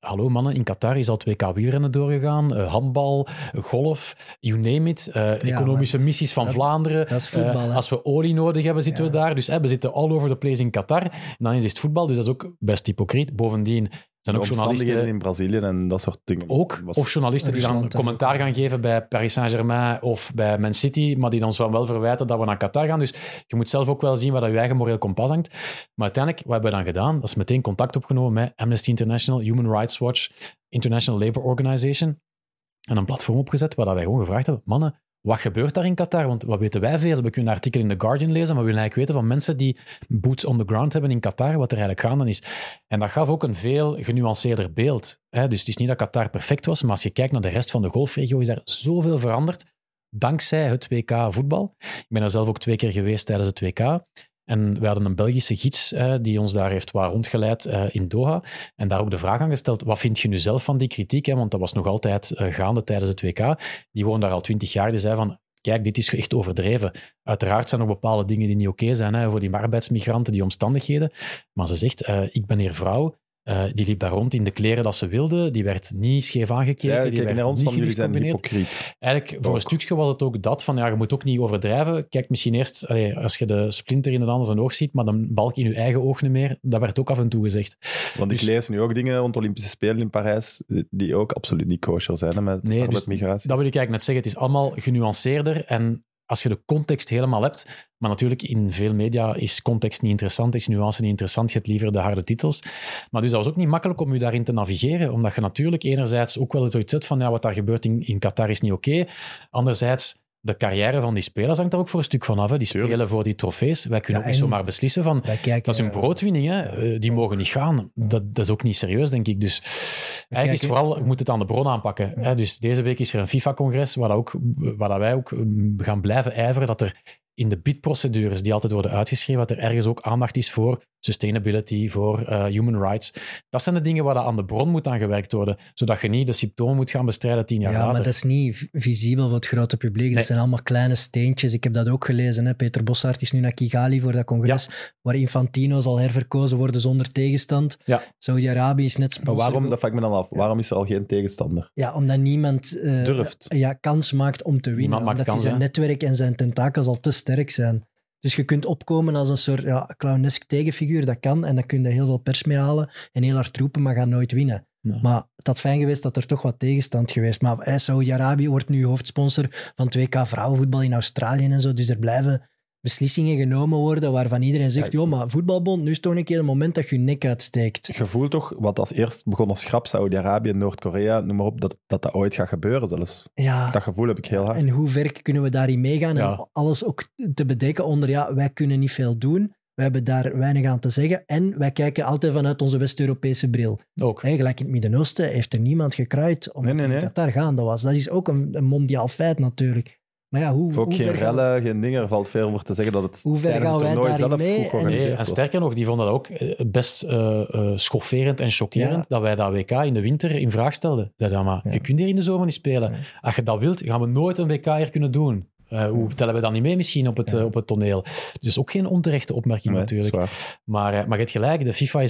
Speaker 3: hallo mannen, in Qatar is al 2K wielrennen doorgegaan, handbal, golf, you name it, economische missies van Vlaanderen.
Speaker 2: Dat is voetbal.
Speaker 3: Als we olie nodig hebben, zitten we daar. Dus we zitten all over the place in Qatar. En dan is het voetbal, dus dat is ook best hypocriet. Bovendien zijn ook journalisten
Speaker 1: in Brazilië en dat soort dingen.
Speaker 3: Of journalisten die dan commentaar gaan geven bij Paris Saint-Germain of bij Man City, maar die dan wel verwijten dat we naar Qatar gaan. Dus je moet zelf ook wel zien waar dat je eigen moreel kompas hangt. Maar uiteindelijk, wat hebben we dan gedaan? Dat is meteen contact opgenomen met Amnesty International, Human Rights Watch, International Labour Organization en een platform opgezet waar dat wij gewoon gevraagd hebben, mannen, wat gebeurt daar in Qatar? Want wat weten wij veel? We kunnen een artikel in The Guardian lezen, maar we willen eigenlijk weten van mensen die boots on the ground hebben in Qatar, wat er eigenlijk gaande is. En dat gaf ook een veel genuanceerder beeld. Dus het is niet dat Qatar perfect was, maar als je kijkt naar de rest van de golfregio, is daar zoveel veranderd dankzij het WK voetbal. Ik ben er zelf ook 2 keer geweest tijdens het WK. En we hadden een Belgische gids die ons daar heeft rondgeleid in Doha. En daar ook de vraag aan gesteld, wat vind je nu zelf van die kritiek? Want dat was nog altijd gaande tijdens het WK. Die woonde daar al 20 jaar. Die zei van, kijk, dit is echt overdreven. Uiteraard zijn er bepaalde dingen die niet oké zijn voor die arbeidsmigranten, die omstandigheden. Maar ze zegt, ik ben hier vrouw. Die liep daar rond in de kleren dat ze wilde. Die werd niet scheef aangekeken. Die werd
Speaker 1: naar ons
Speaker 3: niet
Speaker 1: van, jullie zijn
Speaker 3: gediscrimineerd.
Speaker 1: hypocriet.
Speaker 3: Eigenlijk, voor een stukje was het ook dat van, je moet ook niet overdrijven. Kijk misschien eerst, als je de splinter in het andere oog ziet, maar de balk in je eigen oog niet meer. Dat werd ook af en toe gezegd.
Speaker 1: Want ik lees nu ook dingen rond de Olympische Spelen in Parijs die ook absoluut niet kosher zijn met arbeidsmigratie.
Speaker 3: Dat wil ik eigenlijk net zeggen. Het is allemaal genuanceerder en als je de context helemaal hebt, maar natuurlijk in veel media is context niet interessant, is nuance niet interessant, je hebt liever de harde titels. Maar dus dat was ook niet makkelijk om je daarin te navigeren, omdat je natuurlijk enerzijds ook wel zoiets zet van wat daar gebeurt in Qatar is niet oké. Anderzijds, de carrière van die spelers hangt daar ook voor een stuk van af. Hè. Die spelen voor die trofees. Wij kunnen ook niet zomaar beslissen van, dat is hun broodwinning. Hè. Die mogen niet gaan. Dat is ook niet serieus, denk ik. Dus eigenlijk is vooral, je moet het aan de bron aanpakken. Hè. Dus deze week is er een FIFA-congres waar wij ook gaan blijven ijveren dat er in de bidprocedures die altijd worden uitgeschreven, dat er ergens ook aandacht is voor sustainability, voor human rights. Dat zijn de dingen waar aan de bron moet aan gewerkt worden, zodat je niet de symptomen moet gaan bestrijden 10 jaar later.
Speaker 2: Ja, maar dat is niet visibel voor het grote publiek. Nee. Dat zijn allemaal kleine steentjes. Ik heb dat ook gelezen. Hè. Peter Bossaert is nu naar Kigali voor dat congres, waar Infantino zal herverkozen worden zonder tegenstand. Ja. Saudi-Arabië is net sponsor.
Speaker 1: Maar waarom, dat vraag ik me dan af, waarom is er al geen tegenstander?
Speaker 2: Ja, omdat niemand durft. Kans maakt om te winnen. Omdat hij zijn netwerk en zijn tentakels al te sterk zijn. Dus je kunt opkomen als een soort clownesk tegenfiguur, dat kan. En dan kun je heel veel pers mee halen en heel hard roepen, maar gaat nooit winnen. Nee. Maar het had fijn geweest dat er toch wat tegenstand geweest. Maar Saudi-Arabië wordt nu hoofdsponsor van 2K vrouwenvoetbal in Australië en zo. Dus er blijven beslissingen genomen worden waarvan iedereen zegt, joh, maar voetbalbond, nu is toch een keer het moment dat je nek uitsteekt.
Speaker 1: Je voelt toch, wat als eerst begon als grap, Saudi-Arabië, Noord-Korea, noem maar op, dat ooit gaat gebeuren zelfs. Ja. Dat gevoel heb ik heel hard.
Speaker 2: En hoe ver kunnen we daarin meegaan? Ja. En alles ook te bedekken onder, wij kunnen niet veel doen. We hebben daar weinig aan te zeggen. En wij kijken altijd vanuit onze West-Europese bril.
Speaker 3: Ook.
Speaker 2: Gelijk in het Midden-Oosten heeft er niemand gekraaid om in Qatar gaande was. Dat is ook een mondiaal feit natuurlijk. Maar ja,
Speaker 1: ook geen rellen, geen dingen. Er valt veel over te zeggen dat het tijdens het toernooi zelf
Speaker 3: goed georganiseerd was. En sterker nog, die vonden dat ook best schofferend en chockerend dat wij dat WK in de winter in vraag stelden. Je kunt hier in de zomer niet spelen. Ja. Als je dat wilt, gaan we nooit een WK hier kunnen doen. Hoe tellen we dat niet mee misschien op het toneel? Dus ook geen onterechte opmerking natuurlijk. Maar je hebt gelijk, de FIFA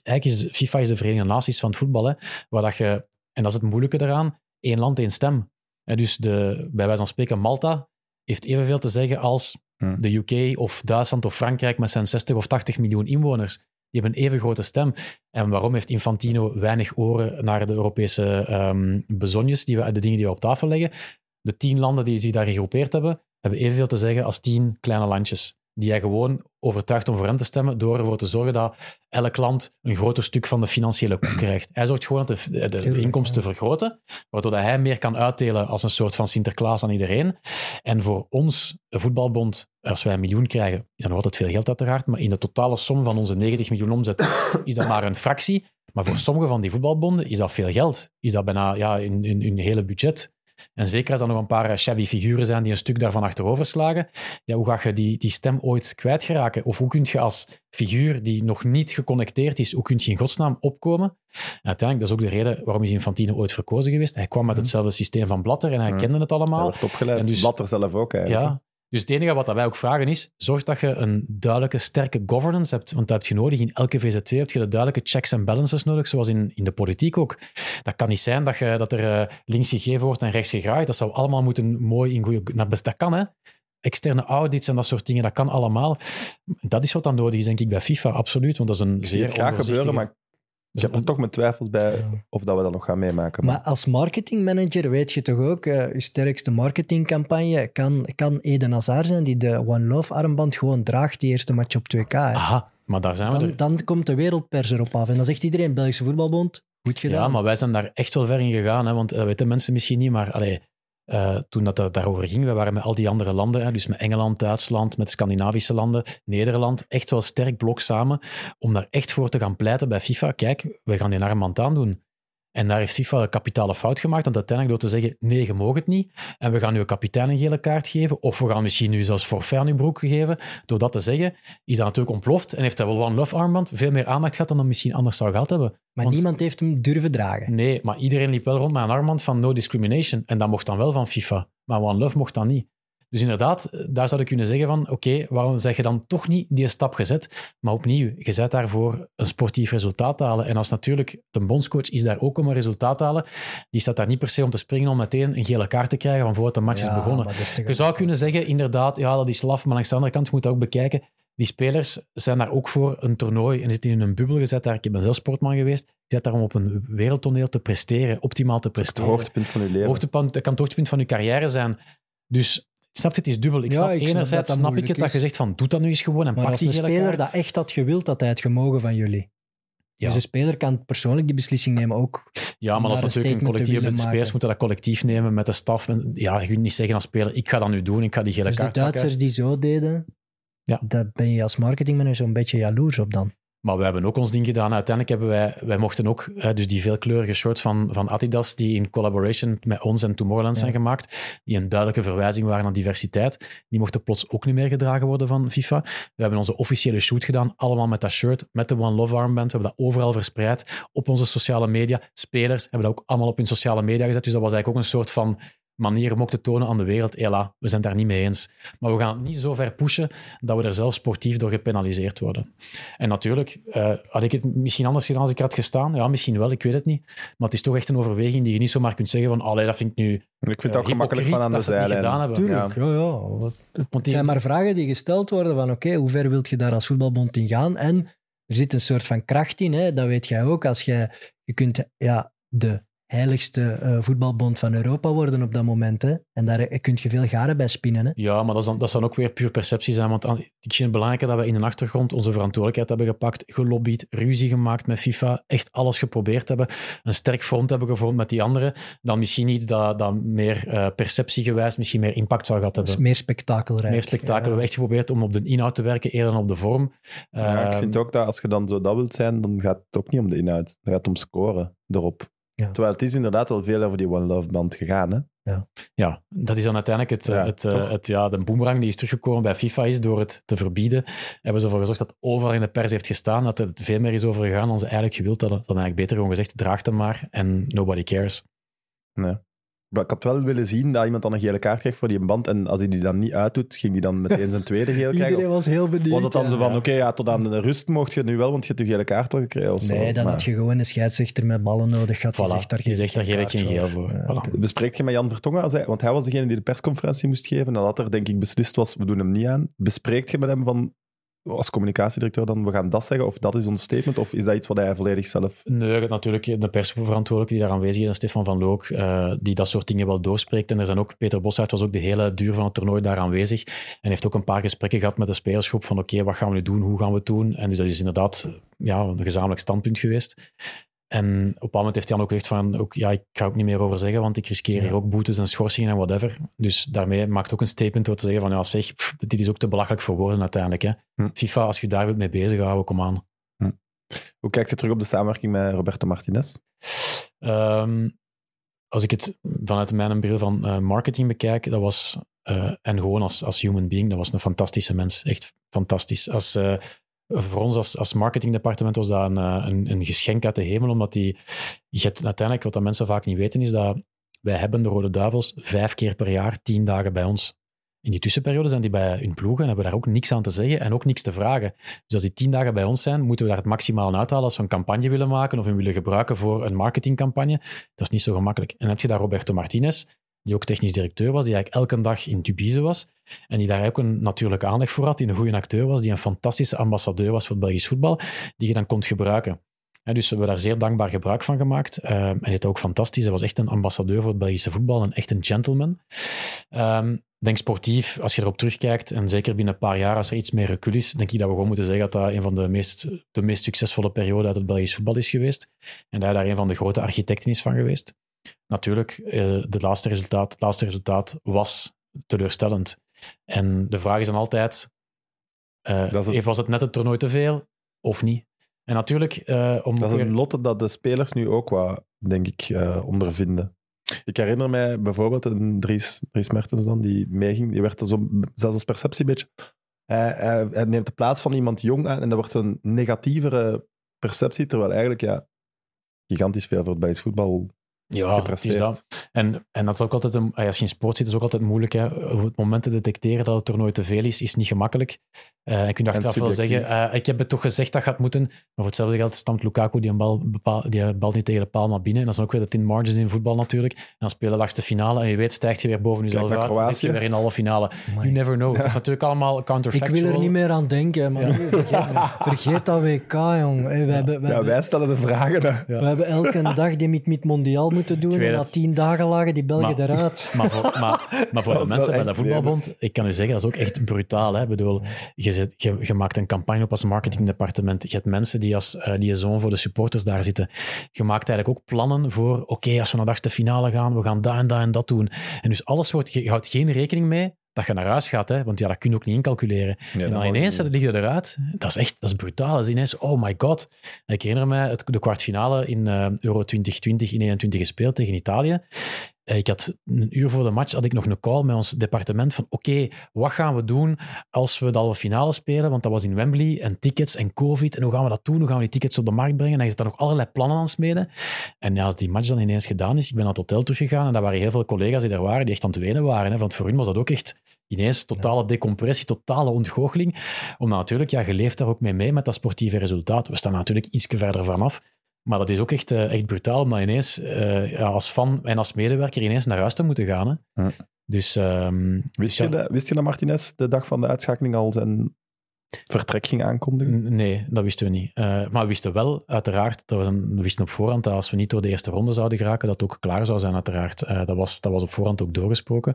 Speaker 3: is de Verenigde Naties van het voetbal. Hè, waar dat je, en dat is het moeilijke eraan, 1 land, 1 stem. Dus bij wijze van spreken, Malta heeft evenveel te zeggen als de UK of Duitsland of Frankrijk met zijn 60 of 80 miljoen inwoners. Die hebben een even grote stem. En waarom heeft Infantino weinig oren naar de Europese bezonjes, de dingen die we op tafel leggen? De 10 landen die zich daar gegroepeerd hebben evenveel te zeggen als 10 kleine landjes. Die hij gewoon overtuigt om voor hem te stemmen door ervoor te zorgen dat elk land een groter stuk van de financiële koek krijgt. Hij zorgt gewoon dat de inkomsten vergroten, waardoor hij meer kan uitdelen als een soort van Sinterklaas aan iedereen. En voor ons, de voetbalbond, als wij 1 miljoen krijgen, is dat nog altijd veel geld uiteraard, maar in de totale som van onze 90 miljoen omzet is dat maar een fractie. Maar voor sommige van die voetbalbonden is dat veel geld. Is dat bijna hun hele budget. En zeker als er nog een paar shabby figuren zijn die een stuk daarvan achterover slagen, hoe ga je die stem ooit kwijtgeraken? Of hoe kun je als figuur die nog niet geconnecteerd is, hoe kun je in godsnaam opkomen? En uiteindelijk, dat is ook de reden waarom is Infantino ooit verkozen geweest. Hij kwam met hetzelfde systeem van Blatter en hij kende het allemaal.
Speaker 1: Hij werd opgeleid, dus Blatter zelf ook eigenlijk.
Speaker 3: Ja. Dus het enige wat wij ook vragen is, zorg dat je een duidelijke, sterke governance hebt. Want dat heb je nodig. In elke VZ2 heb je de duidelijke checks en balances nodig, zoals in de politiek ook. Dat kan niet zijn dat er links gegeven wordt en rechts gegraaid. Dat zou allemaal moeten mooi in goede... Dat kan, hè. Externe audits en dat soort dingen, dat kan allemaal. Dat is wat dan nodig is, denk ik, bij FIFA, absoluut. Want dat is een zeer
Speaker 1: het graag gebeuren, maar ik heb er toch mijn twijfels bij of dat we dat nog gaan meemaken.
Speaker 2: Maar als marketingmanager weet je toch ook, je sterkste marketingcampagne kan Eden Hazard zijn, die de One Love armband gewoon draagt die eerste match op 2K. Hè.
Speaker 3: Aha, maar daar zijn we er.
Speaker 2: Dan komt de wereldpers erop af. En dan zegt iedereen, Belgische voetbalbond, goed gedaan.
Speaker 3: Ja, maar wij zijn daar echt wel ver in gegaan, hè, want dat weten mensen misschien niet, maar toen dat daarover ging, we waren met al die andere landen, hè, dus met Engeland, Duitsland, met Scandinavische landen, Nederland, echt wel sterk blok samen, om daar echt voor te gaan pleiten bij FIFA. Kijk, we gaan die armband aandoen. En daar heeft FIFA een kapitale fout gemaakt, want uiteindelijk door te zeggen, nee, je mag het niet, en we gaan nu een kapitein een gele kaart geven, of we gaan misschien nu zelfs forfait aan uw broek geven, door dat te zeggen, is dat natuurlijk ontploft, en heeft hij wel One Love armband veel meer aandacht gehad dan dat misschien anders zou gehad hebben.
Speaker 2: Maar niemand heeft hem durven dragen.
Speaker 3: Nee, maar iedereen liep wel rond met een armband van no discrimination, en dat mocht dan wel van FIFA, maar One Love mocht dan niet. Dus inderdaad, daar zou ik kunnen zeggen van, oké, waarom zeg je dan toch niet die stap gezet? Maar opnieuw, je zet daarvoor een sportief resultaat te halen. En als natuurlijk, de bondscoach is daar ook om een resultaat te halen, die staat daar niet per se om te springen om meteen een gele kaart te krijgen van voordat de match is begonnen. Je zou kunnen zeggen, inderdaad, ja, dat is laf, maar langs de andere kant, je moet dat ook bekijken. Die spelers zijn daar ook voor een toernooi en zitten in een bubbel gezet. Ik ben zelf sportman geweest. Je zit daar om op een wereldtoneel te presteren, optimaal te presteren.
Speaker 1: Het hoogtepunt van je leven.
Speaker 3: Dat kan het hoogtepunt van je carrière zijn. Dus snap je, het is dubbel. Enerzijds snap ik het dat je zegt van, doe dat nu eens gewoon en
Speaker 2: maar
Speaker 3: pak die gele kaart.
Speaker 2: Maar als een speler dat echt had gewild, had hij het gemogen van jullie. Ja. Dus een speler kan persoonlijk die beslissing nemen ook.
Speaker 3: Ja, maar dat is natuurlijk een collectief. De spelers moeten dat collectief nemen met de staf. Ja, je kunt niet zeggen als speler, ik ga dat nu doen, ik ga die gele kaart pakken.
Speaker 2: Dus de Duitsers die zo deden, daar ben je als marketingmanager een beetje jaloers op dan.
Speaker 3: Maar we hebben ook ons ding gedaan. Uiteindelijk hebben wij mochten ook, dus die veelkleurige shirts van Adidas, die in collaboration met ons en Tomorrowland zijn gemaakt, die een duidelijke verwijzing waren naar diversiteit, die mochten plots ook niet meer gedragen worden van FIFA. We hebben onze officiële shoot gedaan, allemaal met dat shirt, met de One Love armband. We hebben dat overal verspreid, op onze sociale media. Spelers hebben dat ook allemaal op hun sociale media gezet. Dus dat was eigenlijk ook een soort van manier om ook te tonen aan de wereld, hela, we zijn het daar niet mee eens. Maar we gaan het niet zo ver pushen dat we er zelf sportief door gepenaliseerd worden. En natuurlijk, had ik het misschien anders gedaan als ik er had gestaan? Ja, misschien wel, ik weet het niet. Maar het is toch echt een overweging die je niet zomaar kunt zeggen van, allee, dat vind ik nu
Speaker 1: ik vind het ook gemakkelijk van aan de zijlijn.
Speaker 2: Tuurlijk, ja. Het zijn maar vragen die gesteld worden van, oké, hoe ver wilt je daar als voetbalbond in gaan? En er zit een soort van kracht in, hè? Dat weet jij ook. Als je kunt de heiligste voetbalbond van Europa worden op dat moment. Hè? En daar kun je veel garen bij spinnen. Hè?
Speaker 3: Ja, maar dat zou ook weer puur perceptie zijn. Want ik vind het belangrijk dat we in de achtergrond onze verantwoordelijkheid hebben gepakt, gelobbyd, ruzie gemaakt met FIFA, echt alles geprobeerd hebben, een sterk front hebben gevormd met die anderen, dan misschien iets dat meer perceptiegewijs misschien meer impact zou gehad hebben.
Speaker 2: Dus meer spektakelrijk.
Speaker 3: Meer spektakel. We hebben echt geprobeerd om op de inhoud te werken, eerder dan op de vorm.
Speaker 1: Ik vind ook dat als je dan zo dat wilt zijn, dan gaat het ook niet om de inhoud. Dan gaat het om scoren erop. Ja. Terwijl het is inderdaad wel veel over die One Love band gegaan. Hè?
Speaker 3: Ja, dat is dan uiteindelijk de boemerang die is teruggekomen bij FIFA is door het te verbieden. Hebben ze ervoor gezorgd dat overal in de pers heeft gestaan, dat het veel meer is over gegaan dan ze eigenlijk gewild hadden. Dan eigenlijk beter gewoon gezegd, draag hem maar en nobody cares.
Speaker 1: Nee. Maar ik had wel willen zien dat iemand dan een gele kaart krijgt voor die band en als hij die dan niet uitdoet, ging die dan meteen zijn tweede gele krijgen?
Speaker 2: Iedereen was heel benieuwd.
Speaker 1: Was het dan zo van, tot aan de rust mocht je nu wel, want je hebt je gele kaart al gekregen? Of
Speaker 2: nee, dan had je gewoon een scheidsrechter met ballen nodig gehad.
Speaker 3: Die zegt daar geen geel voor.
Speaker 1: Voilà. Bespreekt je met Jan Vertongen, want hij was degene die de persconferentie moest geven, nadat er denk ik beslist was, we doen hem niet aan. Bespreekt je met hem van, als communicatiedirecteur dan, we gaan dat zeggen, of dat is ons statement, of is dat iets wat hij volledig zelf...
Speaker 3: Nee, natuurlijk de persverantwoordelijke die daar aanwezig is, Stefan van Look, die dat soort dingen wel doorspreekt. En er zijn ook, Peter Bossaert was ook de hele duur van het toernooi daar aanwezig en heeft ook een paar gesprekken gehad met de spelersgroep van oké, wat gaan we nu doen, hoe gaan we het doen? En dus dat is inderdaad een gezamenlijk standpunt geweest. En op een bepaald moment heeft Jan ook gezegd van, ik ga ook niet meer over zeggen, want ik riskeer hier ook boetes en schorsingen en whatever. Dus daarmee maakt ook een statement door te zeggen van, dit is ook te belachelijk voor woorden uiteindelijk. Hè. FIFA, als je daar wilt mee bezighouden, kom aan.
Speaker 1: Hoe kijk je terug op de samenwerking met Roberto Martinez?
Speaker 3: Als ik het vanuit mijn bril van marketing bekijk, dat was, en gewoon als human being, dat was een fantastische mens. Echt fantastisch. Voor ons als marketingdepartement was dat een geschenk uit de hemel, omdat uiteindelijk, wat dat mensen vaak niet weten, is dat wij hebben de Rode Duivels 5 keer per jaar 10 dagen bij ons. In die tussenperiode zijn die bij hun ploegen en hebben daar ook niks aan te zeggen en ook niks te vragen. Dus als die 10 dagen bij ons zijn, moeten we daar het maximaal uithalen als we een campagne willen maken of hem willen gebruiken voor een marketingcampagne. Dat is niet zo gemakkelijk. En dan heb je daar Roberto Martinez, die ook technisch directeur was, die eigenlijk elke dag in Tubize was en die daar ook een natuurlijke aanleg voor had, die een goede acteur was, die een fantastische ambassadeur was voor het Belgisch voetbal, die je dan kon gebruiken. Dus we hebben daar zeer dankbaar gebruik van gemaakt. En hij deed ook fantastisch. Hij was echt een ambassadeur voor het Belgische voetbal en echt een gentleman. Ik denk sportief, als je erop terugkijkt, en zeker binnen een paar jaar, als er iets meer recul is, denk ik dat we gewoon moeten zeggen dat dat een van de meest succesvolle perioden uit het Belgisch voetbal is geweest. En dat hij daar een van de grote architecten is van geweest. Natuurlijk, het laatste resultaat was teleurstellend. En de vraag is dan altijd, was het net het toernooi te veel of niet? En natuurlijk...
Speaker 1: dat is een lotte dat de spelers nu ook wat, denk ik, ondervinden. Ik herinner mij bijvoorbeeld een Dries Mertens dan, die meeging. Die werd zo, zelfs als perceptie een beetje... Hij neemt de plaats van iemand jong aan en dat wordt zo'n negatievere perceptie, terwijl eigenlijk gigantisch veel voor het Belgisch voetbal gepresteerd.
Speaker 3: Het is dat. En dat is ook altijd als je in sport zit, is ook altijd moeilijk. Hè. Op het moment te detecteren dat het toernooi te veel is niet gemakkelijk. Je kunt achteraf wel zeggen, ik heb het toch gezegd dat gaat moeten. Maar voor hetzelfde geld stamt Lukaku die bal niet tegen de paal naar binnen. En dat zijn ook weer de thin margins in voetbal natuurlijk. En dan spelen langs finale en je weet, stijgt je weer boven jezelf uit. Dan zit je weer in de halve finale. You never know. Dat is natuurlijk allemaal counterfactual.
Speaker 2: Ik wil er niet meer aan denken, maar vergeet dat WK, jong.
Speaker 1: Wij stellen de vragen.
Speaker 2: We hebben elke dag die met mondiaal moeten doen en na 10 dagen lagen die Belgen eruit.
Speaker 3: Maar voor de mensen bij de voetbalbond, ik kan u zeggen, dat is ook echt brutaal. Hè? Ik bedoel, je maakt een campagne op als marketingdepartement. Je hebt mensen die zo voor de supporters daar zitten. Je maakt eigenlijk ook plannen voor, oké, als we naar de achtste finale gaan, we gaan dat en dat doen. En dus alles je houdt geen rekening mee dat je naar huis gaat, hè? Want dat kun je ook niet incalculeren. Nee, en dan ineens lig je eruit. Dat is brutaal. Dat is ineens, oh my god. En ik herinner mij de kwartfinale in Euro 2020 in 21 gespeeld tegen Italië. Ik had een uur voor de match had ik nog een call met ons departement van oké, wat gaan we doen als we de halve finale spelen? Want dat was in Wembley en tickets en COVID. En hoe gaan we dat doen? Hoe gaan we die tickets op de markt brengen? En je zit daar nog allerlei plannen aan het smeden. En als die match dan ineens gedaan is, ik ben naar het hotel teruggegaan en daar waren heel veel collega's die daar waren, die echt aan het wenen waren. Hè? Want voor hun was dat ook echt ineens totale decompressie, totale ontgoocheling. Omdat natuurlijk, je leeft daar ook mee met dat sportieve resultaat. We staan natuurlijk iets verder vanaf. Maar dat is ook echt brutaal om dan ineens als fan en als medewerker ineens naar huis te moeten gaan. Hè. Ja. Dus,
Speaker 1: wist je dat Martinez de dag van de uitschakeling al zijn vertrek ging aankondigen?
Speaker 3: Nee, dat wisten we niet. Maar we wisten wel, uiteraard, we wisten op voorhand dat als we niet door de eerste ronde zouden geraken, dat het ook klaar zou zijn, uiteraard. Dat was op voorhand ook doorgesproken.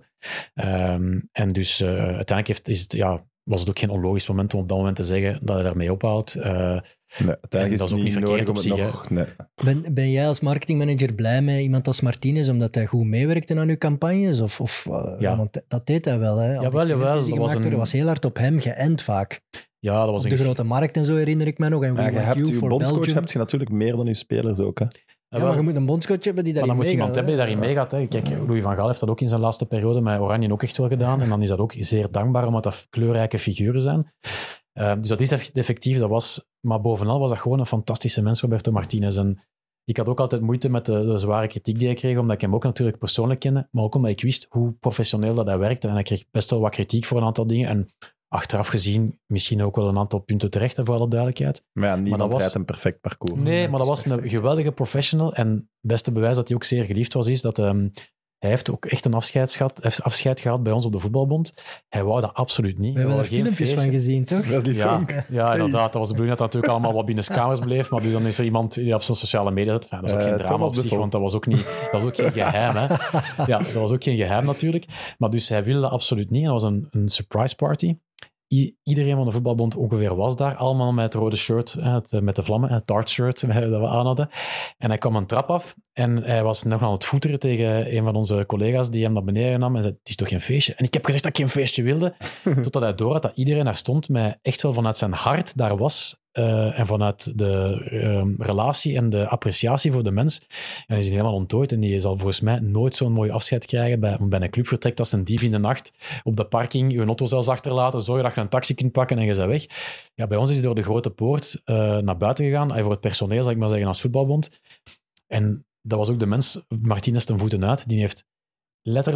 Speaker 3: En dus uiteindelijk was het ook geen onlogisch moment om op dat moment te zeggen dat hij daarmee ophoudt.
Speaker 1: Uiteindelijk is
Speaker 3: dat is ook niet verkeerd op zich.
Speaker 2: Ben jij als marketingmanager blij met iemand als Martinez, omdat hij goed meewerkte aan uw campagnes? Want dat deed hij wel. Hè?
Speaker 3: Jawel.
Speaker 2: Dat was heel hard op hem geënt vaak.
Speaker 3: Ja, dat was
Speaker 2: op de grote markt en zo herinner ik me nog. En
Speaker 1: je bondscoach heb je natuurlijk meer dan je spelers ook. Hè?
Speaker 2: Ja, maar je moet een bondscoach hebben die daarin meegaat.
Speaker 3: Maar dan moet je iemand hebben die daarin meegaat. Kijk, Louis van Gaal heeft dat ook in zijn laatste periode met Oranje ook echt wel gedaan. En dan is dat ook zeer dankbaar, omdat dat kleurrijke figuren zijn. Dus dat is effectief, dat was... Maar bovenal was dat gewoon een fantastische mens, Roberto Martinez. En ik had ook altijd moeite met de zware kritiek die ik kreeg, omdat ik hem ook natuurlijk persoonlijk kende, maar ook omdat ik wist hoe professioneel dat hij werkte. En hij kreeg best wel wat kritiek voor een aantal dingen. En achteraf gezien misschien ook wel een aantal punten terecht, voor alle duidelijkheid.
Speaker 1: Maar niemand rijdt een perfect parcours.
Speaker 3: Nee, maar dat was een geweldige professional. En het beste bewijs dat hij ook zeer geliefd was, is dat hij heeft ook echt een afscheid gehad bij ons op de voetbalbond. Hij wou dat absoluut niet.
Speaker 2: We hebben er filmpjes van gezien, toch?
Speaker 3: Ja, inderdaad. Dat was de bedoeling dat natuurlijk allemaal wat binnenskamers bleef. Maar dus dan is er iemand die op zijn sociale media zet. Dat is ook geen drama op zich, want dat was ook geen geheim. Hè. Ja, dat was ook geen geheim natuurlijk. Maar dus hij wilde dat absoluut niet. En dat was een surprise party. Iedereen van de voetbalbond ongeveer was daar. Allemaal met het rode shirt, met de vlammen, het tart shirt dat we aan hadden. En hij kwam een trap af en hij was nog aan het voeteren tegen een van onze collega's die hem naar beneden nam en zei, het is toch geen feestje? En ik heb gezegd dat ik geen feestje wilde. Totdat hij door had dat iedereen daar stond, met echt wel vanuit zijn hart daar was. En vanuit de relatie en de appreciatie voor de mens. En is hij helemaal onttooid. En die zal volgens mij nooit zo'n mooi afscheid krijgen bij een club vertrekt als een dief in de nacht op de parking, je auto zelfs achterlaten, zorgen dat je een taxi kunt pakken en je bent weg. Ja, bij ons is hij door de grote poort naar buiten gegaan. Voor het personeel, zal ik maar zeggen, als voetbalbond. En dat was ook de mens, Martinez ten voeten uit, die heeft letterlijk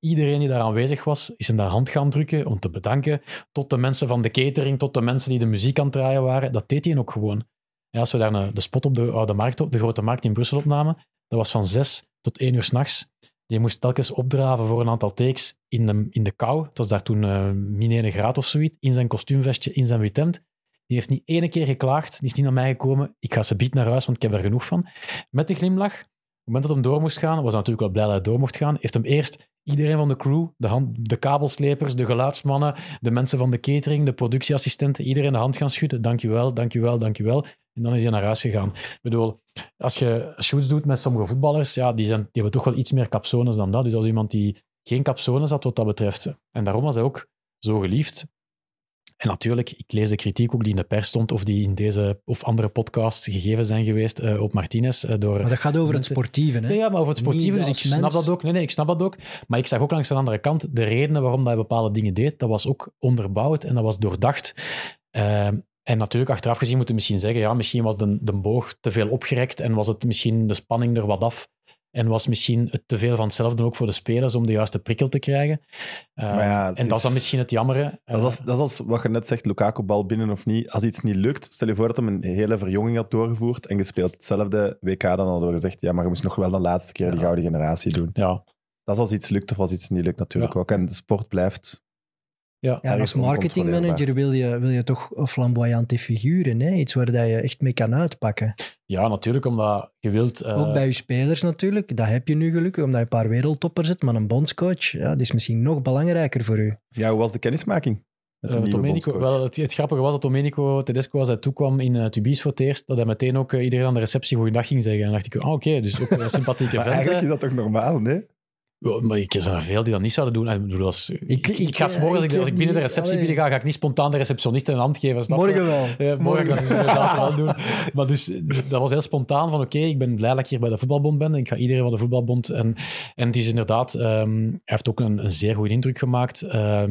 Speaker 3: iedereen die daar aanwezig was, is hem daar hand gaan drukken om te bedanken. Tot de mensen van de catering, tot de mensen die de muziek aan het draaien waren. Dat deed hij ook gewoon. Ja, als we daar de spot op de Oude Markt, de Grote Markt in Brussel opnamen, dat was van 6 tot 1 uur 's nachts. Die moest telkens opdraven voor een aantal takes in de kou. Het was daar toen -1 graad of zoiets. In zijn kostuumvestje, in zijn wit hemd. Die heeft niet 1 keer geklaagd. Die is niet naar mij gekomen. Ik ga ze bied naar huis, want ik heb er genoeg van. Met de glimlach. Op het moment dat hij door moest gaan, was hij natuurlijk wel blij dat hij door mocht gaan, heeft hem eerst iedereen van de crew, de kabelslepers, de geluidsmannen, de mensen van de catering, de productieassistenten, iedereen de hand gaan schudden. Dankjewel, dankjewel, dankjewel. En dan is hij naar huis gegaan. Ik bedoel, als je shoots doet met sommige voetballers, ja, die hebben toch wel iets meer capsones dan dat. Dus als iemand die geen capsones had wat dat betreft. En daarom was hij ook zo geliefd. En natuurlijk, ik lees de kritiek ook die in de pers stond, of die in deze of andere podcasts gegeven zijn geweest op Martinez. Maar
Speaker 2: dat gaat over het sportieve, hè?
Speaker 3: Nee, ja, maar over het sportieve, dus ik snap dat ook. Nee, ik snap dat ook. Maar ik zag ook langs de andere kant de redenen waarom hij bepaalde dingen deed. Dat was ook onderbouwd en dat was doordacht. En natuurlijk, achteraf gezien moeten we misschien zeggen, ja, misschien was de boog te veel opgerekt en was het misschien de spanning er wat af. En was misschien het te veel van hetzelfde ook voor de spelers om de juiste prikkel te krijgen. En dat is dan misschien het jammere.
Speaker 1: Dat is als wat je net zegt, Lukaku bal binnen of niet. Als iets niet lukt, stel je voor dat hij een hele verjonging had doorgevoerd en gespeeld hetzelfde WK, dan hadden we gezegd, ja, maar je moest nog wel de laatste keer die gouden generatie doen.
Speaker 3: Ja.
Speaker 1: Dat is als iets lukt of als iets niet lukt natuurlijk ook. En de sport blijft...
Speaker 2: Ja, en als marketingmanager wil je toch flamboyante figuren, hè? Iets waar je echt mee kan uitpakken.
Speaker 3: Ja, natuurlijk, omdat je wilt...
Speaker 2: Ook bij je spelers natuurlijk, dat heb je nu gelukkig, omdat je een paar wereldtoppers zit, maar een bondscoach, ja, dat is misschien nog belangrijker voor u.
Speaker 1: Ja, hoe was de kennismaking?
Speaker 3: Het grappige was dat Domenico Tedesco, als hij toekwam in Tubize voor het eerst, dat hij meteen ook iedereen aan de receptie goeiedag ging zeggen. En dan dacht ik, oké, dus ook een sympathieke vent.
Speaker 1: Eigenlijk is dat toch normaal, nee?
Speaker 3: Maar er zijn er veel die dat niet zouden doen. Ik bedoel, als ik binnen de receptie binnen ga ik niet spontaan de receptionist een hand geven.
Speaker 2: Morgen wel.
Speaker 3: Morgen kan ik het inderdaad wel doen. Maar dus, dat was heel spontaan van oké, ik ben blij dat ik hier bij de voetbalbond ben. Ik ga iedereen van de voetbalbond. En het is inderdaad... hij heeft ook een zeer goede indruk gemaakt.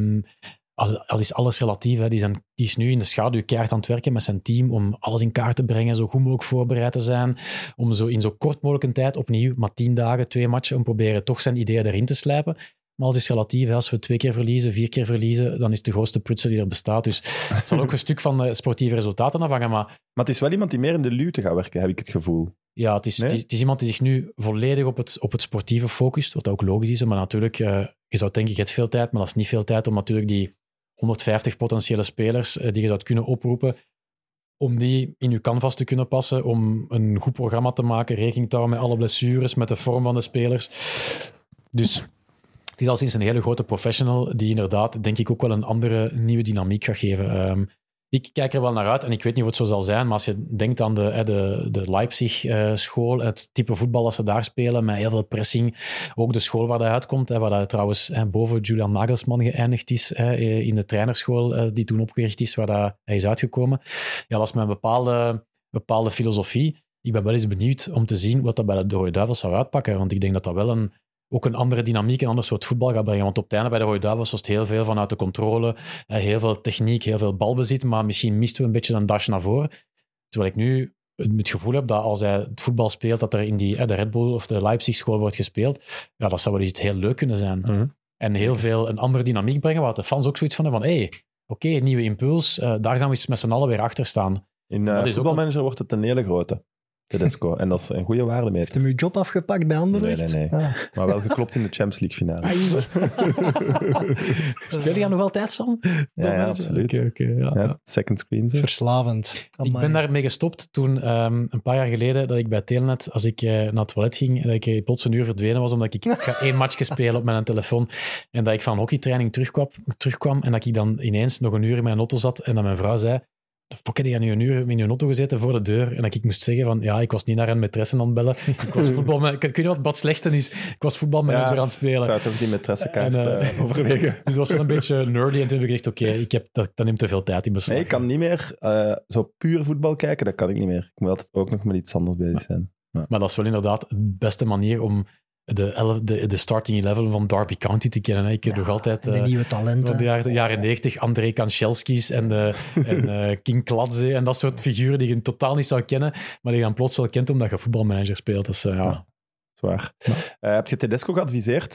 Speaker 3: Al is alles relatief. Hè. Die is nu in de schaduw keihard aan het werken met zijn team om alles in kaart te brengen, zo goed mogelijk voorbereid te zijn, om zo in zo kort mogelijk een tijd opnieuw, maar 10 dagen, 2 matchen, om proberen toch zijn ideeën erin te slijpen. Maar alles is relatief. Hè. Als we 2 keer verliezen, 4 keer verliezen, dan is het de grootste prutsel die er bestaat. Dus het zal ook een stuk van de sportieve resultaten afhangen. Maar
Speaker 1: het is wel iemand die meer in de luwte gaat werken, heb ik het gevoel.
Speaker 3: Ja, het is iemand die zich nu volledig op het sportieve focust, wat ook logisch is. Maar natuurlijk, je zou denken, je hebt veel tijd, maar dat is niet veel tijd om natuurlijk die 150 potentiële spelers die je zou kunnen oproepen, om die in je canvas te kunnen passen, om een goed programma te maken, rekening te houden met alle blessures, met de vorm van de spelers. Dus het is al sinds een hele grote professional die inderdaad, denk ik, ook wel een andere nieuwe dynamiek gaat geven. Ik kijk er wel naar uit en ik weet niet of het zo zal zijn, maar als je denkt aan de Leipzig-school, het type voetbal dat ze daar spelen, met heel veel pressing, ook de school waar hij uitkomt, waar hij trouwens boven Julian Nagelsmann geëindigd is, in de trainerschool die toen opgericht is, waar hij is uitgekomen. Ja, dat is met een bepaalde filosofie. Ik ben wel eens benieuwd om te zien wat dat bij de Rode Duivels zou uitpakken, want ik denk dat dat wel ook een andere dynamiek, een ander soort voetbal gaat brengen. Want op het einde bij de Rode Duivels was het heel veel vanuit de controle, heel veel techniek, heel veel balbezit, maar misschien misten we een beetje een dash naar voren. Terwijl ik nu het gevoel heb dat als hij het voetbal speelt, dat er in de Red Bull of de Leipzig-school wordt gespeeld, ja, dat zou wel eens iets heel leuk kunnen zijn.
Speaker 1: Mm-hmm.
Speaker 3: En heel veel een andere dynamiek brengen, waar de fans ook zoiets van hebben van oké, nieuwe impuls, daar gaan we eens met z'n allen weer achter staan.
Speaker 1: In voetbalmanager wordt het een hele grote. Tedesco. En dat is een goede waardemeter.
Speaker 2: Heeft hem uw job afgepakt bij Anderlecht?
Speaker 1: Nee. Ah. Maar wel geklopt in de Champions League finale.
Speaker 3: Speel je nog altijd, Sam?
Speaker 1: Ja, absoluut.
Speaker 3: Okay, ja.
Speaker 1: Second screen.
Speaker 2: Verslavend.
Speaker 3: Ik ben daarmee gestopt toen, een paar jaar geleden, dat ik bij Telenet, als ik naar het toilet ging, dat ik plots een uur verdwenen was, omdat ik ga 1 matchje spelen op mijn telefoon. En dat ik van hockeytraining terugkwam en dat ik dan ineens nog een uur in mijn auto zat en dat mijn vrouw zei, de fuck, heb je nu een uur in je auto gezeten voor de deur? En dat ik moest zeggen van, ja, ik was niet naar een maîtresse aan het bellen. Ik was ik weet niet wat het slechtste is. Ik was voetbalmanager aan het spelen.
Speaker 1: Ik zou het over die maîtressekaart overwegen.
Speaker 3: Dus dat was wel een beetje nerdy. En toen heb ik gezegd, oké, dat neemt te veel tijd in beslag.
Speaker 1: Nee, ik kan niet meer zo puur voetbal kijken. Dat kan ik niet meer. Ik moet altijd ook nog met iets anders bezig zijn.
Speaker 3: Ja. Maar dat is wel inderdaad de beste manier om de starting 11 van Derby County te kennen. Ik heb nog altijd...
Speaker 2: de nieuwe talenten.
Speaker 3: De jaren 90, André Kanchelskis en King Kladze en dat soort figuren die je totaal niet zou kennen, maar die je dan plots wel kent omdat je voetbalmanager speelt. Dus,
Speaker 1: Zwaar. Ja. Heb je Tedesco geadviseerd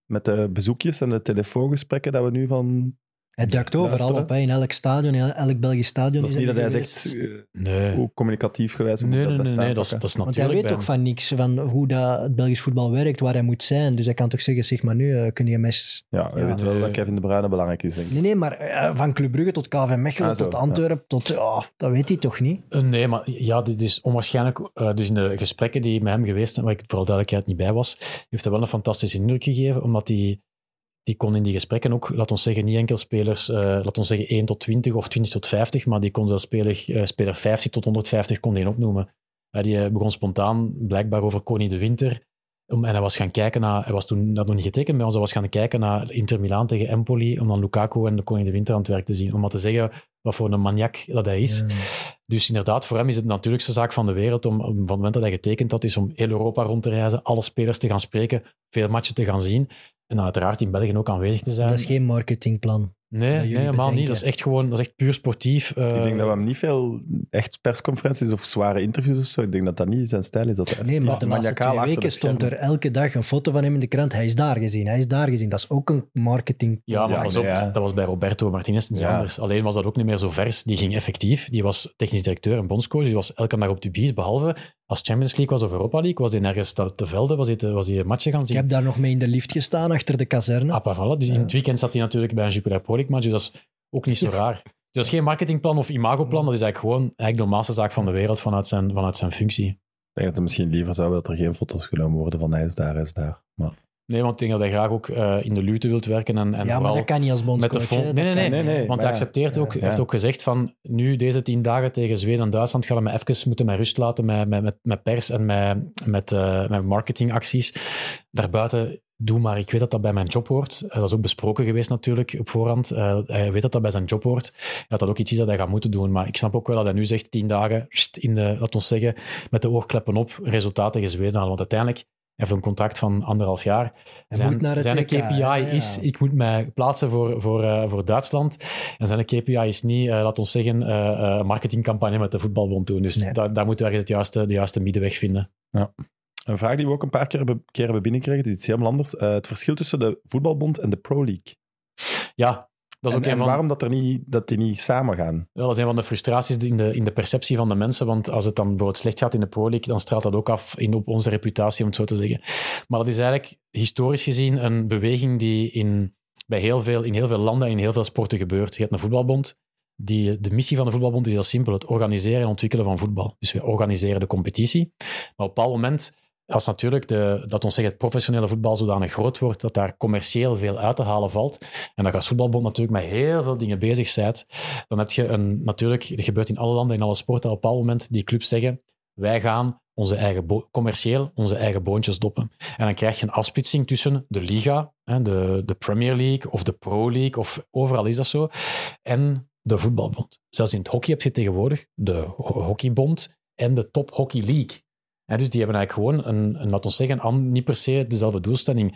Speaker 1: met de bezoekjes en de telefoongesprekken dat we nu van...
Speaker 2: Hij duikt overal
Speaker 1: luisteren.
Speaker 2: op, hè, in elk stadion, in elk Belgisch stadion.
Speaker 1: Dat is
Speaker 2: is
Speaker 1: niet dat hij
Speaker 2: geweest.
Speaker 1: zegt,
Speaker 3: Nee.
Speaker 1: hoe communicatief gewijs hoe
Speaker 3: Nee,
Speaker 1: moet
Speaker 3: nee,
Speaker 1: dat
Speaker 3: nee,
Speaker 1: best
Speaker 3: nee, dat is
Speaker 1: aanpakken.
Speaker 2: Want
Speaker 3: natuurlijk...
Speaker 2: hij weet ook van niks, van hoe dat het Belgisch voetbal werkt, waar hij moet zijn. Dus hij kan toch zeggen, zeg maar nu, kun je mes...
Speaker 1: Ja, hij weet wel
Speaker 3: nee.
Speaker 1: dat Kevin De Bruyne belangrijk is, denk ik.
Speaker 2: Nee, maar van Club Brugge tot KV Mechelen,
Speaker 1: Ah, zo,
Speaker 2: tot Antwerpen, tot... dat weet hij toch niet?
Speaker 3: Nee, maar ja, dit is onwaarschijnlijk. Dus in de gesprekken die met hem geweest zijn, waar ik vooral duidelijkheid niet bij was, heeft hij wel een fantastische indruk gegeven, omdat hij kon in die gesprekken ook, laat ons zeggen, niet enkel spelers, laat ons zeggen 1 tot 20 of 20 tot 50, maar die kon zelfs speler 50 tot 150 kon die opnoemen. Die begon spontaan blijkbaar over Koning de Winter. En hij was gaan kijken naar, hij was toen dat nog niet getekend bij ons, hij was gaan kijken naar Inter Milaan tegen Empoli, om dan Lukaku en de Koning de Winter aan het werk te zien. Om maar te zeggen wat voor een maniak dat hij is.
Speaker 2: Ja.
Speaker 3: Dus inderdaad, voor hem is het de natuurlijkste zaak van de wereld om van het moment dat hij getekend had, is om heel Europa rond te reizen, alle spelers te gaan spreken, veel matchen te gaan zien. En dan uiteraard in België ook aanwezig te zijn.
Speaker 2: Dat is geen marketingplan.
Speaker 3: Nee,
Speaker 2: dat jullie
Speaker 3: helemaal niet.
Speaker 2: bedenken.
Speaker 3: Dat is echt gewoon, dat is echt puur sportief.
Speaker 1: Ik denk dat we hem niet veel echt persconferenties of zware interviews of zo, ik denk dat dat niet zijn stijl is. Dat hij
Speaker 2: Nee, maar
Speaker 1: echt
Speaker 2: de laatste
Speaker 1: maniacaal
Speaker 2: 2
Speaker 1: achter
Speaker 2: weken
Speaker 1: de
Speaker 2: stond er
Speaker 1: schermen.
Speaker 2: elke dag een foto van hem in de krant. Hij is daar gezien, hij is daar gezien. Dat is ook een marketing.
Speaker 3: Ja, maar
Speaker 1: Ja,
Speaker 3: pas op,
Speaker 1: ja.
Speaker 3: dat was bij Roberto Martinez niet
Speaker 1: Ja.
Speaker 3: anders. Alleen was dat ook niet meer zo vers. Die ging effectief. Die was technisch directeur en bondscoach. Die was elke dag op de bies. Behalve als Champions League was of Europa League, was hij nergens te velden, was hij matchen gaan
Speaker 2: Ik
Speaker 3: zien.
Speaker 2: heb daar nog mee in de lift gestaan, achter de kazerne.
Speaker 3: Ah, voilà. Dus in het weekend zat hij natuurlijk bij een Jupiler Pro League match. Dus dat is ook niet zo raar. Dus dat is geen marketingplan of imagoplan. Dat is eigenlijk gewoon de normaalste zaak van de wereld vanuit zijn functie.
Speaker 1: Ik denk dat hij misschien liever zou dat er geen foto's genomen worden van hij is daar. Maar...
Speaker 3: Nee, want ik denk dat hij graag ook in de luwte wilt werken. En
Speaker 2: ja, maar
Speaker 3: vooral
Speaker 2: dat kan niet als
Speaker 3: met de
Speaker 2: bondscoach. hè.
Speaker 3: nee,
Speaker 2: Dat kan-
Speaker 3: want
Speaker 1: maar
Speaker 3: hij
Speaker 1: ja.
Speaker 3: accepteert ook,
Speaker 1: Ja.
Speaker 3: heeft ook gezegd van nu deze 10 dagen tegen Zweden en Duitsland gaan we me even moeten met rust laten met pers en met marketingacties. Daarbuiten, doe maar. Ik weet dat dat bij mijn job hoort. Dat is ook besproken geweest natuurlijk op voorhand. Hij weet dat dat bij zijn job hoort. Dat dat ook iets is dat hij gaat moeten doen. Maar ik snap ook wel dat hij nu zegt 10 dagen, laat ons zeggen, met de oorkleppen op, resultaten tegen Zweden halen. Want uiteindelijk hij heeft een contract van 1,5 jaar.
Speaker 2: Hij moet naar het
Speaker 3: Zijn
Speaker 2: WK,
Speaker 3: KPI
Speaker 2: ja.
Speaker 3: is, ik moet mij plaatsen voor Duitsland. En zijn KPI is niet, laat ons zeggen, een marketingcampagne met de voetbalbond doen. Dus
Speaker 2: Nee.
Speaker 3: daar moeten we ergens de juiste middenweg vinden.
Speaker 1: Een vraag die we ook een paar keer hebben binnengekregen, het is iets helemaal anders. Het verschil tussen de voetbalbond en de Pro League.
Speaker 3: Ja, dat is ook
Speaker 1: En
Speaker 3: een van...
Speaker 1: waarom dat die niet samen gaan.
Speaker 3: Wel, dat is een van de frustraties in de perceptie van de mensen, want als het dan bijvoorbeeld slecht gaat in de Pro League, dan straalt dat ook af op onze reputatie, om het zo te zeggen. Maar dat is eigenlijk historisch gezien een beweging die in heel veel landen en in heel veel sporten gebeurt. Je hebt een voetbalbond. De missie van de voetbalbond is heel simpel, het organiseren en ontwikkelen van voetbal. Dus we organiseren de competitie, maar op een bepaald moment, als natuurlijk dat ons zeggen, het professionele voetbal zodanig groot wordt, dat daar commercieel veel uit te halen valt, en dat je als voetbalbond natuurlijk met heel veel dingen bezig bent, dan heb je natuurlijk, dat gebeurt in alle landen, in alle sporten, op een bepaald moment die clubs zeggen, wij gaan commercieel onze eigen boontjes doppen. En dan krijg je een afsplitsing tussen de Liga, de Premier League of de Pro League, of overal is dat zo, en de voetbalbond. Zelfs in het hockey heb je tegenwoordig de hockeybond en de Top Hockey League. Dus die hebben eigenlijk gewoon laten we zeggen, niet per se dezelfde doelstelling.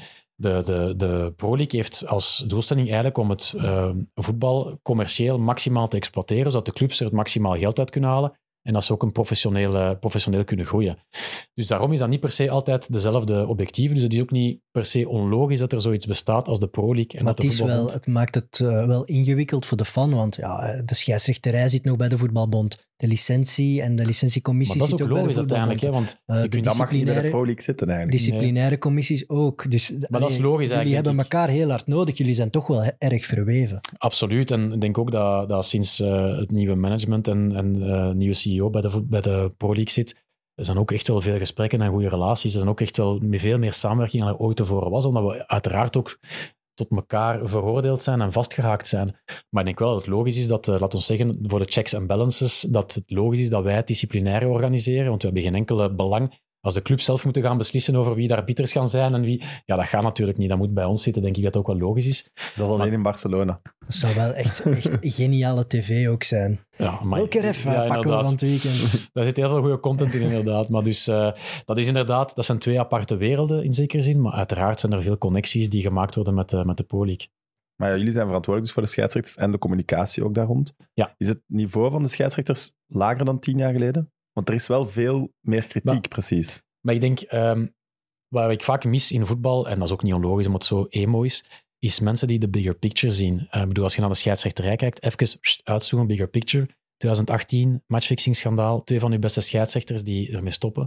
Speaker 3: De Pro League heeft als doelstelling eigenlijk om het voetbal commercieel maximaal te exploiteren, zodat de clubs er het maximaal geld uit kunnen halen en dat ze ook een professioneel kunnen groeien. Dus daarom is dat niet per se altijd dezelfde objectieven. Dus het is ook niet per se onlogisch dat er zoiets bestaat als de Pro League. En
Speaker 2: Maar
Speaker 3: dat de
Speaker 2: het maakt het wel ingewikkeld voor de fan, want ja, de scheidsrechterij zit nog bij de voetbalbond. De licentie en de licentiecommissie
Speaker 3: Maar dat
Speaker 2: zit
Speaker 3: is
Speaker 2: ook
Speaker 3: ook
Speaker 2: bij de
Speaker 3: logisch
Speaker 2: voetbalbond.
Speaker 3: uiteindelijk, hè, want
Speaker 2: De
Speaker 1: Dat mag niet bij de
Speaker 2: disciplinaire-
Speaker 1: Pro League zitten eigenlijk.
Speaker 2: Disciplinaire commissies ook. Dus,
Speaker 3: Maar dat is logisch
Speaker 2: jullie
Speaker 3: eigenlijk,
Speaker 2: hebben
Speaker 3: denk ik.
Speaker 2: elkaar heel hard nodig. Jullie zijn toch wel erg verweven.
Speaker 3: absoluut. En ik denk ook dat sinds het nieuwe management en nieuwe CEO bij de Pro League zit, er zijn ook echt wel veel gesprekken en goede relaties. Er zijn ook echt wel veel meer samenwerking dan er ooit tevoren was, omdat we uiteraard ook tot elkaar veroordeeld zijn en vastgehaakt zijn. Maar ik denk wel dat het logisch is dat, laten we zeggen, voor de checks en balances, dat het logisch is dat wij het disciplinair organiseren, want we hebben geen enkele belang. Als de clubs zelf moeten gaan beslissen over wie de arbiters gaan zijn en wie... Ja, dat gaat natuurlijk niet. Dat moet bij ons zitten, denk ik dat het ook wel logisch is.
Speaker 1: Dat is alleen in Barcelona.
Speaker 2: Dat zou wel echt geniale tv ook zijn.
Speaker 3: Ja, maar,
Speaker 2: Welke ref pakken we
Speaker 3: inderdaad.
Speaker 2: van het weekend?
Speaker 3: Daar zit heel veel goede content in, inderdaad. Maar dus, dat is inderdaad... Dat zijn 2 aparte werelden, in zekere zin. Maar uiteraard zijn er veel connecties die gemaakt worden met de Pro League.
Speaker 1: Maar ja, jullie zijn verantwoordelijk dus voor de scheidsrechters en de communicatie ook daar rond.
Speaker 3: Ja.
Speaker 1: Is het niveau van de scheidsrechters lager dan 10 jaar geleden? Want er is wel veel meer kritiek,
Speaker 3: Maar-
Speaker 1: precies.
Speaker 3: Maar ik denk, wat ik vaak mis in voetbal, en dat is ook niet onlogisch omdat het zo emo is mensen die de bigger picture zien. Ik bedoel, als je naar de scheidsrechterij kijkt, even uitzoomen, bigger picture. 2018, matchfixing-schandaal. 2 van uw beste scheidsrechters die ermee stoppen.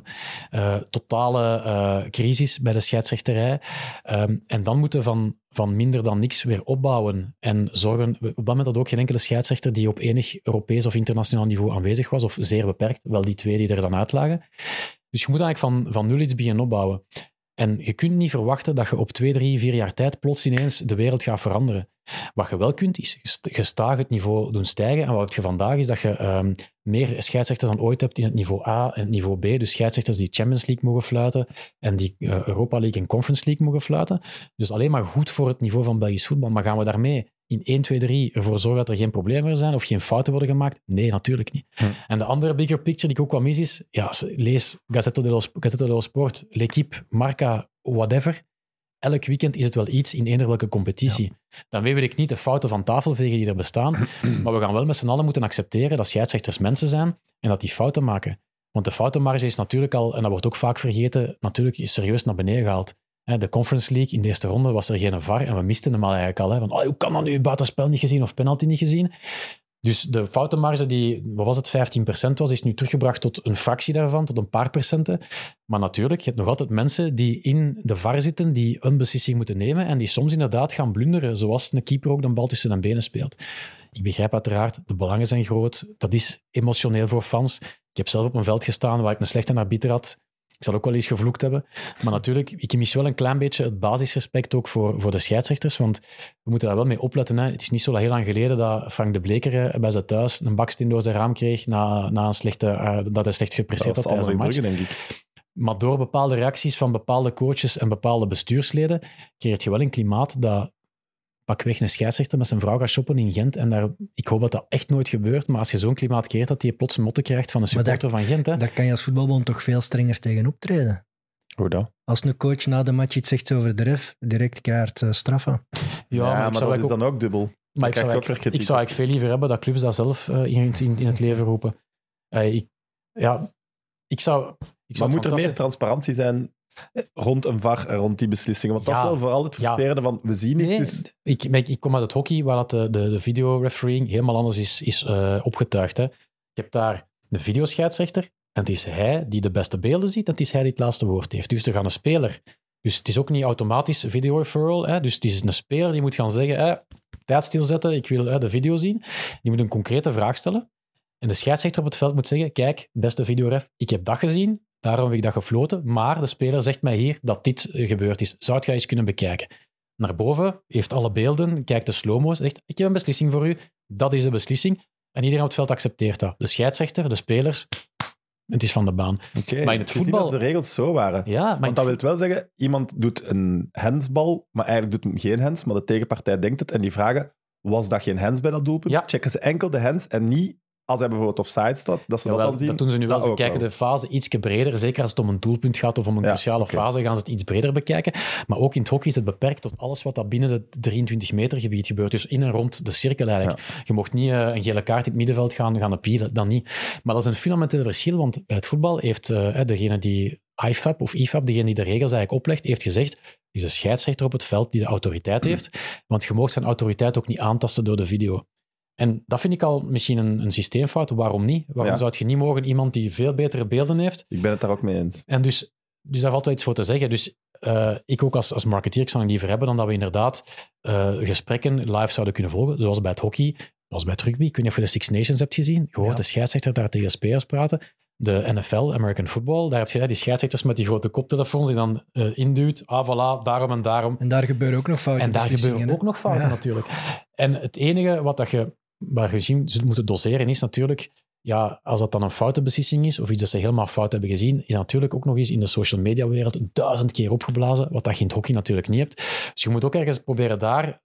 Speaker 3: Totale crisis bij de scheidsrechterij. En dan moeten van minder dan niks weer opbouwen en zorgen. Op dat moment had ook geen enkele scheidsrechter die op enig Europees of internationaal niveau aanwezig was, of zeer beperkt. Wel die 2 die er dan uitlagen. Dus je moet eigenlijk van nul iets beginnen opbouwen. En je kunt niet verwachten dat je op 2, 3, 4 jaar tijd plots ineens de wereld gaat veranderen. Wat je wel kunt, is gestaag het niveau doen stijgen. En wat je vandaag is dat je meer scheidsrechters dan ooit hebt in het niveau A en het niveau B. Dus scheidsrechters die Champions League mogen fluiten en die Europa League en Conference League mogen fluiten. Dus alleen maar goed voor het niveau van Belgisch voetbal. Maar gaan we daarmee in 1, 2, 3 ervoor zorgen dat er geen problemen meer zijn of geen fouten worden gemaakt? Nee, natuurlijk niet. En de andere bigger picture die ik ook wat mis is, ja, lees Gazzetta dello Sport, L'Equipe, Marca, whatever. Elk weekend is het wel iets in eender welke competitie. Ja. Dan wil ik niet de fouten van tafel vegen die er bestaan, maar we gaan wel met z'n allen moeten accepteren dat scheidsrechters mensen zijn en dat die fouten maken. Want de foutenmarge is natuurlijk al, en dat wordt ook vaak vergeten, natuurlijk is serieus naar beneden gehaald. De Conference League, in de eerste ronde was er geen VAR en we misten hem al eigenlijk al. Van, hoe kan dat nu, buitenspel niet gezien of penalty niet gezien? Dus de foutenmarge die, wat was het, 15% was, is nu teruggebracht tot een fractie daarvan, tot een paar procenten. Maar natuurlijk, je hebt nog altijd mensen die in de VAR zitten, die een beslissing moeten nemen en die soms inderdaad gaan blunderen, zoals een keeper ook de bal tussen de benen speelt. Ik begrijp uiteraard, de belangen zijn groot. Dat is emotioneel voor fans. Ik heb zelf op een veld gestaan waar ik een slechte arbiter had. Ik zal ook wel eens gevloekt hebben. Maar natuurlijk, ik mis wel een klein beetje het basisrespect ook voor de scheidsrechters, want we moeten daar wel mee opletten. Hè. Het is niet zo heel lang geleden dat Frank de Bleker bij zijn thuis een baksteen door zijn raam kreeg na een slechte, dat hij slecht gepresteerd had tijdens een match. Denk ik. Maar door bepaalde reacties van bepaalde coaches en bepaalde bestuursleden creëert je wel een klimaat dat pakweg een scheidsrechter met zijn vrouw gaat shoppen in Gent. En ik hoop dat dat echt nooit gebeurt, maar als je zo'n klimaat creëert, dat hij plots motten krijgt van een supporter van Gent. Hè.
Speaker 2: Daar kan je als voetbalbond toch veel strenger tegen optreden.
Speaker 1: Hoe dan?
Speaker 2: Als een coach na de match iets zegt over de ref, direct keihard straffen.
Speaker 1: Ja, maar dat is dan ook dubbel.
Speaker 3: Maar ik zou eigenlijk veel liever hebben dat clubs dat zelf in het leven roepen.
Speaker 1: Maar moet er meer transparantie zijn rond een VAR en rond die beslissingen? Want dat is wel vooral het frustrerende van, we zien niks. Dus...
Speaker 3: Ik kom uit het hockey, waar dat de videorefereeing helemaal anders is opgetuigd. Hè. Je hebt daar de videoscheidsrechter, en het is hij die de beste beelden ziet, en het is hij die het laatste woord heeft. Dus er gaat een speler. Dus het is ook niet automatisch video referral. Hè. Dus het is een speler die moet gaan zeggen, tijd stilzetten, ik wil de video zien. Die moet een concrete vraag stellen. En de scheidsrechter op het veld moet zeggen, kijk, beste videoref, ik heb dat gezien, daarom heb ik dat gefloten, maar de speler zegt mij hier dat dit gebeurd is. Zou het jij eens kunnen bekijken? Naar boven, heeft alle beelden, kijkt de slow-mo's, zegt, ik heb een beslissing voor u, dat is de beslissing. En iedereen op het veld accepteert dat. De scheidsrechter, de spelers, het is van de baan.
Speaker 1: Maar in het voetbal... dat de regels zo waren.
Speaker 3: Ja,
Speaker 1: want dat wil wel zeggen, iemand doet een handsbal, maar eigenlijk doet hem geen hands, maar de tegenpartij denkt het, en die vragen, was dat geen hands bij dat doelpunt? Ja. Checken ze enkel de hands en niet... Als hij bijvoorbeeld offside staat, dat ze dat dan zien.
Speaker 3: Dat doen ze nu wel. Ze kijken de fase iets breder. Zeker als het om een doelpunt gaat of om een cruciale fase, gaan ze het iets breder bekijken. Maar ook in het hockey is het beperkt tot alles wat dat binnen het 23 meter gebied gebeurt. Dus in en rond de cirkel eigenlijk. Ja. Je mocht niet een gele kaart in het middenveld gaan appealen, dan niet. Maar dat is een fundamenteel verschil, want bij het voetbal heeft degene die IFAB of IFAB, degene die de regels eigenlijk oplegt, heeft gezegd, er is een scheidsrechter op het veld die de autoriteit heeft, want je mag zijn autoriteit ook niet aantasten door de video. En dat vind ik al misschien een systeemfout. Waarom niet? Waarom zou je niet mogen iemand die veel betere beelden heeft?
Speaker 1: Ik ben het daar ook mee eens.
Speaker 3: En dus daar valt wel iets voor te zeggen. Dus ik ook als marketeer, ik zou het liever hebben dan dat we inderdaad gesprekken live zouden kunnen volgen, zoals bij het hockey, zoals bij het rugby. Ik weet niet of je de Six Nations hebt gezien. Je hoort de scheidsrechter daar tegen spelers praten. De NFL, American Football, daar heb je die scheidsrechters met die grote koptelefoons die dan induwt. Voilà, daarom en daarom.
Speaker 2: En daar gebeuren ook nog fouten.
Speaker 3: En daar gebeuren ook nog fouten, natuurlijk. En het enige waar je zult moeten doseren is natuurlijk, als dat dan een foute beslissing is, of iets dat ze helemaal fout hebben gezien, is natuurlijk ook nog eens in de social media wereld 1000 keer opgeblazen, wat dat je in het hockey natuurlijk niet hebt. Dus je moet ook ergens proberen daar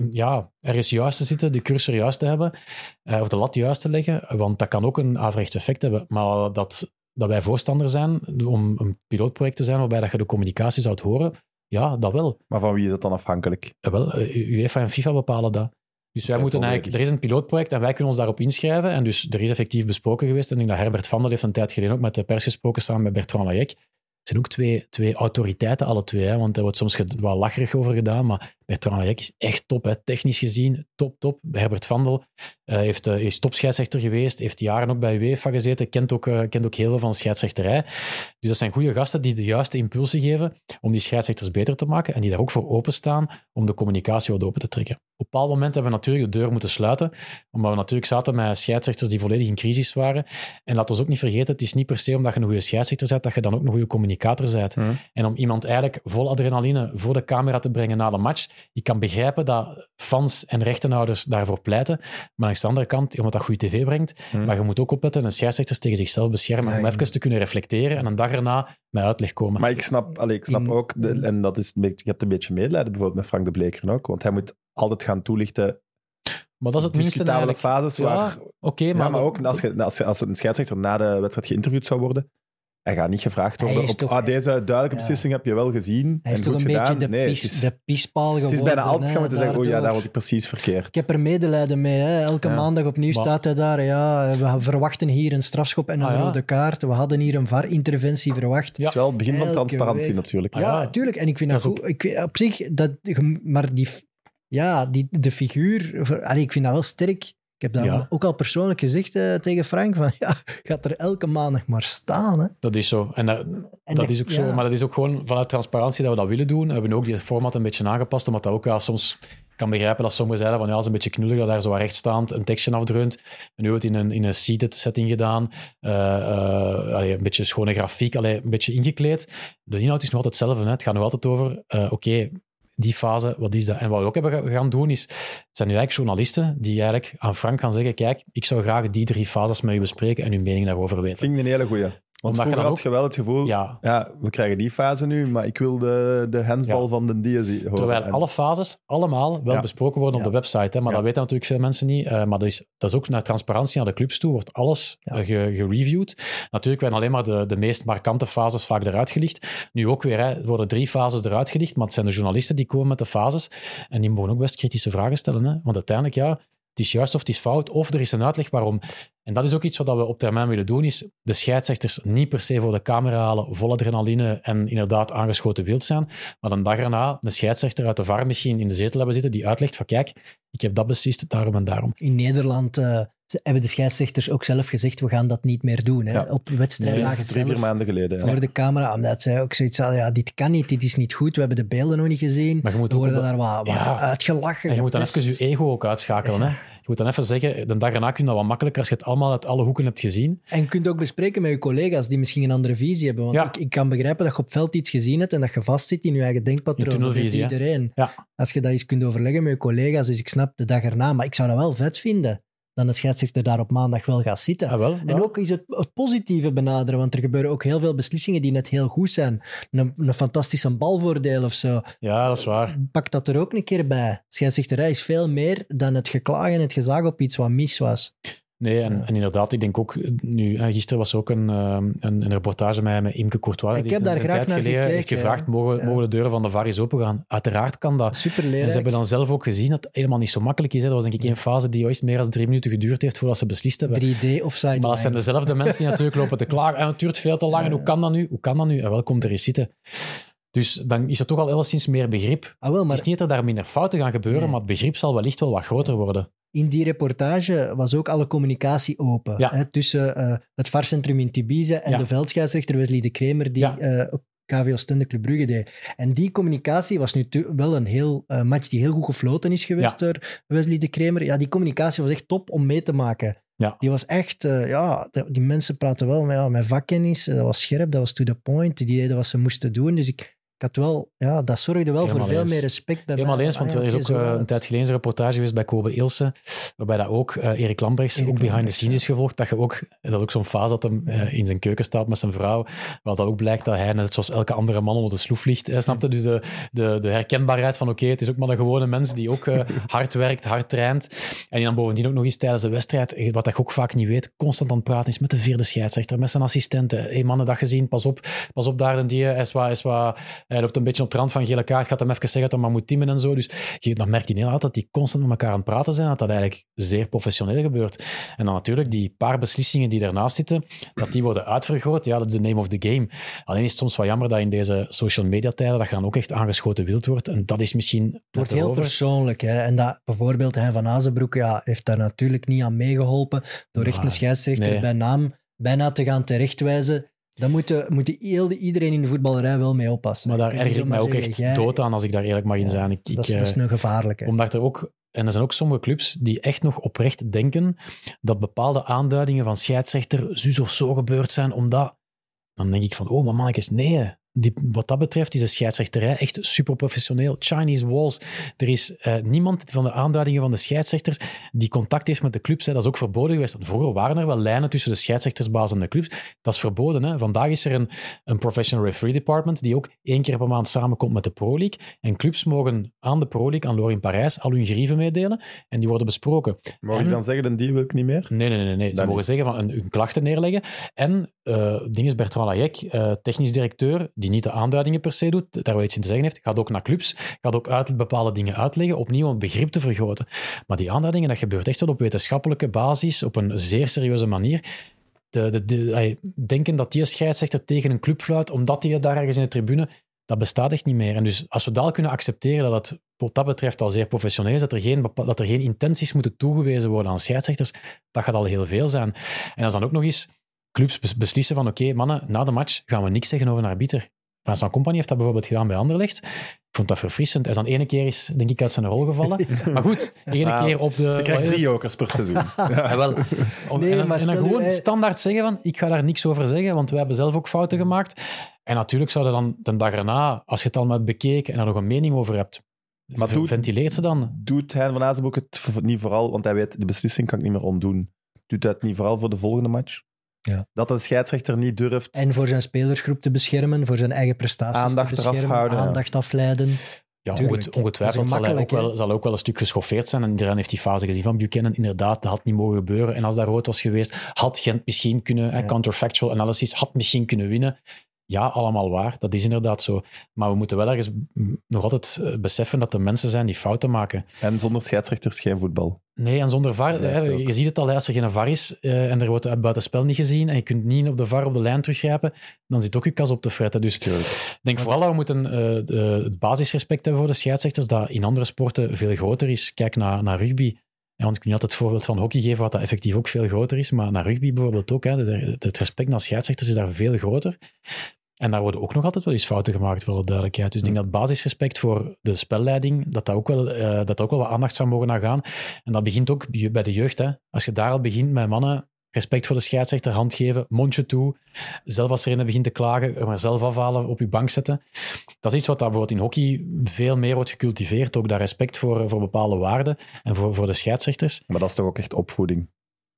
Speaker 3: ergens juist te zitten, de cursor juist te hebben, of de lat juist te leggen, want dat kan ook een averechts effect hebben. Maar dat wij voorstander zijn om een pilootproject te zijn waarbij dat je de communicatie zou horen, ja, dat wel.
Speaker 1: Maar van wie is dat dan afhankelijk?
Speaker 3: UEFA en FIFA bepalen dat. Dus wij moeten eigenlijk, er is een pilootproject en wij kunnen ons daarop inschrijven. En dus er is effectief besproken geweest. En ik denk dat Herbert Vandel heeft een tijd geleden ook met de pers gesproken samen met Bertrand Layek. zijn ook twee autoriteiten, alle twee. Hè, want daar wordt soms wat lacherig over gedaan, maar Bertrand Lajek is echt top. Hè, technisch gezien, top. Herbert Vandel is topscheidsrechter geweest, heeft jaren ook bij UEFA gezeten, kent ook heel veel van scheidsrechterij. Dus dat zijn goede gasten die de juiste impulsen geven om die scheidsrechters beter te maken en die daar ook voor openstaan om de communicatie wat open te trekken. Op een bepaald moment hebben we natuurlijk de deur moeten sluiten, omdat we natuurlijk zaten met scheidsrechters die volledig in crisis waren. En laat ons ook niet vergeten, het is niet per se omdat je een goede scheidsrechter bent, dat je dan ook een goede communicator bent. En om iemand eigenlijk vol adrenaline voor de camera te brengen na de match, ik kan begrijpen dat fans en rechtenhouders daarvoor pleiten, maar aan de andere kant, omdat dat goede tv brengt, maar je moet ook opletten en scheidsrechters tegen zichzelf beschermen om even te kunnen reflecteren en een dag erna met uitleg komen.
Speaker 1: Maar ik snap ook, en dat is, je hebt een beetje medelijden bijvoorbeeld met Frank de Bleker ook, want hij moet altijd gaan toelichten.
Speaker 3: Maar dat is het minste eigenlijk.
Speaker 1: Fases waar...
Speaker 3: Oké, maar
Speaker 1: ook als een scheidsrechter na de wedstrijd geïnterviewd zou worden, hij gaat niet gevraagd worden deze duidelijke beslissing heb je wel gezien.
Speaker 2: Hij is toch een beetje de pispaal geworden.
Speaker 1: Het is bijna altijd gaan we te zeggen, daar was ik precies verkeerd.
Speaker 2: Ik heb er medelijden mee. Hè. Elke maandag opnieuw staat hij daar. Ja, we verwachten hier een strafschop en een rode kaart. We hadden hier een VAR-interventie verwacht.
Speaker 1: Het is wel het begin van transparantie natuurlijk.
Speaker 2: Ja, natuurlijk. En ik vind dat goed. Op zich, maar de figuur... Ik vind dat wel sterk. Ik heb dat ook al persoonlijk gezegd tegen Frank, van gaat er elke maandag maar staan. Hè?
Speaker 3: Dat is zo. En dat is ook zo. Maar dat is ook gewoon vanuit transparantie dat we dat willen doen. We hebben ook die format een beetje aangepast, omdat dat ook soms... Ik kan begrijpen dat sommigen zeiden van dat is een beetje knullig dat daar zo rechtstaand een tekstje afdreunt. En nu wordt het in een seated setting gedaan. Een beetje schone grafiek, een beetje ingekleed. De inhoud is nog altijd hetzelfde. Hè. Het gaat nog altijd over, die fase, wat is dat? En wat we ook hebben gaan doen is, het zijn nu eigenlijk journalisten die eigenlijk aan Frank gaan zeggen, kijk, ik zou graag die 3 fases met u bespreken en uw mening daarover weten.
Speaker 1: Vind ik een hele goeie. Want vroeger had je wel het gevoel, we krijgen die fase nu, maar ik wil de handsbal van de die horen.
Speaker 3: Terwijl alle fases allemaal wel besproken worden op de website. Hè, maar dat weten natuurlijk veel mensen niet. Maar dat is ook naar transparantie naar de clubs toe, wordt alles gereviewd. Natuurlijk werden alleen maar de meest markante fases vaak eruit gelicht. Nu ook weer, er worden 3 fases eruit gelicht, maar het zijn de journalisten die komen met de fases en die mogen ook best kritische vragen stellen. Hè? Want uiteindelijk, het is juist of het is fout, of er is een uitleg waarom. En dat is ook iets wat we op termijn willen doen, is de scheidsrechters niet per se voor de camera halen, vol adrenaline en inderdaad aangeschoten wild zijn, maar dan dag erna de scheidsrechter uit de VAR misschien in de zetel hebben zitten die uitlegt van kijk, ik heb dat beslist, daarom en daarom.
Speaker 2: In Nederland hebben de scheidsrechters ook zelf gezegd, we gaan dat niet meer doen. Hè? Ja. Op wedstrijden lagen het
Speaker 1: 3-4 maanden geleden.
Speaker 2: Voor de camera, omdat zij ook zoiets hadden, dit kan niet, dit is niet goed, we hebben de beelden nog niet gezien. Maar je moet worden daar wat uitgelachen.
Speaker 3: En je moet dan even je ego ook uitschakelen. Hè? Je moet dan even zeggen, de dag erna kun je dat wat makkelijker als je het allemaal uit alle hoeken hebt gezien.
Speaker 2: En je kunt ook bespreken met je collega's die misschien een andere visie hebben. Want ik kan begrijpen dat je op veld iets gezien hebt en dat je vastzit in je eigen denkpatroon. Dat heeft iedereen.
Speaker 3: Ja.
Speaker 2: Als je dat eens kunt overleggen met je collega's, dus ik snap de dag erna, maar ik zou dat wel vet vinden. Dan de scheidsrechter daar op maandag wel gaat zitten. En ook is het positieve benaderen, want er gebeuren ook heel veel beslissingen die net heel goed zijn. Een fantastische balvoordeel of zo.
Speaker 3: Ja, dat is waar.
Speaker 2: Pak dat er ook een keer bij. Scheidsrechterij is veel meer dan het geklaag en het gezag op iets wat mis was.
Speaker 3: Nee, en inderdaad, ik denk ook nu, gisteren was ook een reportage met Imke Courtois.
Speaker 2: Ik heb daar graag naar gekeken.
Speaker 3: Heeft gevraagd, mogen de deuren van de VAR eens open gaan? Uiteraard kan dat.
Speaker 2: Superleerrijk.
Speaker 3: En ze hebben dan zelf ook gezien dat het helemaal niet zo makkelijk is. Hè. Dat was denk ik een fase die ooit meer dan 3 minuten geduurd heeft voordat ze beslist hebben.
Speaker 2: 3D offside.
Speaker 3: Maar dat zijn dezelfde mensen die natuurlijk lopen te klagen. En het duurt veel te lang. En hoe kan dat nu? Hoe kan dat nu? En wel, komt er eens zitten. Dus dan is er toch al enigszins meer begrip. Het is niet dat er daar minder fouten gaan gebeuren, maar het begrip zal wellicht wel wat groter worden.
Speaker 2: In die reportage was ook alle communicatie open. Tussen het VAR-centrum in Tibize en de veldscheidsrechter Wesley de Kremer, die KV Oostende Club Brugge deed. En die communicatie was nu wel een heel match die heel goed gefloten is geweest door Wesley de Kremer. Ja, die communicatie was echt top om mee te maken.
Speaker 3: Ja.
Speaker 2: Die was echt... die mensen praten wel met vakkennis. Dat was scherp, dat was to the point. Die deden wat ze moesten doen. Dus ik had wel... Ja, dat zorgde wel voor veel meer respect bij mij.
Speaker 3: Helemaal eens, want er is ook een tijd geleden een reportage geweest bij Kobe Ilse, waarbij dat ook Erik Lambrechts ook behind the scenes is gevolgd. Dat ook zo'n fase dat hem in zijn keuken staat met zijn vrouw, waar dat ook blijkt dat hij, net zoals elke andere man, onder de sloef ligt. Snapte? Dus de herkenbaarheid van het is ook maar een gewone mens die ook hard werkt, hard traint. En die dan bovendien ook nog eens tijdens de wedstrijd, wat je ook vaak niet weet, constant aan het praten is met de 4e scheidsrechter, met zijn assistenten. Hey, mannen, dat gezien, pas op daar en die is wat Hij loopt een beetje op de rand van gele kaart, gaat hem even zeggen dat hij maar moet timmen en zo. Dus dan merk je inderdaad dat die constant met elkaar aan het praten zijn, dat dat eigenlijk zeer professioneel gebeurt. En dan natuurlijk die paar beslissingen die daarnaast zitten, dat die worden uitvergroot. Ja, dat is de name of the game. Alleen is het soms wel jammer dat in deze social media tijden dat je dan ook echt aangeschoten wild wordt. En dat is misschien...
Speaker 2: Het wordt heel persoonlijk. Hè? En dat, bijvoorbeeld Hein van Azenbroek heeft daar natuurlijk niet aan meegeholpen door echt een scheidsrechter bij naam bijna te gaan terechtwijzen. Daar moet iedereen in de voetballerij wel mee oppassen.
Speaker 3: Maar daar erger ik mij ook echt dood aan, als ik daar eerlijk mag in zijn.
Speaker 2: Dat is een gevaarlijke.
Speaker 3: Omdat er ook... En er zijn ook sommige clubs die echt nog oprecht denken dat bepaalde aanduidingen van scheidsrechter zus of zo gebeurd zijn, omdat... Dan denk ik van, oh, maar mannetjes, nee. Wat dat betreft is de scheidsrechterij echt super professioneel. Chinese walls. Er is niemand van de aanduidingen van de scheidsrechters die contact heeft met de clubs. Hè. Dat is ook verboden geweest. Vroeger waren er wel lijnen tussen de scheidsrechtersbaas en de clubs. Dat is verboden. Hè. Vandaag is er een professional referee department die ook 1 keer per maand samenkomt met de Pro League. En clubs mogen aan de Pro League, aan Loor in Parijs, al hun grieven meedelen. En die worden besproken.
Speaker 1: Mag ik dan zeggen, die wil ik niet meer?
Speaker 3: Nee. Ze mogen zeggen van hun klachten neerleggen. En ding is Bertrand Lajek, technisch directeur, die niet de aanduidingen per se doet, daar wel iets in te zeggen heeft, gaat ook naar clubs, gaat ook bepaalde dingen uitleggen, opnieuw om het begrip te vergroten. Maar die aanduidingen, dat gebeurt echt wel op wetenschappelijke basis, op een zeer serieuze manier. Denken dat die scheidsrechter tegen een club fluit, omdat die daar ergens in de tribune, dat bestaat echt niet meer. En dus als we dat al kunnen accepteren, dat het wat dat betreft al zeer professioneel is, dat er geen intenties moeten toegewezen worden aan scheidsrechters, dat gaat al heel veel zijn. En als dan ook nog eens clubs beslissen van oké, mannen, na de match gaan we niks zeggen over een arbiter. Vincent Kompany heeft dat bijvoorbeeld gedaan bij Anderlecht. Ik vond dat verfrissend. Hij is dan 1 keer denk ik, uit zijn rol gevallen. Maar goed, 1 keer op de...
Speaker 1: Je krijgt 3 jokers per seizoen.
Speaker 3: Ja, wel. En dan gewoon standaard zeggen van, ik ga daar niks over zeggen, want wij hebben zelf ook fouten gemaakt. En natuurlijk zouden dan de dag erna, als je het al met bekeken en er nog een mening over hebt, maar ventileert ze dan.
Speaker 1: Doet Hein van Azenbroek het niet vooral, want hij weet, de beslissing kan ik niet meer ontdoen. Doet hij het niet vooral voor de volgende match?
Speaker 2: Ja.
Speaker 1: Dat een scheidsrechter niet durft...
Speaker 2: En voor zijn spelersgroep te beschermen, voor zijn eigen prestaties
Speaker 1: aandacht
Speaker 2: te beschermen,
Speaker 1: houden,
Speaker 2: aandacht afleiden.
Speaker 3: Ja, ongetwijfeld zal hij ook wel een stuk geschoffeerd zijn. En iedereen heeft die fase gezien van Buchanan. Inderdaad, dat had niet mogen gebeuren. En als dat rood was geweest, had Gent misschien kunnen... Counterfactual analysis had misschien kunnen winnen. Ja, allemaal waar. Dat is inderdaad zo. Maar we moeten wel ergens nog altijd beseffen dat er mensen zijn die fouten maken.
Speaker 1: En zonder scheidsrechters geen voetbal.
Speaker 3: Nee, en zonder VAR. Je ziet het al, als er geen VAR is en er wordt het buitenspel niet gezien en je kunt niet op de VAR op de lijn teruggrijpen, dan zit ook je kas op te fretten. Dus ik denk vooral dat we moeten het basisrespect hebben voor de scheidsrechters, dat in andere sporten veel groter is. Kijk naar rugby. Ja, want ik kan niet altijd het voorbeeld van hockey geven, wat dat effectief ook veel groter is, maar naar rugby bijvoorbeeld ook. Het respect naar scheidsrechters is daar veel groter. En daar worden ook nog altijd wel eens fouten gemaakt, voor de duidelijkheid. Dus ik denk dat basisrespect voor de spelleiding, dat ook wel wat aandacht zou mogen naar gaan. En dat begint ook bij de jeugd. Hè. Als je daar al begint met mannen, respect voor de scheidsrechter, hand geven, mondje toe. Zelf als er een begint te klagen, er maar zelf afhalen, op je bank zetten. Dat is iets wat bijvoorbeeld in hockey veel meer wordt gecultiveerd. Ook dat respect voor bepaalde waarden en voor de scheidsrechters.
Speaker 1: Maar dat is toch ook echt opvoeding?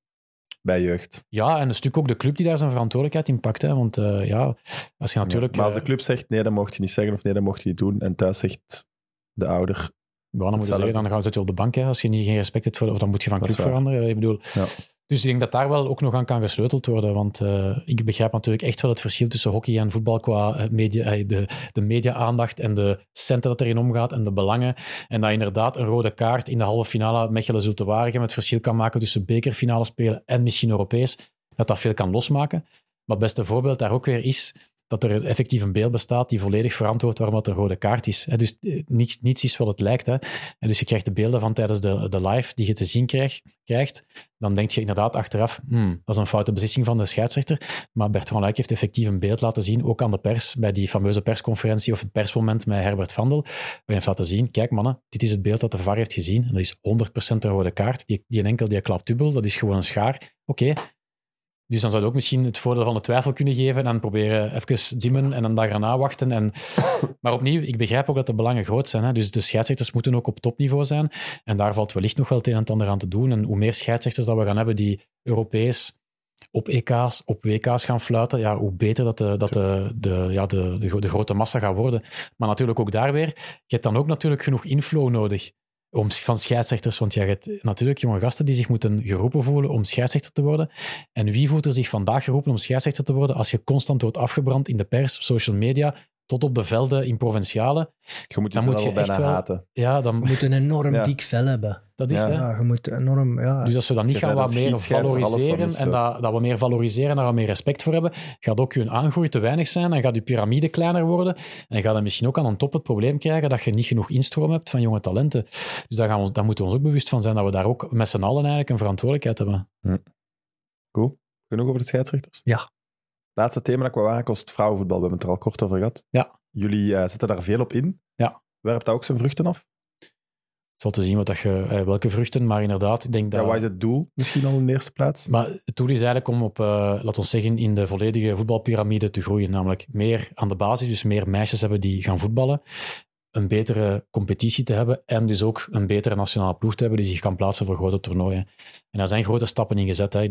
Speaker 1: Bij jeugd.
Speaker 3: Ja, en een stuk ook de club die daar zijn verantwoordelijkheid in pakt. Hè. Want als je natuurlijk...
Speaker 1: maar als de club zegt, nee, dat mocht je niet zeggen of nee, dat mocht je niet doen, en thuis zegt de ouder...
Speaker 3: Dan moet je zeggen, dan gaan ze je op de bank. Hè. Als je geen respect hebt voor... Of dan moet je van club veranderen. Ik bedoel... Ja. Dus ik denk dat daar wel ook nog aan kan gesleuteld worden. Want ik begrijp natuurlijk echt wel het verschil tussen hockey en voetbal qua de media-aandacht en de centen dat erin omgaat en de belangen. En dat inderdaad een rode kaart in de halve finale Mechelen-Zulte-Waregem het verschil kan maken tussen bekerfinale spelen en misschien Europees. Dat veel kan losmaken. Maar het beste voorbeeld daar ook weer is dat er effectief een beeld bestaat die volledig verantwoordt waarom het een rode kaart is. Dus niets is wat het lijkt. Hè. En dus je krijgt de beelden van tijdens de live die je te zien krijgt. Dan denk je inderdaad achteraf, dat is een foute beslissing van de scheidsrechter. Maar Bertrand Luik heeft effectief een beeld laten zien, ook aan de pers, bij die fameuze persconferentie of het persmoment met Herbert Vandel, waar hij heeft laten zien, kijk mannen, dit is het beeld dat de VAR heeft gezien. En dat is 100% een rode kaart. Die enkel, die klapt dubbel, dat is gewoon een schaar. Oké. Dus dan zou je ook misschien het voordeel van de twijfel kunnen geven en proberen even dimmen en een dag erna wachten. Maar opnieuw, ik begrijp ook dat de belangen groot zijn. Hè? Dus de scheidsrechters moeten ook op topniveau zijn. En daar valt wellicht nog wel het een en het ander aan te doen. En hoe meer scheidsrechters dat we gaan hebben die Europees op EK's, op WK's gaan fluiten, ja, hoe beter dat de grote massa gaat worden. Maar natuurlijk ook daar weer, je hebt dan ook natuurlijk genoeg inflow nodig van scheidsrechters, want je hebt natuurlijk jonge gasten die zich moeten geroepen voelen om scheidsrechter te worden. En wie voelt er zich vandaag geroepen om scheidsrechter te worden als je constant wordt afgebrand in de pers, social media, tot op de velden in provinciale.
Speaker 1: Je moet
Speaker 3: Dan
Speaker 1: je
Speaker 3: moet je
Speaker 1: bijna
Speaker 3: echt wel-
Speaker 1: haten.
Speaker 3: Ja, dan,
Speaker 2: Je moet een enorm
Speaker 1: Ja.
Speaker 2: dik vel hebben.
Speaker 3: dat is
Speaker 1: Ja.
Speaker 3: het. Hè?
Speaker 2: Ja, je moet enorm... Ja.
Speaker 3: Dus als we dat niet
Speaker 1: Je
Speaker 3: gaan
Speaker 1: zei
Speaker 3: wat
Speaker 1: dat
Speaker 3: meer
Speaker 1: schietschijf voor alles wat
Speaker 3: valoriseren
Speaker 1: misloopt.
Speaker 3: en dat we meer valoriseren en daar wat meer respect voor hebben, gaat ook je aangroei te weinig zijn en gaat je piramide kleiner worden en gaat dan misschien ook aan een top het probleem krijgen dat je niet genoeg instroom hebt van jonge talenten. Dus daar moeten we ons ook bewust van zijn dat we daar ook met z'n allen eigenlijk een verantwoordelijkheid hebben.
Speaker 1: Genoeg over de scheidsrechters?
Speaker 2: Ja.
Speaker 1: Laatste thema dat ik wou aankost, het vrouwenvoetbal. We hebben het er al kort over gehad.
Speaker 3: Ja.
Speaker 1: Jullie zetten daar veel op in.
Speaker 3: Ja.
Speaker 1: Werpt dat ook zijn vruchten af?
Speaker 3: Het zal te zien welke vruchten, maar inderdaad, ik denk dat...
Speaker 1: Ja, wat is het doel? Misschien al in de eerste plaats?
Speaker 3: Maar het doel is eigenlijk om op, laten we zeggen, in de volledige voetbalpyramide te groeien. Namelijk meer aan de basis, dus meer meisjes hebben die gaan voetballen. Een betere competitie te hebben en dus ook een betere nationale ploeg te hebben die zich kan plaatsen voor grote toernooien. En daar zijn grote stappen in gezet. Hè. Ik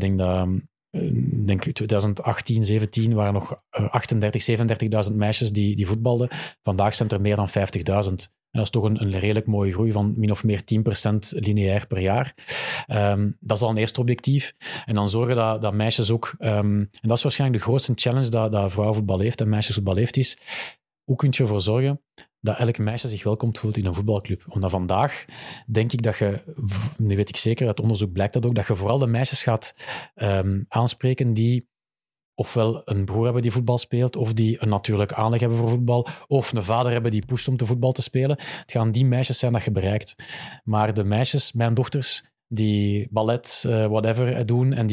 Speaker 3: denk 2018, 17 waren nog 38.000, 37.000 meisjes die voetbalden. Vandaag zijn er meer dan 50.000. En dat is toch een redelijk mooie groei van min of meer 10% lineair per jaar. Dat is al een eerste objectief. En dan zorgen dat meisjes ook... en dat is waarschijnlijk de grootste challenge dat vrouwenvoetbal heeft en meisjesvoetbal heeft, is hoe kun je ervoor zorgen dat elk meisje zich welkom voelt in een voetbalclub. Omdat vandaag denk ik dat je, nu weet ik zeker, uit onderzoek blijkt dat ook, dat je vooral de meisjes gaat aanspreken die ofwel een broer hebben die voetbal speelt, of die een natuurlijk aanleg hebben voor voetbal, of een vader hebben die pusht om te voetbal te spelen. Het gaan die meisjes zijn dat je bereikt. Maar de meisjes, mijn dochters, die ballet, whatever doen, en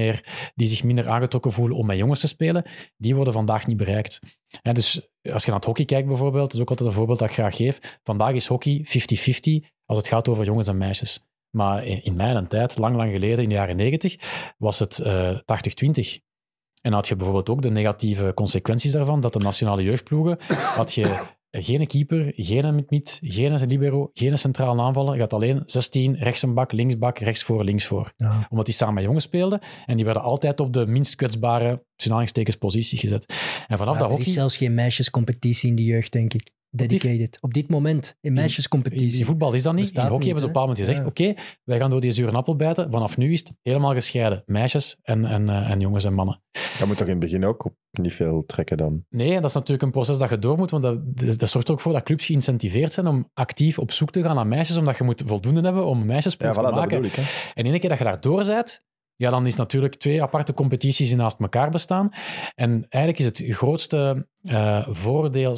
Speaker 3: die zich minder aangetrokken voelen om met jongens te spelen, die worden vandaag niet bereikt. En dus als je naar het hockey kijkt bijvoorbeeld, dat is ook altijd een voorbeeld dat ik graag geef. Vandaag is hockey 50-50 als het gaat over jongens en meisjes. Maar in mijn tijd, lang geleden, in de jaren 90, was het 80-20. En had je bijvoorbeeld ook de negatieve consequenties daarvan, dat de nationale jeugdploegen, had je geen keeper, geen mid, geen libero, geen centraal aanvaller. Je had alleen 16 rechts een bak, linksbak, rechtsvoor, linksvoor.
Speaker 2: Ja.
Speaker 3: Omdat die samen met jongens speelden en die werden altijd op de minst kwetsbare, tussen aanhalingstekens, positie gezet. En vanaf dat
Speaker 2: Er
Speaker 3: hockey...
Speaker 2: is zelfs geen meisjescompetitie in de jeugd, denk ik. Dedicated. Op dit moment, in meisjescompetitie.
Speaker 3: In voetbal is dat niet.
Speaker 2: Bestaat
Speaker 3: In hockey
Speaker 2: niet,
Speaker 3: hebben ze op een bepaald moment gezegd, oké, wij gaan door die zure appel bijten. Vanaf nu is het helemaal gescheiden. Meisjes en jongens en mannen.
Speaker 1: Dat moet toch in het begin ook niet veel trekken dan?
Speaker 3: Nee, dat is natuurlijk een proces dat je door moet, want dat zorgt er ook voor dat clubs geïncentiveerd zijn om actief op zoek te gaan naar meisjes, omdat je moet voldoende hebben om een meisjesploeg
Speaker 1: Ja, voilà,
Speaker 3: te
Speaker 1: dat
Speaker 3: maken.
Speaker 1: bedoel ik. Hè.
Speaker 3: En ene keer dat je daar door bent, ja, dan is natuurlijk 2 aparte competities die naast elkaar bestaan. En eigenlijk is het grootste voordeel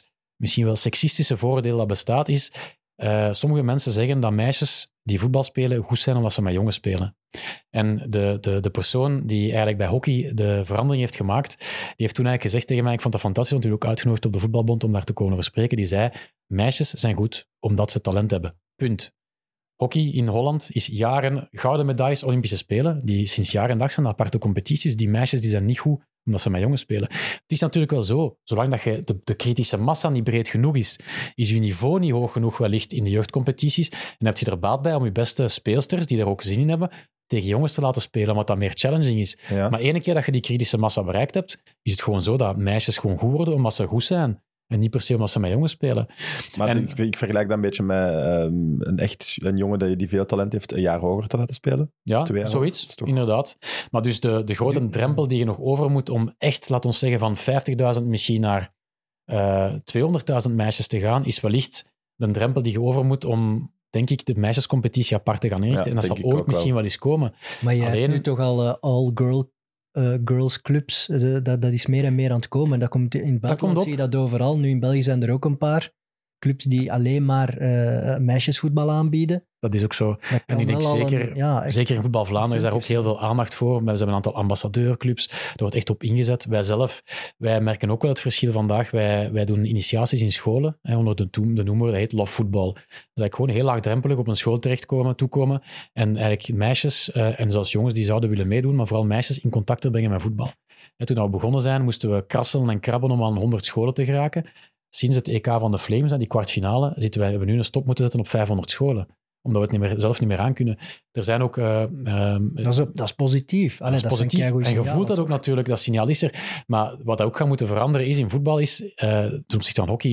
Speaker 3: / misschien wel seksistische voordeel dat bestaat, is sommige mensen zeggen dat meisjes die voetbal spelen goed zijn omdat ze met jongens spelen. En de persoon die eigenlijk bij hockey de verandering heeft gemaakt, die heeft toen eigenlijk gezegd tegen mij, ik vond dat fantastisch, want ik ook uitgenodigd op de voetbalbond om daar te komen over spreken, die zei, meisjes zijn goed omdat ze talent hebben. Punt. Hockey in Holland is jaren gouden medailles Olympische Spelen, die sinds jaar en dag zijn aparte competities. Die meisjes die zijn niet goed omdat ze met jongens spelen. Het is natuurlijk wel zo, zolang dat je de kritische massa niet breed genoeg is je niveau niet hoog genoeg wellicht in de jeugdcompetities en heb je er baat bij om je beste speelsters, die er ook zin in hebben, tegen jongens te laten spelen, wat dat meer challenging is.
Speaker 1: Ja.
Speaker 3: Maar ene keer dat je die kritische massa bereikt hebt, is het gewoon zo dat meisjes gewoon goed worden omdat ze goed zijn. En niet per se omdat ze met jongens spelen.
Speaker 1: Maar
Speaker 3: En-
Speaker 1: ik vergelijk dat een beetje met een jongen die veel talent heeft, een jaar hoger te laten spelen.
Speaker 3: Ja,
Speaker 1: 2 jaar.
Speaker 3: zoiets,
Speaker 1: Dat is toch-
Speaker 3: inderdaad. Maar dus de grote drempel die je nog over moet om echt, laat ons zeggen, van 50.000 misschien naar 200.000 meisjes te gaan, is wellicht de drempel die je over moet om, denk ik, de meisjescompetitie apart te gaan inrichten.
Speaker 1: Ja,
Speaker 3: en dat
Speaker 1: denk
Speaker 3: zal
Speaker 1: ik ook
Speaker 3: ooit misschien
Speaker 1: wel.
Speaker 3: wel eens komen.
Speaker 2: Maar je
Speaker 3: Alleen-
Speaker 2: hebt nu toch al all-girls clubs. Dat is meer en meer aan het komen. Dat komt in het buitenland,
Speaker 3: komt
Speaker 2: zie je dat overal. Nu in België zijn er ook een paar clubs die alleen maar meisjesvoetbal aanbieden.
Speaker 3: Dat is ook zo.
Speaker 2: Dat
Speaker 3: En
Speaker 2: kan
Speaker 3: ik denk
Speaker 2: wel al
Speaker 3: zeker,
Speaker 2: echt
Speaker 3: zeker in voetbal Vlaanderen is daar ook heel veel aandacht voor. We hebben een aantal ambassadeurclubs. Daar wordt echt op ingezet. Wij merken ook wel het verschil vandaag. Wij doen initiaties in scholen onder de noemer, dat heet Love Football. Dat is eigenlijk gewoon heel laagdrempelig op een school toekomen en eigenlijk meisjes en zelfs jongens die zouden willen meedoen, maar vooral meisjes in contact te brengen met voetbal. En toen we begonnen zijn, moesten we krasselen en krabben om aan 100 scholen te geraken. Sinds het EK van de Flames, die kwartfinale, hebben we nu een stop moeten zetten op 500 scholen. Omdat we het zelf niet meer aan kunnen. Er zijn ook...
Speaker 2: dat is positief. Allee,
Speaker 3: dat is positief.
Speaker 2: een
Speaker 3: En je voelt dat ook natuurlijk, dat signaal is er. Maar wat ook gaat moeten veranderen is in voetbal, is, ten opzichte van hockey, is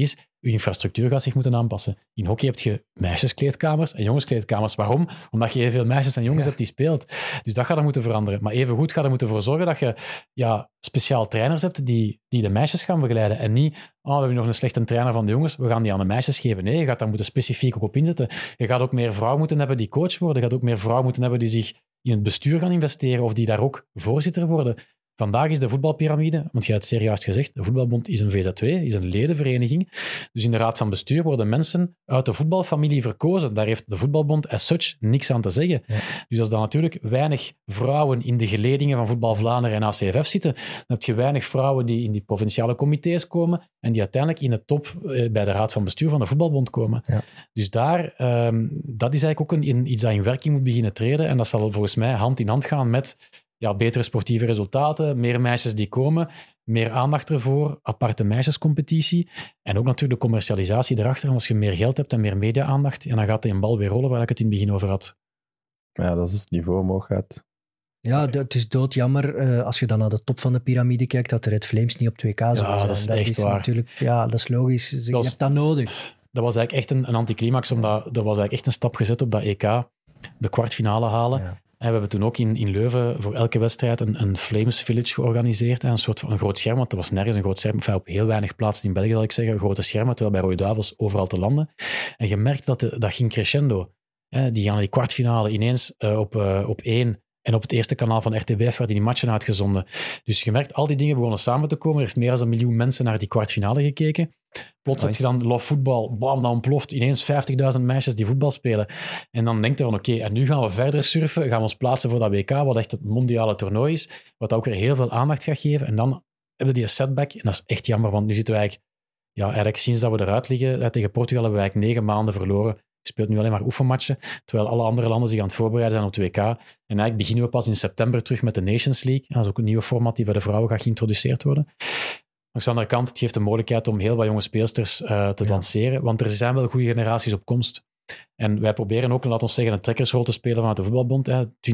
Speaker 3: je infrastructuur gaat zich moeten aanpassen. In hockey heb je meisjeskleedkamers en jongenskleedkamers. Waarom? Omdat je heel veel meisjes en jongens hebt die speelt. Dus dat gaat er moeten veranderen. Maar evengoed gaat er moeten voor zorgen dat je speciaal trainers hebt die de meisjes gaan begeleiden. En niet, we hebben nog een slechte trainer van de jongens, we gaan die aan de meisjes geven. Nee, je gaat daar moeten specifiek ook op inzetten. Je gaat ook meer vrouwen moeten hebben die coach worden. Je gaat ook meer vrouwen moeten hebben die zich in het bestuur gaan investeren of die daar ook voorzitter worden. Vandaag is de voetbalpyramide, want je hebt het zeer juist gezegd, de voetbalbond is een VZW, is een ledenvereniging. Dus in de raad van bestuur worden mensen uit de voetbalfamilie verkozen. Daar heeft de voetbalbond as such niks aan te zeggen. Ja. Dus als dan natuurlijk weinig vrouwen in de geledingen van Voetbal Vlaanderen en ACFF zitten, dan heb je weinig vrouwen die in die provinciale comité's komen en die uiteindelijk in de top bij de raad van bestuur van de voetbalbond komen. Ja. Dus daar, dat is eigenlijk ook iets dat in werking moet beginnen treden en dat zal volgens mij hand in hand gaan met betere sportieve resultaten, meer meisjes die komen, meer aandacht ervoor, aparte meisjescompetitie en ook natuurlijk de commercialisatie erachter. Als je meer geld hebt en meer media-aandacht, en dan gaat die een bal weer rollen waar ik het in het begin over had.
Speaker 1: Ja, dat is het niveau omhoog gaat.
Speaker 2: Ja, het is doodjammer als je dan naar de top van de piramide kijkt, dat de Red Flames niet op 2K zullen zijn.
Speaker 3: Ja, dat is echt waar.
Speaker 2: Natuurlijk, ja, dat is logisch. Je hebt dat nodig.
Speaker 3: Dat was eigenlijk echt een anticlimax, omdat er was eigenlijk echt een stap gezet op dat EK, de kwartfinale halen. Ja. En we hebben toen ook in Leuven voor elke wedstrijd een Flames Village georganiseerd. Een soort van een groot scherm, want er was nergens een groot scherm. Enfin, op heel weinig plaatsen in België, zal ik zeggen. Grote schermen, terwijl bij Rode Duivels overal te landen. En je merkt dat ging crescendo. Die gaan die kwartfinale ineens op 1 en op het eerste kanaal van RTBF werden die matchen uitgezonden. Dus je merkt, al die dingen begonnen samen te komen. Er heeft meer dan 1 miljoen mensen naar die kwartfinale gekeken. Plots heb je dan Love Voetbal, bam, dan ontploft ineens 50.000 meisjes die voetbal spelen. En dan denkt je van, oké, en nu gaan we verder surfen, gaan we ons plaatsen voor dat WK, wat echt het mondiale toernooi is, wat ook weer heel veel aandacht gaat geven. En dan hebben we die een setback, en dat is echt jammer, want nu zitten we eigenlijk sinds dat we eruit liggen, tegen Portugal hebben we eigenlijk 9 maanden verloren. Je speelt nu alleen maar oefenmatchen, terwijl alle andere landen zich aan het voorbereiden zijn op het WK. En eigenlijk beginnen we pas in september terug met de Nations League. En dat is ook een nieuwe format die bij de vrouwen gaat geïntroduceerd worden. Aan de andere kant, het geeft de mogelijkheid om heel wat jonge speelsters te lanceren, want er zijn wel goede generaties op komst. En wij proberen ook, laten we zeggen, een trekkersrol te spelen vanuit de voetbalbond.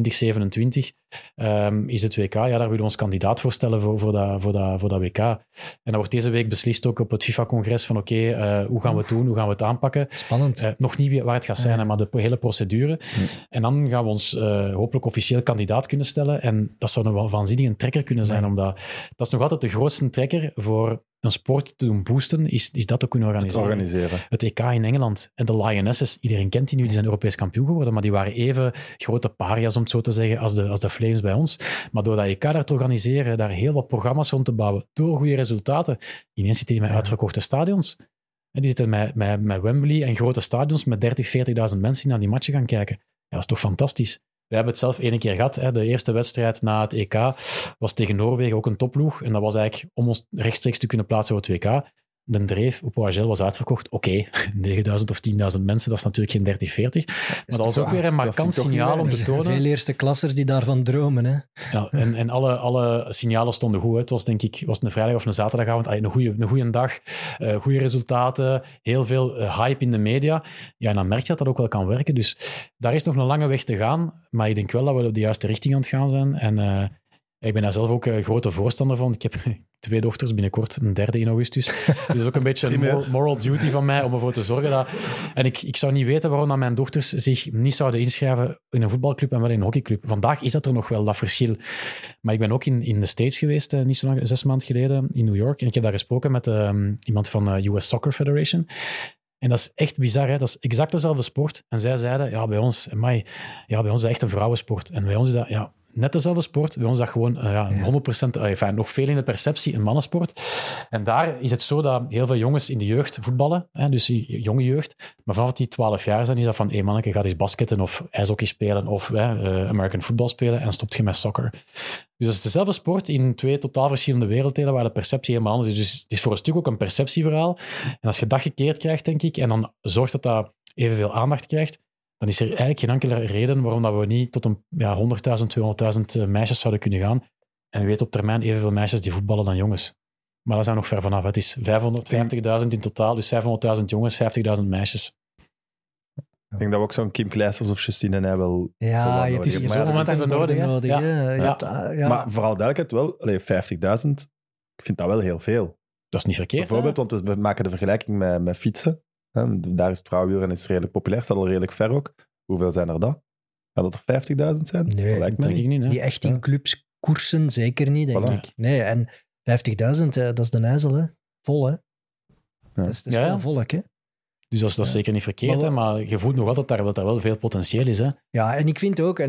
Speaker 3: 2027 is het WK. Ja, daar willen we ons kandidaat voor stellen voor dat WK. En dat wordt deze week beslist ook op het FIFA-congres van hoe gaan we het doen, hoe gaan we het aanpakken.
Speaker 2: Spannend.
Speaker 3: Nog niet waar het gaat zijn, maar de hele procedure. En dan gaan we ons hopelijk officieel kandidaat kunnen stellen. En dat zou een waanzinnige trekker kunnen zijn, omdat dat is nog altijd de grootste trekker voor een sport te doen boosten, is dat te kunnen organiseren. Het EK in Engeland en de Lionesses, iedereen kent die nu, die zijn Europees kampioen geworden, maar die waren even grote paria's, om het zo te zeggen, als de Flames bij ons. Maar door dat EK daar te organiseren, daar heel wat programma's rond te bouwen, door goede resultaten, ineens zitten die met uitverkochte stadions. En die zitten met Wembley en grote stadions met 30.000, 40.000 mensen die naar die matchen gaan kijken. Ja, dat is toch fantastisch. We hebben het zelf 1 keer gehad. De eerste wedstrijd na het EK was tegen Noorwegen, ook een topploeg. En dat was eigenlijk om ons rechtstreeks te kunnen plaatsen voor het WK. De Dreef op OHL was uitverkocht. Oké, 9.000 of 10.000 mensen, dat is natuurlijk geen 30, 40. Maar dat was ook weer een markant signaal om te tonen.
Speaker 2: Veel eerste klassers die daarvan dromen. Hè?
Speaker 3: Ja, en alle signalen stonden goed. Het was denk ik een vrijdag of een zaterdagavond. Een goede dag, goede resultaten, heel veel hype in de media. Ja, en dan merk je dat dat ook wel kan werken. Dus daar is nog een lange weg te gaan. Maar ik denk wel dat we op de juiste richting aan het gaan zijn. En ik ben daar zelf ook een grote voorstander van. Ik heb 2 dochters, binnenkort een 3e in augustus. Dus dat is ook een beetje een moral duty van mij om ervoor te zorgen dat... En ik zou niet weten waarom dat mijn dochters zich niet zouden inschrijven in een voetbalclub en wel in een hockeyclub. Vandaag is dat er nog wel, dat verschil. Maar ik ben ook in de States geweest, niet zo lang, 6 maanden geleden, in New York. En ik heb daar gesproken met iemand van de US Soccer Federation. En dat is echt bizar, hè? Dat is exact dezelfde sport. En zij zeiden, bij ons is dat echt een vrouwensport. En bij ons is dat... net dezelfde sport. Bij ons is dat gewoon 100%, nog veel in de perceptie, een mannensport. En daar is het zo dat heel veel jongens in de jeugd voetballen, dus die jonge jeugd. Maar vanaf die 12 jaar zijn, is dat van, manneke, ga eens basketten of ijshockey spelen of American football spelen en stopt je met soccer. Dus dat is dezelfde sport in 2 totaal verschillende werelddelen waar de perceptie helemaal anders is. Dus het is voor een stuk ook een perceptieverhaal. En als je dat gekeerd krijgt, denk ik, en dan zorgt dat evenveel aandacht krijgt, dan is er eigenlijk geen enkele reden waarom dat we niet tot een 100.000, 200.000 meisjes zouden kunnen gaan. En we weten op termijn evenveel meisjes die voetballen dan jongens. Maar daar zijn we nog ver vanaf. Het is 550.000 in totaal, dus 500.000 jongens, 50.000 meisjes.
Speaker 1: Ik denk dat we ook zo'n Kim Kleisters of Justine Nijbel...
Speaker 2: Ja, je hebt zo'n moment hebben nodig.
Speaker 1: Maar vooral duidelijkheid wel, 50.000, ik vind dat wel heel veel.
Speaker 3: Dat is niet verkeerd.
Speaker 1: Bijvoorbeeld, want we maken de vergelijking met fietsen. Daar is het vrouwenwielrennen redelijk populair, staat al redelijk ver ook. Hoeveel zijn er dan? Gaat dat er 50.000 zijn?
Speaker 2: Nee,
Speaker 1: dat lijkt me
Speaker 3: denk ik niet. Hè?
Speaker 2: Die echt in clubs koersen, zeker niet, denk ik. Nee, en 50.000, dat is de IJssel, hè. Vol, hè. Dat is veel volk, hè.
Speaker 3: Dus dat is zeker niet verkeerd, maar je voelt nog altijd dat daar wel veel potentieel is. Hè?
Speaker 2: Ja, en ik vind ook,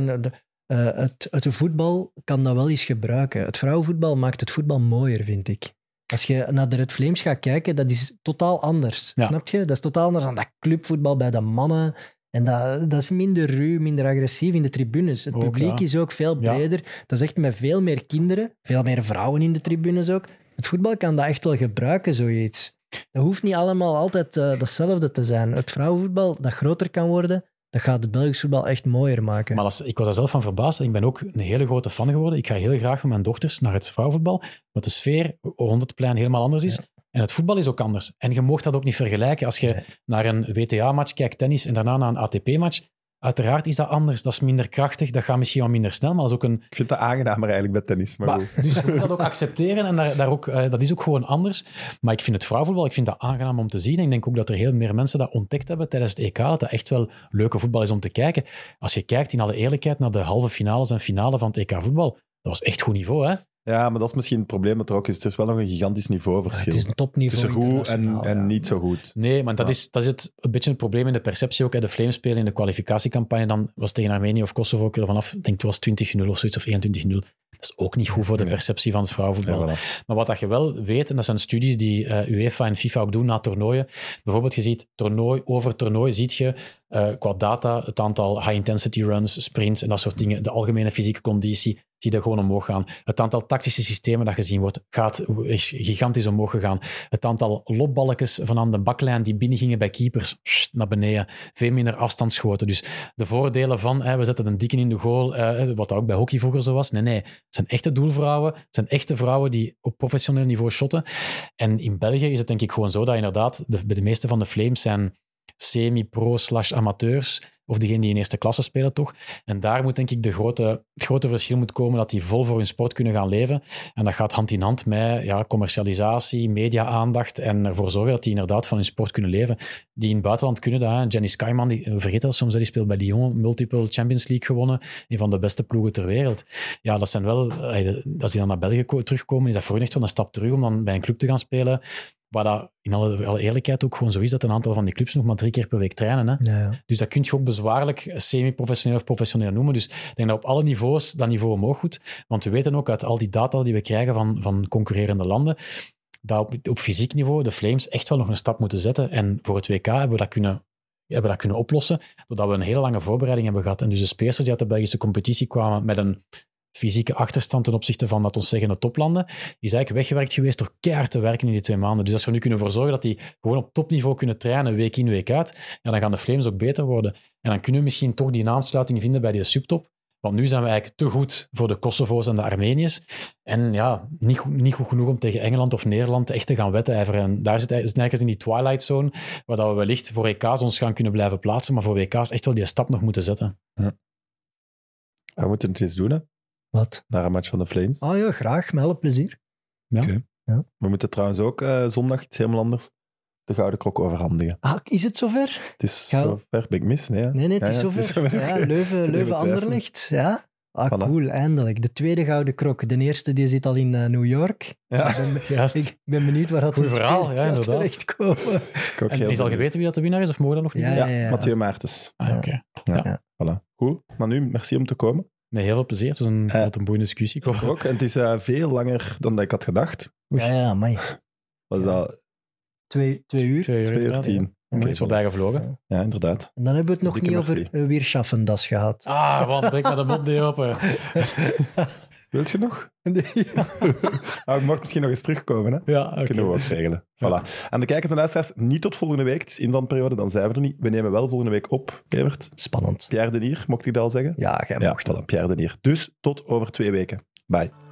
Speaker 2: het voetbal kan dat wel eens gebruiken. Het vrouwenvoetbal maakt het voetbal mooier, vind ik. Als je naar de Red Flames gaat kijken, dat is totaal anders. Ja. Snap je? Dat is totaal anders dan dat clubvoetbal bij de mannen. En dat is minder ruw, minder agressief in de tribunes. Het publiek is ook veel breder. Ja. Dat is echt met veel meer kinderen, veel meer vrouwen in de tribunes ook. Het voetbal kan dat echt wel gebruiken, zoiets. Dat hoeft niet allemaal altijd datzelfde te zijn. Het vrouwenvoetbal dat groter kan worden, dat gaat het Belgisch voetbal echt mooier maken.
Speaker 3: Maar ik was daar zelf van verbaasd. Ik ben ook een hele grote fan geworden. Ik ga heel graag met mijn dochters naar het vrouwenvoetbal, omdat de sfeer rond het plein helemaal anders is. Ja. En het voetbal is ook anders. En je mag dat ook niet vergelijken. Als je naar een WTA-match kijkt, tennis, en daarna naar een ATP-match, uiteraard is dat anders. Dat is minder krachtig, dat gaat misschien wat minder snel, maar dat is ook een...
Speaker 1: Ik vind dat aangenamer eigenlijk bij tennis. Maar
Speaker 3: dus je moet dat ook accepteren en dat is ook gewoon anders. Maar ik vind het vrouwenvoetbal, ik vind dat aangenaam om te zien. En ik denk ook dat er heel meer mensen dat ontdekt hebben tijdens het EK, dat echt wel leuke voetbal is om te kijken. Als je kijkt in alle eerlijkheid naar de halve finales en finale van het EK-voetbal, dat was echt goed niveau, hè?
Speaker 1: Ja, maar dat is misschien het probleem dat er ook is. Er is wel nog een gigantisch niveauverschil.
Speaker 2: Het is een topniveau.
Speaker 1: Tussen goed en niet zo goed.
Speaker 3: Nee, maar dat is een beetje het probleem in de perceptie ook. De Flames spelen in de kwalificatiecampagne. Dan was tegen Armenië of Kosovo ook vanaf, ik denk het was 20-0 of zoiets, of 21-0. Dat is ook niet goed voor de perceptie van het vrouwenvoetbal. Ja, voilà. Maar wat je wel weet, en dat zijn studies die UEFA en FIFA ook doen na toernooien. Bijvoorbeeld, je ziet toernooi over toernooi, ziet je qua data het aantal high-intensity runs, sprints en dat soort dingen, de algemene fysieke conditie, zie je gewoon omhoog gaan. Het aantal tactische systemen dat gezien wordt, is gigantisch omhoog gegaan. Het aantal lopballetjes van aan de baklijn die binnengingen bij keepers, naar beneden. Veel minder afstandsschoten. Dus de voordelen van, we zetten een dikke in de goal, wat ook bij hockey vroeger zo was. Nee. Het zijn echte doelvrouwen. Het zijn echte vrouwen die op professioneel niveau shotten. En in België is het denk ik gewoon zo dat inderdaad bij de meeste van de Flames zijn semi-pro/amateurs, of degenen die in eerste klasse spelen toch. En daar moet denk ik het grote verschil moet komen dat die vol voor hun sport kunnen gaan leven. En dat gaat hand in hand met commercialisatie, media-aandacht en ervoor zorgen dat die inderdaad van hun sport kunnen leven. Die in het buitenland kunnen dat. Hè. Jenny Skyman, we vergeten dat soms, die speelt bij Lyon, multiple Champions League gewonnen, een van de beste ploegen ter wereld. Ja, dat zijn wel, als die dan naar België terugkomen, is dat voor hen echt wel een stap terug om dan bij een club te gaan spelen. Waar dat in alle eerlijkheid ook gewoon zo is dat een aantal van die clubs nog maar 3 keer per week trainen. Hè? Ja. Dus dat kun je ook bezwaarlijk semi-professioneel of professioneel noemen. Dus ik denk dat op alle niveaus dat niveau omhoog moet. Want we weten ook uit al die data die we krijgen van concurrerende landen, dat op fysiek niveau de Flames echt wel nog een stap moeten zetten. En voor het WK hebben we dat kunnen oplossen, doordat we een hele lange voorbereiding hebben gehad. En dus de spelers die uit de Belgische competitie kwamen met een fysieke achterstand ten opzichte van, laten we zeggen, de toplanden, is eigenlijk weggewerkt geweest door keihard te werken in die 2 maanden. Dus als we nu kunnen voor zorgen dat die gewoon op topniveau kunnen trainen, week in, week uit, dan gaan de Flames ook beter worden. En dan kunnen we misschien toch die aansluiting vinden bij die subtop. Want nu zijn we eigenlijk te goed voor de Kosovo's en de Armeniërs. En ja, niet goed genoeg om tegen Engeland of Nederland echt te gaan wedijveren. En daar zit eigenlijk in die twilight zone, waar dat we wellicht voor EK's ons gaan kunnen blijven plaatsen, maar voor WK's echt wel die stap nog moeten zetten.
Speaker 1: Ja. We moeten het eens doen, hè?
Speaker 2: Wat?
Speaker 1: Naar een match van de Flames.
Speaker 2: Oh ja, graag. Met alle plezier.
Speaker 3: Ja.
Speaker 1: Okay. Ja. We moeten trouwens ook zondag iets helemaal anders de Gouden Krok overhandigen.
Speaker 2: Ah, is het zover?
Speaker 1: Het is zover. Ben ik mis? Nee,
Speaker 2: nee, het is zover. Ja, Leuven-Anderlecht. Ja. Ah, voilà. Cool, eindelijk. De tweede Gouden Krok. De eerste die zit al in New York.
Speaker 1: Ja.
Speaker 2: Dus ik ben benieuwd waar dat
Speaker 3: verhaal, ja, inderdaad.
Speaker 2: terechtkomen.
Speaker 3: En is al geweten wie dat de winnaar is, of mogen we dat nog niet?
Speaker 1: Ja. Mathieu Maertens.
Speaker 3: Ah, oké.
Speaker 1: Ja. Voilà. Goed. Manu, merci om te komen.
Speaker 3: Met heel veel plezier. Het was een boeiende discussie.
Speaker 1: Ik ook. En het is veel langer dan dat ik had gedacht.
Speaker 2: Ja, amai.
Speaker 1: Was dat...
Speaker 2: 2 uur?
Speaker 3: 2 uur
Speaker 1: 10.
Speaker 3: Oké, is voorbij gevlogen.
Speaker 1: Ja, inderdaad.
Speaker 2: En dan hebben we het nog niet over Weerschaffendas gehad.
Speaker 3: Want trek maar de mond niet open.
Speaker 1: Wilt je nog?
Speaker 2: Nee.
Speaker 1: Ik mag misschien nog eens terugkomen. Hè?
Speaker 3: Ja, okay.
Speaker 1: Kunnen we ook regelen.
Speaker 3: Ja.
Speaker 1: Voilà. Aan de kijkers en luisteraars, niet tot volgende week. Het is inlandperiode, dan zijn we er niet. We nemen wel volgende week op, Evert.
Speaker 2: Spannend.
Speaker 1: Pierre Denier, mocht ik dat al zeggen?
Speaker 2: Ja, jij mocht.
Speaker 1: Voilà, Pierre Denier. Dus tot over 2 weken. Bye.